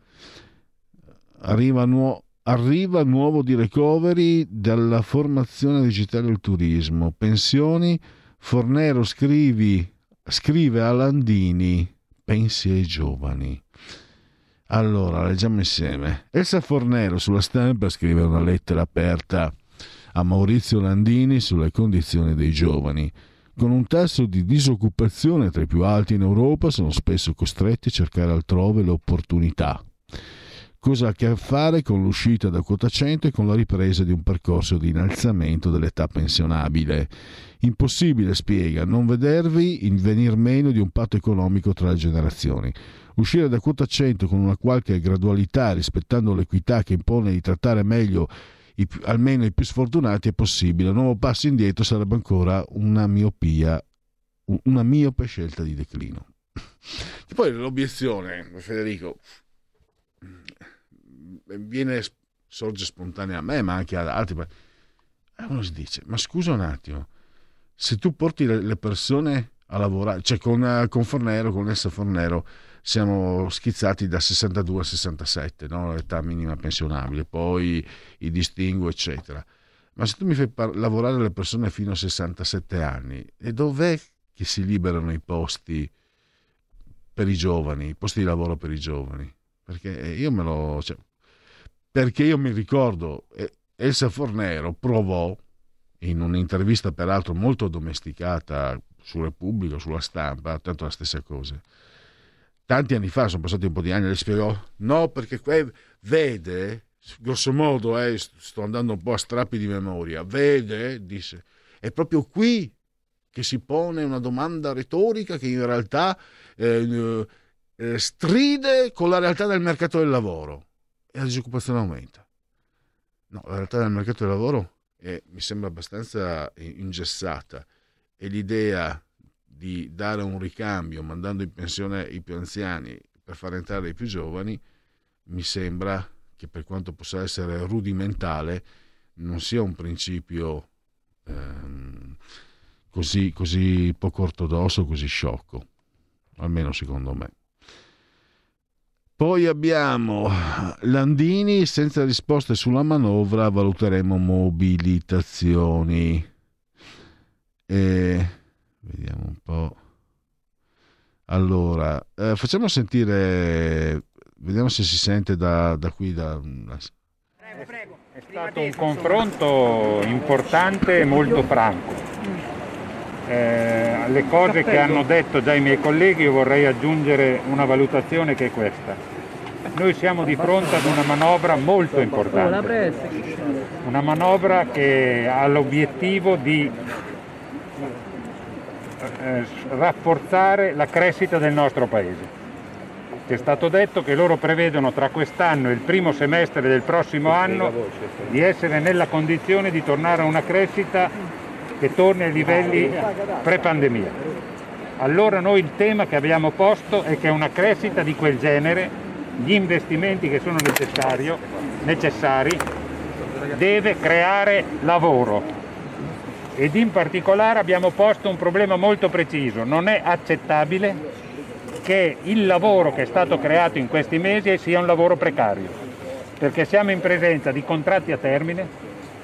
Arriva, nuo- arriva nuovo di recovery dalla formazione digitale del turismo. Pensioni, Fornero scrivi, scrive a Landini, pensi ai giovani. Allora, leggiamo insieme. Elsa Fornero sulla Stampa scrive una lettera aperta a Maurizio Landini sulle condizioni dei giovani. Con un tasso di disoccupazione tra i più alti in Europa, sono spesso costretti a cercare altrove le opportunità. Cosa ha a che fare con l'uscita da quota cento e con la ripresa di un percorso di innalzamento dell'età pensionabile. Impossibile, spiega, non vedervi il venir meno di un patto economico tra le generazioni. Uscire da quota cento con una qualche gradualità, rispettando l'equità che impone di trattare meglio i, almeno i più sfortunati, è possibile. Un nuovo passo indietro sarebbe ancora una miopia, una miope scelta di declino. E poi l'obiezione, Federico, viene, sorge spontanea a me, ma anche ad altri. E uno si dice, ma scusa un attimo, se tu porti le persone a lavorare, cioè con, con Fornero, con Elsa Fornero, siamo schizzati da sessantadue a sessantasette, no? L'età minima pensionabile, poi i distinguo, eccetera. Ma se tu mi fai par- lavorare le persone fino a sessantasette anni, e dov'è che si liberano i posti per i giovani, i posti di lavoro per i giovani? Perché io me lo... Cioè, perché io mi ricordo, Elsa Fornero provò, in un'intervista peraltro molto addomesticata su Repubblica, sulla Stampa, tanto la stessa cosa, tanti anni fa, sono passati un po' di anni, le spiegò, no, perché vede, grosso modo, eh, sto andando un po' a strappi di memoria, vede, disse, è proprio qui che si pone una domanda retorica che in realtà... Eh, eh, stride con la realtà del mercato del lavoro e la disoccupazione aumenta. No, la realtà del mercato del lavoro è, mi sembra abbastanza ingessata, e l'idea di dare un ricambio mandando in pensione i più anziani per far entrare i più giovani mi sembra che, per quanto possa essere rudimentale, non sia un principio ehm, così, così poco ortodosso, così sciocco, almeno secondo me. Poi abbiamo Landini: senza risposte sulla manovra valuteremo mobilitazioni. E vediamo un po'. Allora, eh, facciamo sentire, vediamo se si sente da, da qui. Da... Prego, prego. È stato un confronto importante e molto franco. Eh, alle cose che hanno detto già i miei colleghi io vorrei aggiungere una valutazione, che è questa. Noi siamo di fronte ad una manovra molto importante, una manovra che ha l'obiettivo di eh, rafforzare la crescita del nostro Paese. Ci è stato detto che loro prevedono tra quest'anno e il primo semestre del prossimo anno di essere nella condizione di tornare a una crescita che torni ai livelli pre-pandemia. Allora noi il tema che abbiamo posto è che una crescita di quel genere, gli investimenti che sono necessari, deve creare lavoro. Ed in particolare abbiamo posto un problema molto preciso: non è accettabile che il lavoro che è stato creato in questi mesi sia un lavoro precario, perché siamo in presenza di contratti a termine,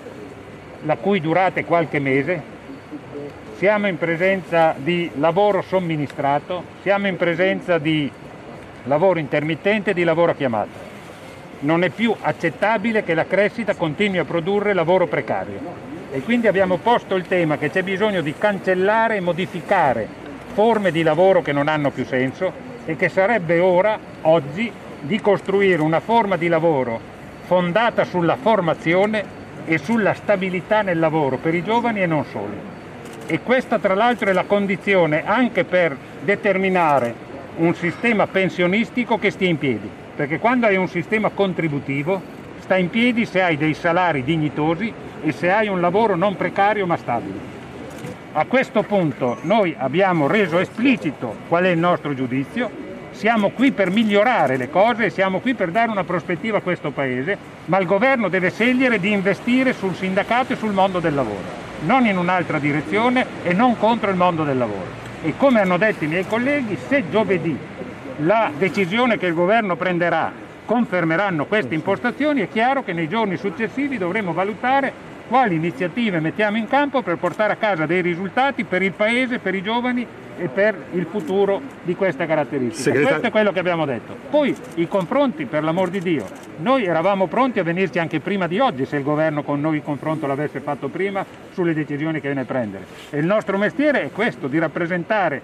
la cui durata è qualche mese, siamo in presenza di lavoro somministrato, siamo in presenza di lavoro intermittente e di lavoro a chiamata. Non è più accettabile che la crescita continui a produrre lavoro precario, e quindi abbiamo posto il tema che c'è bisogno di cancellare e modificare forme di lavoro che non hanno più senso, e che sarebbe ora, oggi, di costruire una forma di lavoro fondata sulla formazione e sulla stabilità nel lavoro per i giovani e non solo. E questa tra l'altro è la condizione anche per determinare un sistema pensionistico che stia in piedi, perché quando hai un sistema contributivo sta in piedi se hai dei salari dignitosi e se hai un lavoro non precario ma stabile. A questo punto noi abbiamo reso esplicito qual è il nostro giudizio. Siamo qui per migliorare le cose, siamo qui per dare una prospettiva a questo Paese, ma il governo deve scegliere di investire sul sindacato e sul mondo del lavoro, non in un'altra direzione e non contro il mondo del lavoro. E come hanno detto i miei colleghi, se giovedì la decisione che il governo prenderà confermeranno queste impostazioni, è chiaro che nei giorni successivi dovremo valutare quali iniziative mettiamo in campo per portare a casa dei risultati per il Paese, per i giovani e per il futuro di questa caratteristica. Segretario... Questo è quello che abbiamo detto. Poi i confronti, per l'amor di Dio, noi eravamo pronti a venirci anche prima di oggi se il governo con noi il confronto l'avesse fatto prima sulle decisioni che viene a prendere. E il nostro mestiere è questo, di rappresentare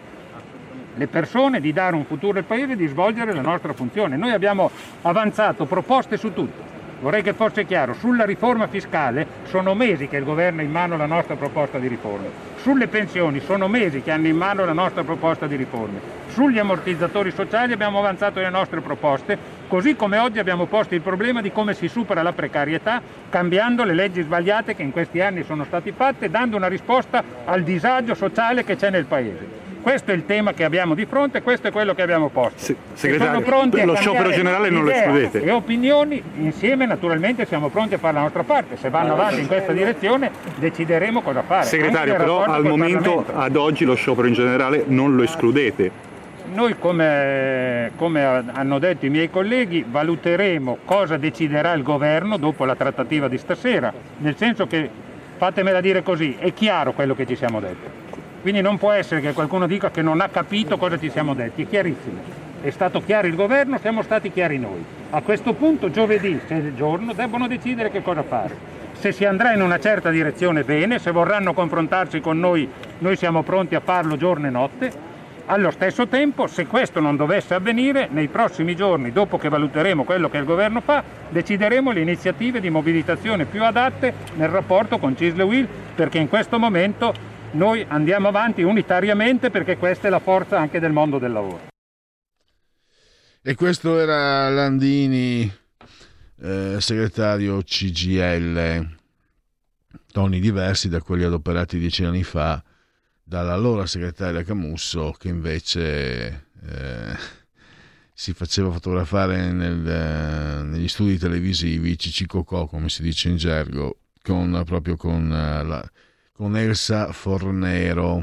le persone, di dare un futuro al Paese, di svolgere la nostra funzione. Noi abbiamo avanzato proposte su tutto. Vorrei che fosse chiaro, sulla riforma fiscale sono mesi che il governo ha in mano la nostra proposta di riforme, sulle pensioni sono mesi che hanno in mano la nostra proposta di riforme, sugli ammortizzatori sociali abbiamo avanzato le nostre proposte, così come oggi abbiamo posto il problema di come si supera la precarietà cambiando le leggi sbagliate che in questi anni sono state fatte, dando una risposta al disagio sociale che c'è nel Paese. Questo è il tema che abbiamo di fronte, questo è quello che abbiamo posto. Se, segretario, sono pronti a lo sciopero generale non lo escludete. E opinioni, insieme naturalmente siamo pronti a fare la nostra parte. Se vanno avanti in questa direzione decideremo cosa fare. Segretario, però al momento, ad oggi, lo sciopero in generale non lo escludete. Noi, come, come hanno detto i miei colleghi, valuteremo cosa deciderà il governo dopo la trattativa di stasera, nel senso che, fatemela dire così, è chiaro quello che ci siamo detti. Quindi non può essere che qualcuno dica che non ha capito cosa ci siamo detti, è chiarissimo. È stato chiaro il governo, siamo stati chiari noi. A questo punto giovedì, se è il giorno, debbono decidere che cosa fare. Se si andrà in una certa direzione bene, se vorranno confrontarsi con noi, noi siamo pronti a farlo giorno e notte. Allo stesso tempo, se questo non dovesse avvenire, nei prossimi giorni, dopo che valuteremo quello che il governo fa, decideremo le iniziative di mobilitazione più adatte nel rapporto con CISL e U I L, perché in questo momento noi andiamo avanti unitariamente, perché questa è la forza anche del mondo del lavoro. E questo era Landini, eh, segretario C G I L, toni diversi da quelli adoperati dieci anni fa dall'allora segretaria Camusso, che invece eh, si faceva fotografare nel, eh, negli studi televisivi cicicocò, come si dice in gergo, con, proprio con, uh, la, con Elsa Fornero.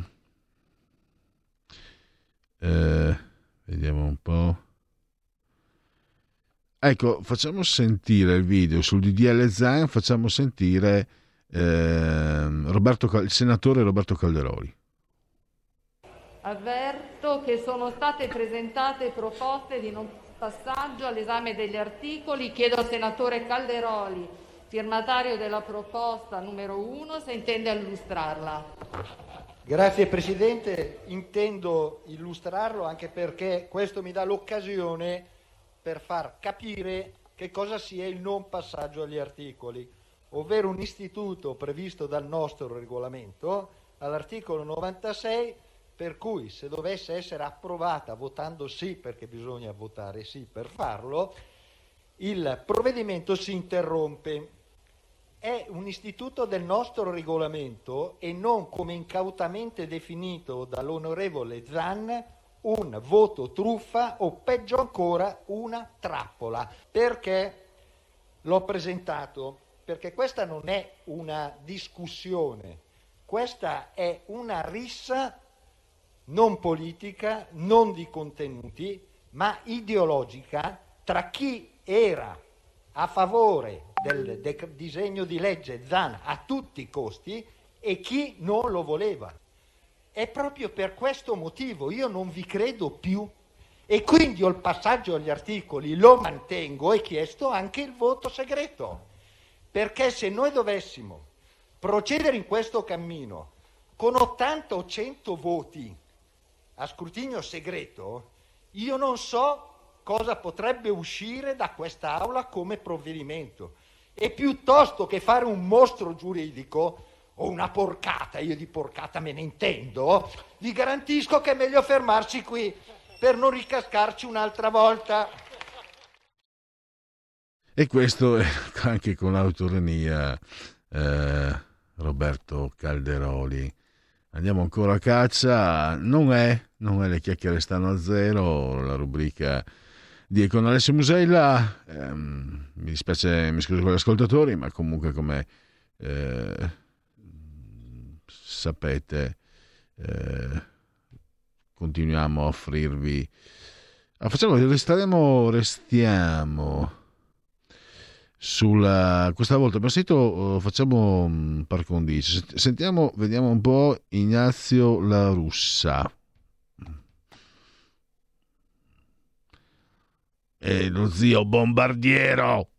Eh, vediamo un po'. Ecco, facciamo sentire il video sul D D L Zan, facciamo sentire eh, Roberto, il senatore Roberto Calderoli. Avverto che sono state presentate proposte di non passaggio all'esame degli articoli. Chiedo al senatore Calderoli, firmatario della proposta numero uno, se intende illustrarla. Grazie Presidente, intendo illustrarlo anche perché questo mi dà l'occasione per far capire che cosa sia il non passaggio agli articoli, ovvero un istituto previsto dal nostro regolamento all'articolo novantasei, per cui se dovesse essere approvata votando sì, perché bisogna votare sì per farlo, il provvedimento si interrompe. È un istituto del nostro regolamento e non, come incautamente definito dall'onorevole Zan, un voto truffa o peggio ancora una trappola. Perché l'ho presentato? Perché questa non è una discussione, questa è una rissa non politica, non di contenuti, ma ideologica tra chi era a favore del dec- disegno di legge Zan a tutti i costi e chi non lo voleva. È proprio per questo motivo io non vi credo più e quindi ho il passaggio agli articoli, lo mantengo e chiesto anche il voto segreto, perché se noi dovessimo procedere in questo cammino con ottanta o cento voti a scrutinio segreto, io non so cosa potrebbe uscire da questa aula come provvedimento, e piuttosto che fare un mostro giuridico o una porcata, io di porcata me ne intendo, vi garantisco che è meglio fermarci qui per non ricascarci un'altra volta. E questo è anche con autoironia eh, Roberto Calderoli. Andiamo ancora a caccia, non è, non è Le chiacchiere stanno a zero, la rubrica di con Alessio Musella. ehm, mi dispiace, mi scuso con gli ascoltatori, ma comunque come eh, sapete eh, continuiamo a offrirvi, ah, facciamo, resteremo, restiamo sulla, questa volta abbiamo sentito, facciamo um, par condicio, sentiamo, vediamo un po' Ignazio La Russa e lo zio bombardiero.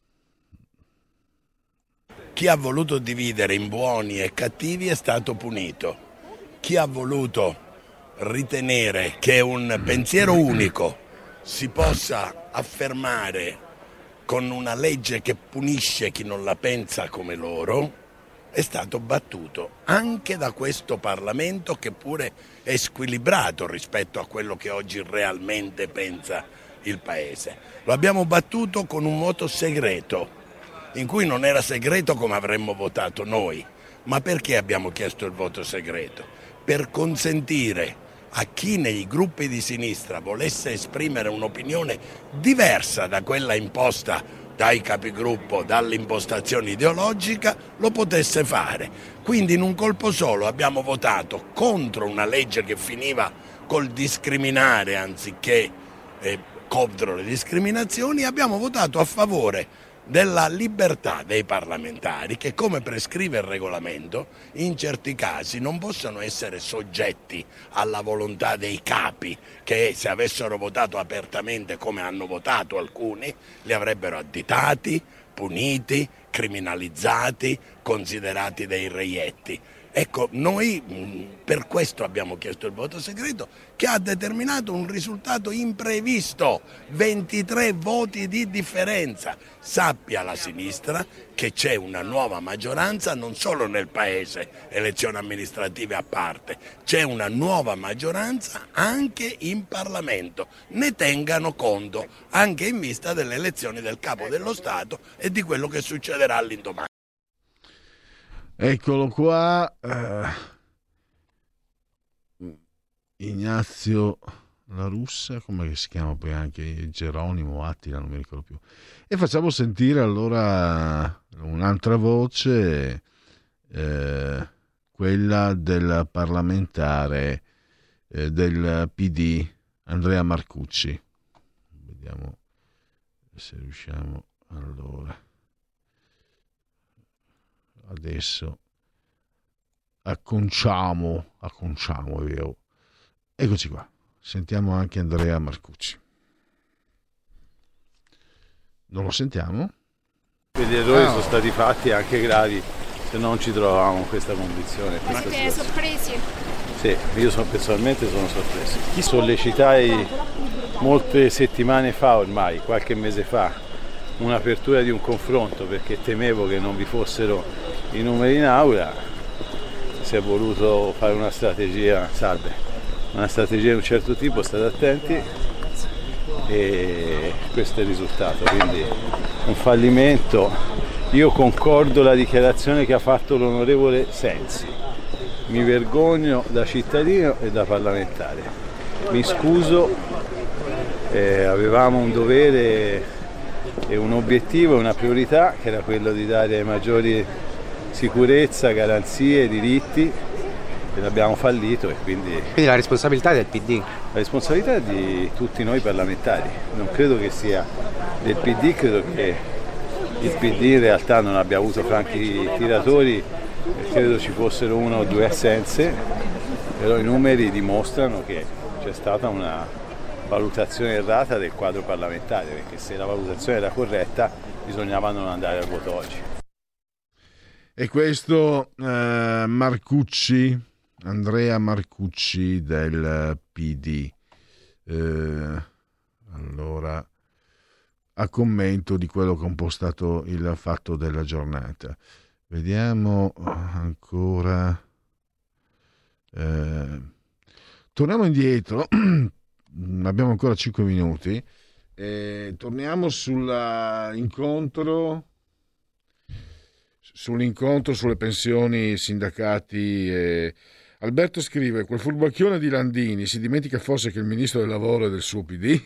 Chi ha voluto dividere in buoni e cattivi è stato punito. Chi ha voluto ritenere che un pensiero unico si possa affermare con una legge che punisce chi non la pensa come loro, è stato battuto anche da questo Parlamento, che pure è squilibrato rispetto a quello che oggi realmente pensa il Paese. Lo abbiamo battuto con un voto segreto, in cui non era segreto come avremmo votato noi. Ma perché abbiamo chiesto il voto segreto? Per consentire a chi nei gruppi di sinistra volesse esprimere un'opinione diversa da quella imposta dai capigruppo, dall'impostazione ideologica, lo potesse fare. Quindi in un colpo solo abbiamo votato contro una legge che finiva col discriminare anziché eh, contro le discriminazioni, abbiamo votato a favore della libertà dei parlamentari, che come prescrive il regolamento in certi casi non possono essere soggetti alla volontà dei capi, che se avessero votato apertamente come hanno votato alcuni li avrebbero additati, puniti, criminalizzati, considerati dei reietti. Ecco, noi per questo abbiamo chiesto il voto segreto, che ha determinato un risultato imprevisto, ventitré voti di differenza. Sappia la sinistra che c'è una nuova maggioranza non solo nel Paese, elezioni amministrative a parte, c'è una nuova maggioranza anche in Parlamento. Ne tengano conto anche in vista delle elezioni del Capo dello Stato e di quello che succederà all'indomani. Eccolo qua, uh, Ignazio La Russa, come si chiama poi anche Geronimo Attila, non mi ricordo più. E facciamo sentire allora un'altra voce, eh, quella del parlamentare eh, del P D, Andrea Marcucci. Vediamo se riusciamo allora. Adesso acconciamo, acconciamo io. Eccoci qua. Sentiamo anche Andrea Marcucci. Non lo sentiamo? Gli errori ah. sono stati fatti anche gravi, se non ci trovavamo in questa condizione. Ma siete sorpresi? Sì, io sono, personalmente sono sorpreso. Chi sollecitai molte settimane fa ormai, qualche mese fa, un'apertura di un confronto perché temevo che non vi fossero i numeri in aula, si è voluto fare una strategia, salve, una strategia di un certo tipo, state attenti, e questo è il risultato, quindi un fallimento. Io concordo la dichiarazione che ha fatto l'onorevole Sensi, mi vergogno da cittadino e da parlamentare, mi scuso, eh, avevamo un dovere e un obiettivo, una priorità che era quello di dare maggiori sicurezza, garanzie, diritti, e l'abbiamo fallito e quindi... Quindi la responsabilità è del P D? La responsabilità è di tutti noi parlamentari, non credo che sia del P D, credo che il P D in realtà non abbia avuto franchi tiratori, credo ci fossero una o due assenze, però i numeri dimostrano che c'è stata una valutazione errata del quadro parlamentare, perché se la valutazione era corretta bisognava non andare al voto oggi. E questo eh, Marcucci, Andrea Marcucci del P D, eh, allora a commento di quello che è un po' stato il fatto della giornata. Vediamo ancora, eh, torniamo indietro, abbiamo ancora cinque minuti, eh, torniamo sull'incontro sull'incontro sulle pensioni, sindacati. E... Alberto scrive: quel furbacchione di Landini si dimentica forse che il ministro del lavoro è del suo P D?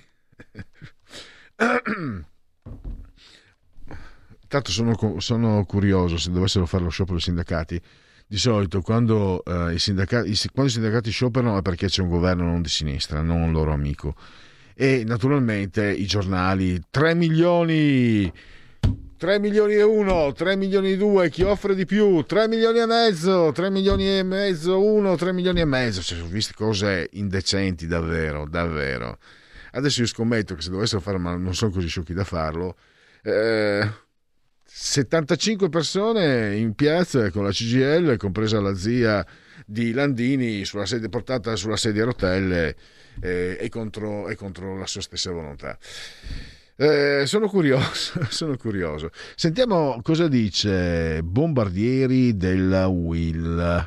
Tanto sono, sono curioso se dovessero fare lo sciopero dei sindacati. Di solito quando, uh, i sindacati, i, quando i sindacati scioperano è perché c'è un governo non di sinistra, non un loro amico, e naturalmente i giornali tre milioni tre milioni e uno, tre milioni e due, chi offre di più, tre milioni e mezzo, tre milioni e mezzo uno, tre milioni e mezzo. Cioè, ho visto cose indecenti davvero, davvero. Adesso io scommetto che se dovessero fare, ma non sono così sciocchi da farlo, eh, settantacinque persone in piazza con la C G I L, compresa la zia di Landini, sulla sedia, portata sulla sedia a rotelle, eh, e, contro, e contro la sua stessa volontà. Eh, sono curioso, sono curioso. Sentiamo cosa dice Bombardieri della U I L.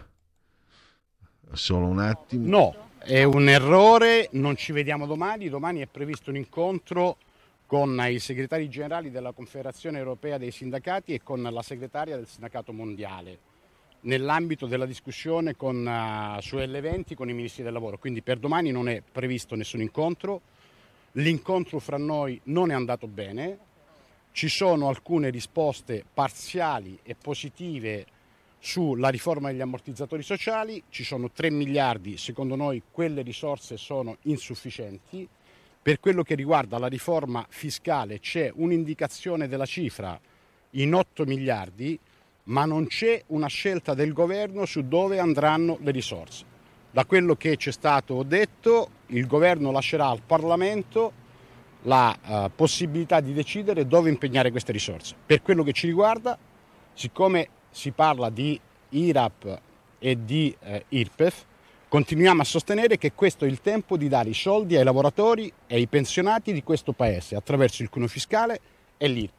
Solo un attimo. No, è un errore, non ci vediamo domani. Domani è previsto un incontro con i segretari generali della Confederazione Europea dei Sindacati e con la segretaria del Sindacato Mondiale, nell'ambito della discussione con, uh, su L venti con i ministri del lavoro. Quindi per domani non è previsto nessun incontro. L'incontro fra noi non è andato bene, ci sono alcune risposte parziali e positive sulla riforma degli ammortizzatori sociali, ci sono tre miliardi, secondo noi quelle risorse sono insufficienti. Per quello che riguarda la riforma fiscale c'è un'indicazione della cifra in otto miliardi, ma non c'è una scelta del governo su dove andranno le risorse. Da quello che ci è stato detto, il governo lascerà al Parlamento la uh, possibilità di decidere dove impegnare queste risorse. Per quello che ci riguarda, siccome si parla di I R A P e di uh, I R P E F, continuiamo a sostenere che questo è il tempo di dare i soldi ai lavoratori e ai pensionati di questo Paese attraverso il cuneo fiscale e l'I R P A F.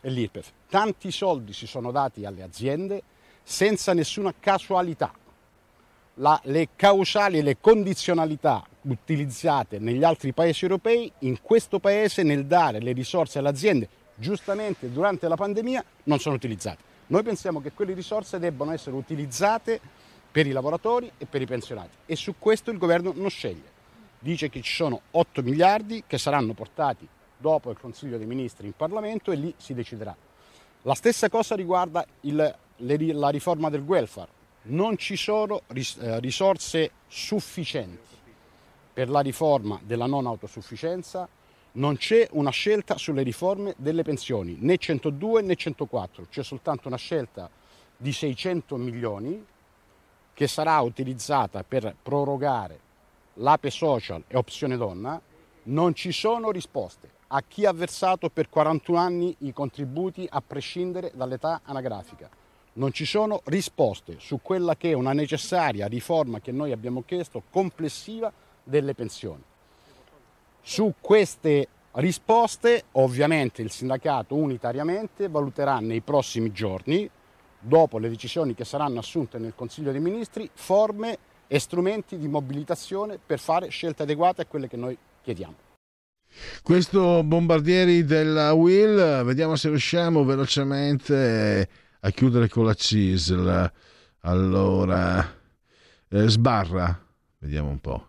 e l'I R P E F. Tanti soldi si sono dati alle aziende senza nessuna casualità. La, le causali e le condizionalità utilizzate negli altri paesi europei, in questo paese nel dare le risorse alle aziende, giustamente durante la pandemia, non sono utilizzate. Noi pensiamo che quelle risorse debbano essere utilizzate per i lavoratori e per i pensionati e su questo il governo non sceglie. Dice che ci sono otto miliardi che saranno portati dopo il Consiglio dei Ministri in Parlamento e lì si deciderà. La stessa cosa riguarda il, le, la riforma del welfare. Non ci sono ris, eh, risorse sufficienti per la riforma della non autosufficienza, non c'è una scelta sulle riforme delle pensioni, né centodue né centoquattro, c'è soltanto una scelta di seicento milioni che sarà utilizzata per prorogare l'A P E Social e Opzione Donna. Non ci sono risposte a chi ha versato per quarantuno anni i contributi a prescindere dall'età anagrafica. Non ci sono risposte su quella che è una necessaria riforma che noi abbiamo chiesto complessiva delle pensioni. Su queste risposte ovviamente il sindacato unitariamente valuterà nei prossimi giorni, dopo le decisioni che saranno assunte nel Consiglio dei Ministri, forme e strumenti di mobilitazione per fare scelte adeguate a quelle che noi chiediamo. Questo Bombardieri della U I L, vediamo se riusciamo velocemente a chiudere con la C I S L. Allora, eh, Sbarra, vediamo un po'.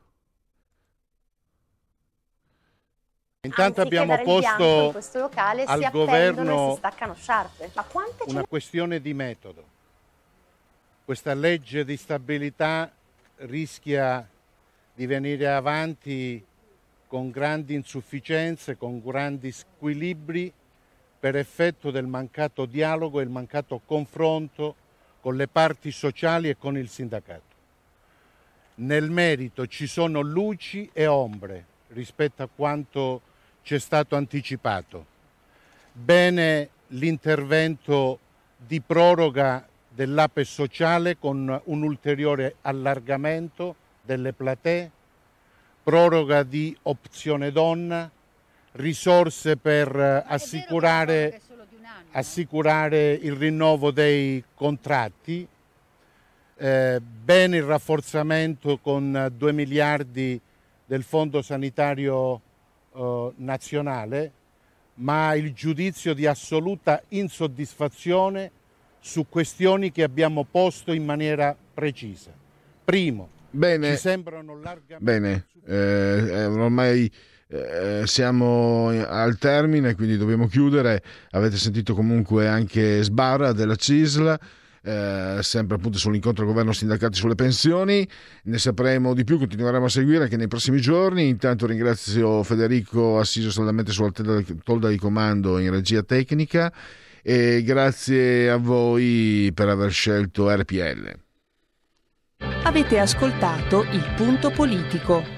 Intanto abbiamo posto in questo locale al si governo e si staccano sciarpe. Ma quante una questione di metodo. Questa legge di stabilità rischia di venire avanti con grandi insufficienze, con grandi squilibri per effetto del mancato dialogo e il mancato confronto con le parti sociali e con il sindacato. Nel merito ci sono luci e ombre rispetto a quanto ci è stato anticipato. Bene l'intervento di proroga dell'A P E sociale con un ulteriore allargamento delle platee, proroga di Opzione Donna, risorse per assicurare, assicurare il rinnovo dei contratti, eh, bene il rafforzamento con due miliardi del Fondo Sanitario eh, Nazionale, ma il giudizio di assoluta insoddisfazione su questioni che abbiamo posto in maniera precisa. Primo, Bene. ci sembrano largamente... Bene, eh, ormai eh, siamo al termine, quindi dobbiamo chiudere. Avete sentito comunque anche Sbarra della C I S L, eh, sempre appunto sull'incontro governo sindacati sulle pensioni. Ne sapremo di più, continueremo a seguire anche nei prossimi giorni. Intanto ringrazio Federico, assiso saldamente sulla tolda di comando in regia tecnica, e grazie a voi per aver scelto R P L. Avete ascoltato Il Punto Politico,